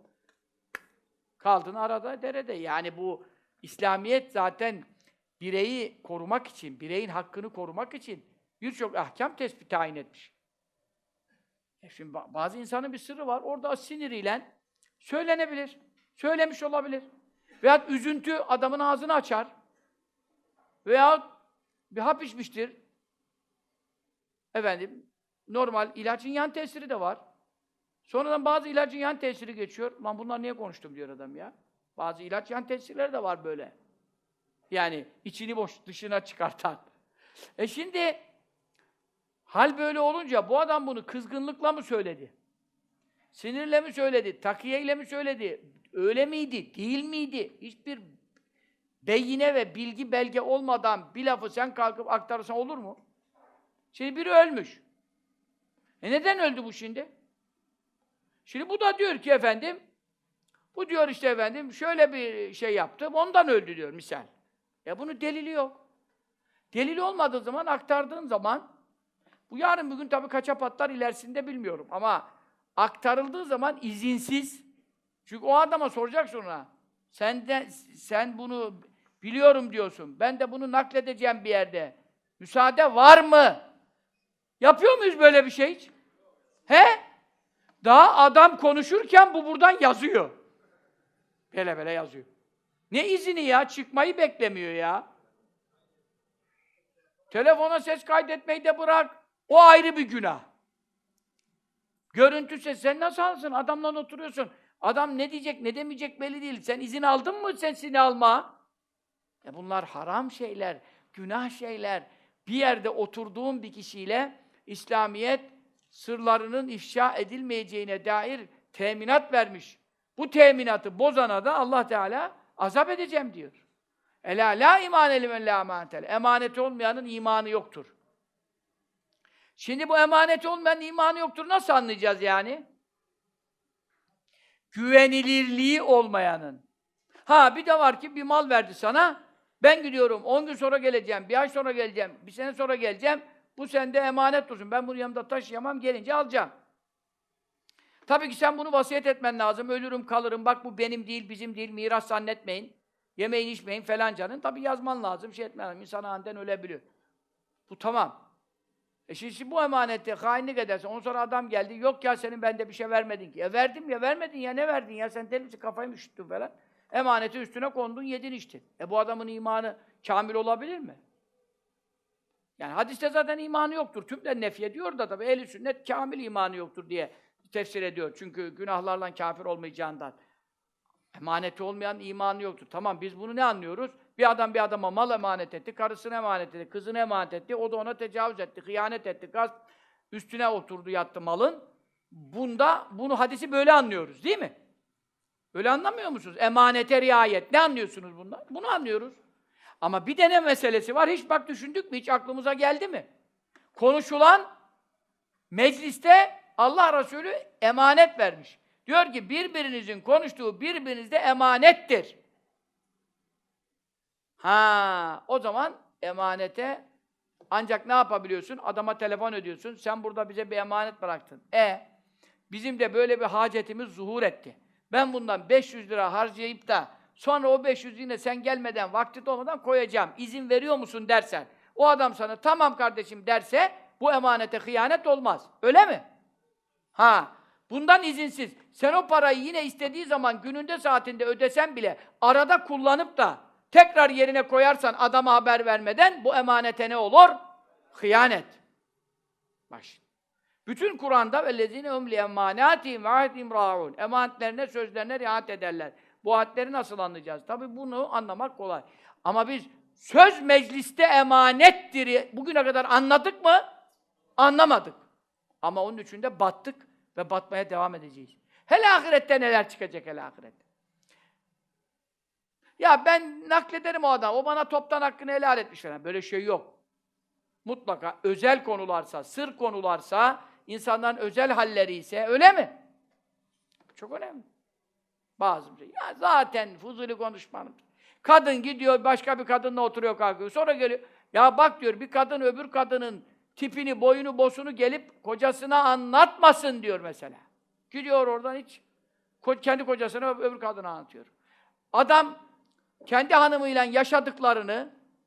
Kaldın arada derede. Yani bu İslamiyet zaten bireyi korumak için, bireyin hakkını korumak için birçok ahkam tayin etmiş. Şimdi bazı insanın bir sırrı var. Orada siniriyle söylenebilir. Söylemiş olabilir. Veyahut üzüntü adamın ağzını açar. Veyahut bir hap içmiştir. Efendim, normal ilacın yan tesiri de var. Sonradan bazı ilacın yan tesiri geçiyor. Lan bunlar niye konuştum diyor adam ya. Bazı ilaç yan tesirleri de var böyle. Yani içini boş, dışına çıkartan. Şimdi hal böyle olunca bu adam bunu kızgınlıkla mı söyledi? Sinirle mi söyledi? Takiyeyle mi söyledi? Öyle miydi? Değil miydi? Hiçbir beyine ve bilgi belge olmadan bir lafı sen kalkıp aktarırsan olur mu? Şimdi biri ölmüş. Neden öldü bu şimdi? Şimdi bu da diyor ki efendim, bu diyor işte efendim şöyle bir şey yaptım, ondan öldü diyor misal. Bunun delili yok. Delili olmadığı zaman, aktardığın zaman, bu yarın bugün tabii kaça patlar ilerisinde bilmiyorum ama aktarıldığı zaman izinsiz, çünkü o adama soracak sonra, sen bunu biliyorum diyorsun, ben de bunu nakledeceğim bir yerde, müsaade var mı? Yapıyor muyuz böyle bir şey hiç? He? Daha adam konuşurken bu buradan yazıyor. Böyle yazıyor. Ne izini ya? Çıkmayı beklemiyor ya. Telefona ses kaydetmeyi de bırak. O ayrı bir günah. Görüntü ses. Sen nasıl alsın? Adamla oturuyorsun. Adam ne diyecek, ne demeyecek belli değil. Sen izin aldın mı sesini alma? Bunlar haram şeyler, günah şeyler. Bir yerde oturduğun bir kişiyle İslamiyet sırlarının ifşa edilmeyeceğine dair teminat vermiş. Bu teminatı bozana da Allah Teala azap edeceğim diyor. Ela la imane limen la emanete. Emaneti olmayanın imanı yoktur. Şimdi bu emaneti olmayanın imanı yoktur nasıl anlayacağız yani? Güvenilirliği olmayanın. Bir de var ki bir mal verdi sana. Ben gidiyorum 10 gün sonra geleceğim, bir ay sonra geleceğim, bir sene sonra geleceğim. Bu sende emanet olsun. Ben bunu yanımda taşıyamam, gelince alacağım. Tabii ki sen bunu vasiyet etmen lazım. Ölürüm, kalırım. Bak bu benim değil, bizim değil, miras zannetmeyin. Yemeyin, içmeyin falancanın. Tabii yazman lazım, şey etmen lazım. İnsan aniden ölebiliyor. Bu tamam. Şimdi bu emaneti hainlik edersen, ondan sonra adam geldi, yok ya senin bende bir şey vermedin ki. Verdim ya, vermedin ya, ne verdin ya, sen deli misin, kafayı mı üşüttün falan. Emaneti üstüne kondun, yedin içtin. Bu adamın imanı kamil olabilir mi? Yani hadiste zaten imanı yoktur. Tümden nefy ediyor da tabii ehl-i sünnet kamil imanı yoktur diye tefsir ediyor. Çünkü günahlarla kafir olmayacağından. Emaneti olmayan imanı yoktur. Tamam, biz bunu ne anlıyoruz? Bir adam bir adama mal emanet etti, karısına emanet etti, kızına emanet etti, o da ona tecavüz etti, hıyanet etti, gasp üstüne oturdu yattı malın. Bunu hadisi böyle anlıyoruz, değil mi? Öyle anlamıyor musunuz? Emanete riayet. Ne anlıyorsunuz bundan? Bunu anlıyoruz. Ama bir de ne meselesi var? Hiç bak düşündük mü? Hiç aklımıza geldi mi? Konuşulan mecliste Allah Resulü emanet vermiş. Diyor ki birbirinizin konuştuğu birbirinizde emanettir. O zaman emanete ancak ne yapabiliyorsun? Adama telefon ediyorsun. Sen burada bize bir emanet bıraktın. Bizim de böyle bir hacetimiz zuhur etti. Ben bundan 500 lira harcayıp da sonra o 500 yine sen gelmeden, vakti olmadan koyacağım. İzin veriyor musun dersen. O adam sana tamam kardeşim derse bu emanete hıyanet olmaz. Öyle mi? Bundan izinsiz. Sen o parayı yine istediği zaman gününde saatinde ödesen bile arada kullanıp da tekrar yerine koyarsan adama haber vermeden bu emanete ne olur? Hıyanet. Bak şimdi. Bütün Kur'an'da وَالَّذِينَ هُمْ لِيَمَّانَاتِهِمْ وَعَهْدِهِمْ رَاعُونَ emanetlerine, sözlerine riayet ederler. Bu ayetleri nasıl anlayacağız? Tabii bunu anlamak kolay. Ama biz söz mecliste emanettir bugüne kadar anladık mı? Anlamadık. Ama onun için de battık ve batmaya devam edeceğiz. Hele ahirette neler çıkacak hele ahirette? Ya ben naklederim o adam, o bana toptan hakkını helal etmiş falan. Böyle şey yok. Mutlaka özel konularsa, sır konularsa, insanların özel halleri ise, öyle mi? Çok önemli. Bazı şey. Ya zaten fuzuli konuşmanın. Kadın gidiyor, başka bir kadınla oturuyor, kalkıyor. Sonra geliyor, ya bak diyor, bir kadın öbür kadının tipini, boyunu, bosunu gelip kocasına anlatmasın diyor mesela. Gidiyor oradan hiç, kendi kocasına öbür kadına anlatıyor. Adam, kendi hanımıyla yaşadıklarını,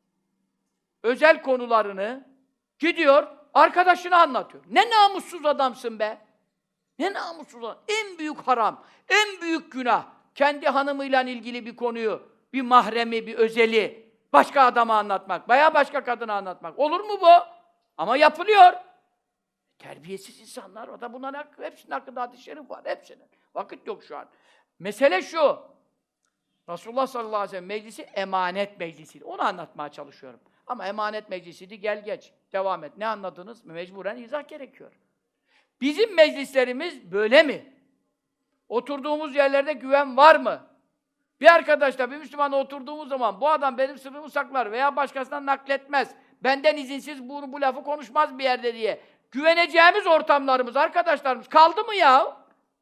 özel konularını gidiyor, arkadaşına anlatıyor. Ne namussuz adamsın be! Ne namussuz adam! En büyük haram, en büyük günah. Kendi hanımıyla ilgili bir konuyu, bir mahremi, bir özeli başka adama anlatmak veya başka kadına anlatmak. Olur mu bu? Ama yapılıyor. Terbiyesiz insanlar, o da bunların hepsinin hakkında hadis-i şerif var, hepsinin. Vakit yok şu an. Mesele şu, Resulullah sallallahu aleyhi ve sellem meclisi emanet meclisiydi. Onu anlatmaya çalışıyorum. Ama emanet meclisiydi, gel geç, devam et. Ne anladınız? Mecburen izah gerekiyor. Bizim meclislerimiz böyle mi? Oturduğumuz yerlerde güven var mı? Bir arkadaşla, bir Müslümanla oturduğumuz zaman bu adam benim sırrımı saklar veya başkasından nakletmez, benden izinsiz bu lafı konuşmaz bir yerde diye güveneceğimiz ortamlarımız, arkadaşlarımız kaldı mı ya?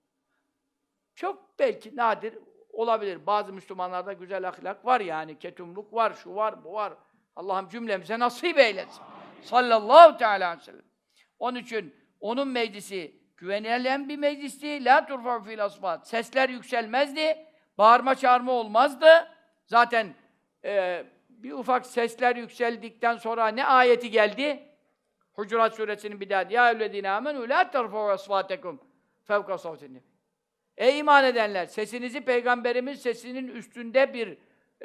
Çok belki nadir olabilir. Bazı Müslümanlarda güzel ahlak var yani, ketumluk var, şu var, bu var. Allah'ım cümlemize nasip eylesin. Sallallahu teala aleyhi ve sellem. Onun için onun meclisi güvenilen bir meclisti. La turfa fil asfat. Sesler yükselmezdi. Bağırma çağırma olmazdı. Zaten bir ufak sesler yükseldikten sonra ne ayeti geldi? Hucurat suresinin bir daha. Ya eyyühellezîne âmenû lâ terfa'û asfâtekum fevka savtin. Ey iman edenler! Sesinizi Peygamberimiz sesinin üstünde bir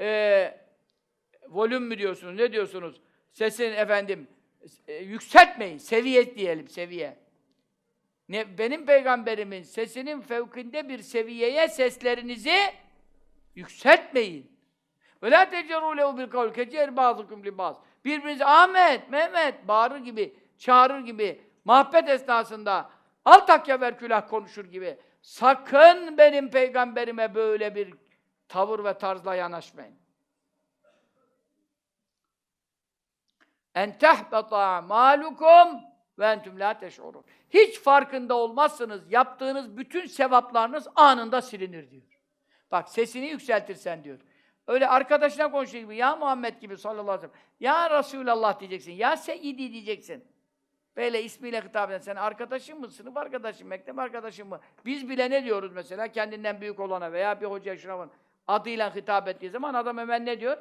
volüm mü diyorsunuz? Ne diyorsunuz? Sesin efendim yükseltmeyin. Seviye diyelim, seviye. Benim Peygamberimin sesinin fevkinde bir seviyeye seslerinizi yükseltmeyin. Ve lâ tecerû lehu bil kavl keceher bâzukum li bâz. Birbirinize Ahmet, Mehmet bağırır gibi, çağırır gibi, muhabbet esnasında altak ver külah konuşur gibi. Sakın benim Peygamberime böyle bir tavır ve tarzla yanaşmayın. En tehbeta a'malukum ve entüm la teş'urun. Hiç farkında olmazsınız, yaptığınız bütün sevaplarınız anında silinir diyor. Bak sesini yükseltirsen diyor. Öyle arkadaşına konuşuyor gibi, ya Muhammed gibi sallallahu aleyhi ve sellem, ya Resulallah diyeceksin, ya Seyyidi diyeceksin. Böyle ismiyle hitap eden, sen arkadaşın mı, sınıf arkadaşın, mektep arkadaşın mı? Biz bile ne diyoruz mesela kendinden büyük olana veya bir hocaya şuna var. adıyla hitap ettiği zaman adam hemen ne diyor?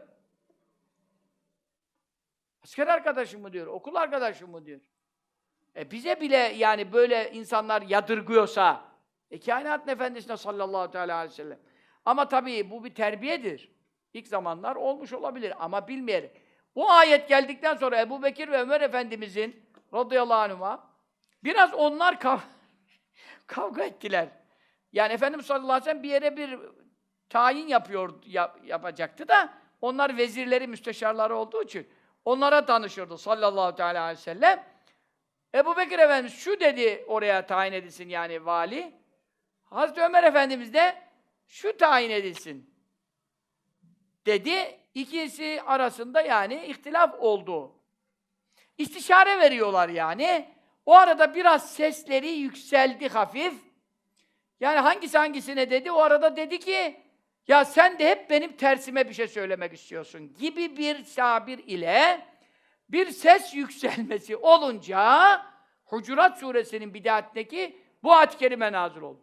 Asker arkadaşım mı diyor, okul arkadaşım mı diyor. Bize bile yani böyle insanlar yadırgıyorsa, kainatın efendisine sallallahu aleyhi ve sellem. Ama tabii bu bir terbiyedir. İlk zamanlar olmuş olabilir ama bilmeyelim. Bu ayet geldikten sonra Ebu Bekir ve Ömer Efendimizin radıyallahu anhuma biraz onlar kavga ettiler. Yani Efendimiz sallallahu aleyhi ve sellem bir yere bir tayin yapacaktı da onlar vezirleri, müsteşarları olduğu için onlara danışırdı sallallahu aleyhi ve sellem. Ebu Bekir Efendimiz şu dedi oraya tayin edilsin yani vali. Hazreti Ömer Efendimiz de şu tayin edilsin dedi. İkisi arasında yani ihtilaf oldu. İstişare veriyorlar yani. O arada biraz sesleri yükseldi hafif. Yani hangisi hangisine dedi? O arada dedi ki ya sen de hep benim tersime bir şey söylemek istiyorsun gibi bir sabir ile bir ses yükselmesi olunca Hucurat Suresinin bidayetindeki bu ayet-i kerime nazil oldu.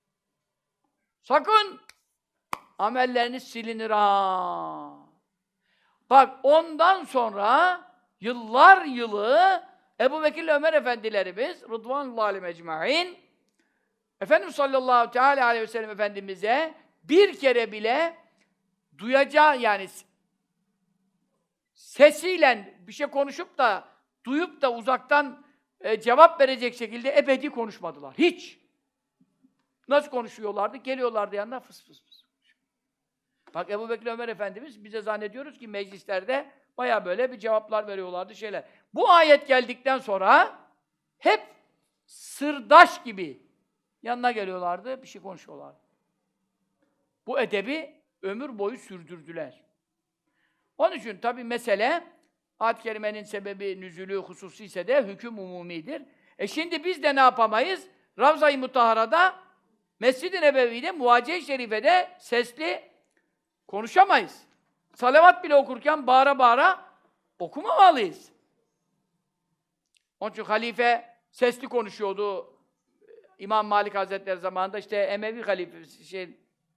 Sakın amelleriniz silinir ha. Bak ondan sonra yıllar yılı Ebu Bekir ile Ömer efendilerimiz Rıdvanullahi aleyhim ecmaîn Efendimiz sallallahu teâlâ aleyhi ve sellem Efendimiz'e bir kere bile duyacağı yani sesiyle bir şey konuşup da duyup da uzaktan cevap verecek şekilde ebedi konuşmadılar. Hiç. Nasıl konuşuyorlardı? Geliyorlardı yanına fıs fıs fıs. Bak Ebu Bekir Ömer Efendimiz bize zannediyoruz ki meclislerde bayağı böyle bir cevaplar veriyorlardı şeyler. Bu ayet geldikten sonra hep sırdaş gibi yanına geliyorlardı, bir şey konuşuyorlardı. Bu edebi ömür boyu sürdürdüler. Onun için tabii mesele ayet-i kerimenin sebebi nüzulü hususi ise de hüküm umumidir. Şimdi biz de ne yapamayız? Ravza-i Mutahhara'da Mescid-i Nebevi'de, Muvacihe-i Şerife'de sesli konuşamayız. Salavat bile okurken bağıra bağıra okumamalıyız. Onun için halife sesli konuşuyordu. İmam Malik Hazretleri zamanında işte Emevi halifesi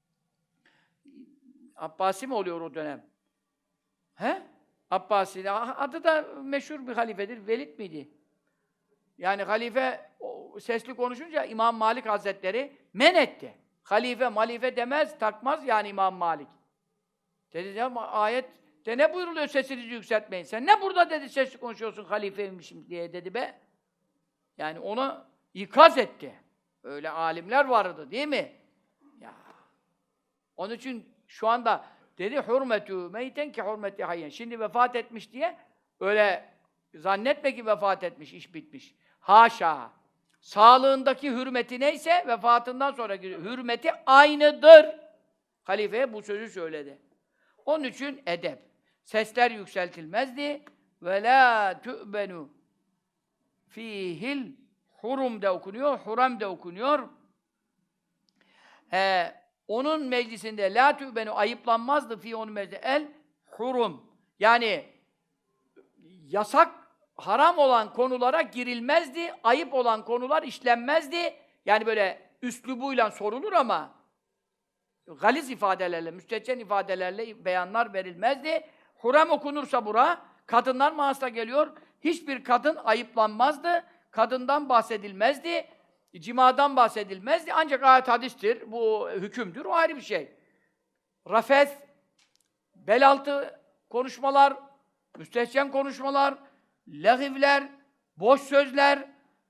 Abbasi mi oluyor o dönem? He? Abbasi. Adı da meşhur bir halifedir. Velid miydi? Yani halife sesli konuşunca İmam Malik Hazretleri men etti. Halife, malife demez, takmaz yani İmam Malik. Dedi ya ayette ne buyuruluyor sesinizi yükseltmeyin. Sen ne burada dedi sesli konuşuyorsun halifeymişim diye dedi be. Yani onu ikaz etti. Öyle alimler vardı değil mi? Ya. Onun için şu anda dedi hurmetü meyten ki hurmeti hayyen. Şimdi vefat etmiş diye öyle zannetme ki vefat etmiş, iş bitmiş. Haşa! Sağlığındaki hürmeti neyse vefatından sonraki hürmeti aynıdır. Halifeye bu sözü söyledi. Onun için edep. Sesler yükseltilmezdi. Ve la tu'benu fihil hurum da okunuyor, huram da okunuyor. Onun meclisinde la tu'benu ayıplanmazdı fi onun meclisinde el hurum. Yani yasak, haram olan konulara girilmezdi, ayıp olan konular işlenmezdi. Yani böyle üslubuyla sorulur ama galiz ifadelerle, müstehcen ifadelerle beyanlar verilmezdi. Huram okunursa bura, kadınlar manasına geliyor. Hiçbir kadın ayıplanmazdı. Kadından bahsedilmezdi. Cimadan bahsedilmezdi. Ancak ayet hadistir. Bu hükümdür. O ayrı bir şey. Rafes, belaltı konuşmalar, müstehcen konuşmalar, lehivler, boş sözler,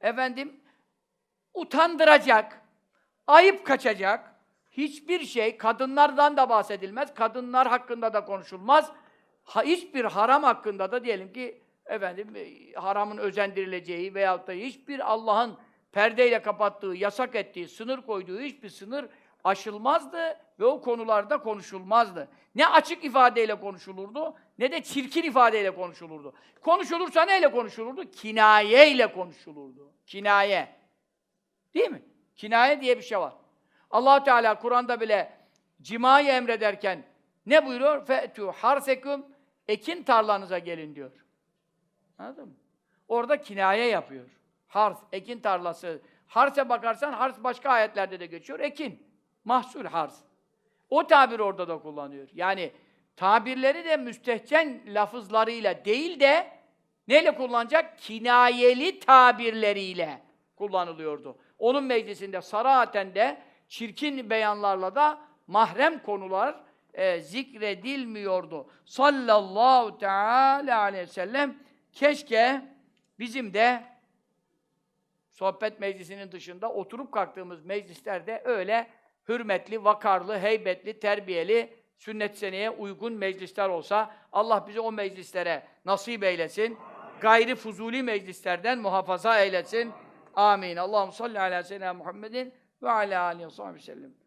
utandıracak, ayıp kaçacak hiçbir şey, kadınlardan da bahsedilmez, kadınlar hakkında da konuşulmaz. Hiçbir haram hakkında da diyelim ki haramın özendirileceği veyahut da hiçbir Allah'ın perdeyle kapattığı, yasak ettiği, sınır koyduğu hiçbir sınır aşılmazdı ve o konularda konuşulmazdı. Ne açık ifadeyle konuşulurdu, ne de çirkin ifadeyle konuşulurdu. Konuşulursa neyle konuşulurdu? Kinayeyle konuşulurdu. Kinaye. Değil mi? Kinaye diye bir şey var. Allah Teala Kur'an'da bile cimayı emrederken ne buyuruyor? Fe'tû harseküm ekin tarlanıza gelin diyor. Anladın mı? Orada kinaye yapıyor. Hars, ekin tarlası. Hars'e bakarsan hars başka ayetlerde de geçiyor. Ekin. Mahsul hars. O tabir orada da kullanıyor. Yani tabirleri de müstehcen lafızlarıyla değil de neyle kullanacak? Kinayeli tabirleriyle kullanılıyordu. Onun meclisinde sarahaten de çirkin beyanlarla da mahrem konular zikredilmiyordu. Sallallahu teala aleyhi ve sellem keşke bizim de sohbet meclisinin dışında oturup kalktığımız meclislerde öyle hürmetli, vakarlı, heybetli, terbiyeli, sünnet seneye uygun meclisler olsa Allah bizi o meclislere nasip eylesin. Gayri fuzuli meclislerden muhafaza eylesin. Amin. Allahumme salli ala seyyidina Muhammedin ve ala alihi ve sellem.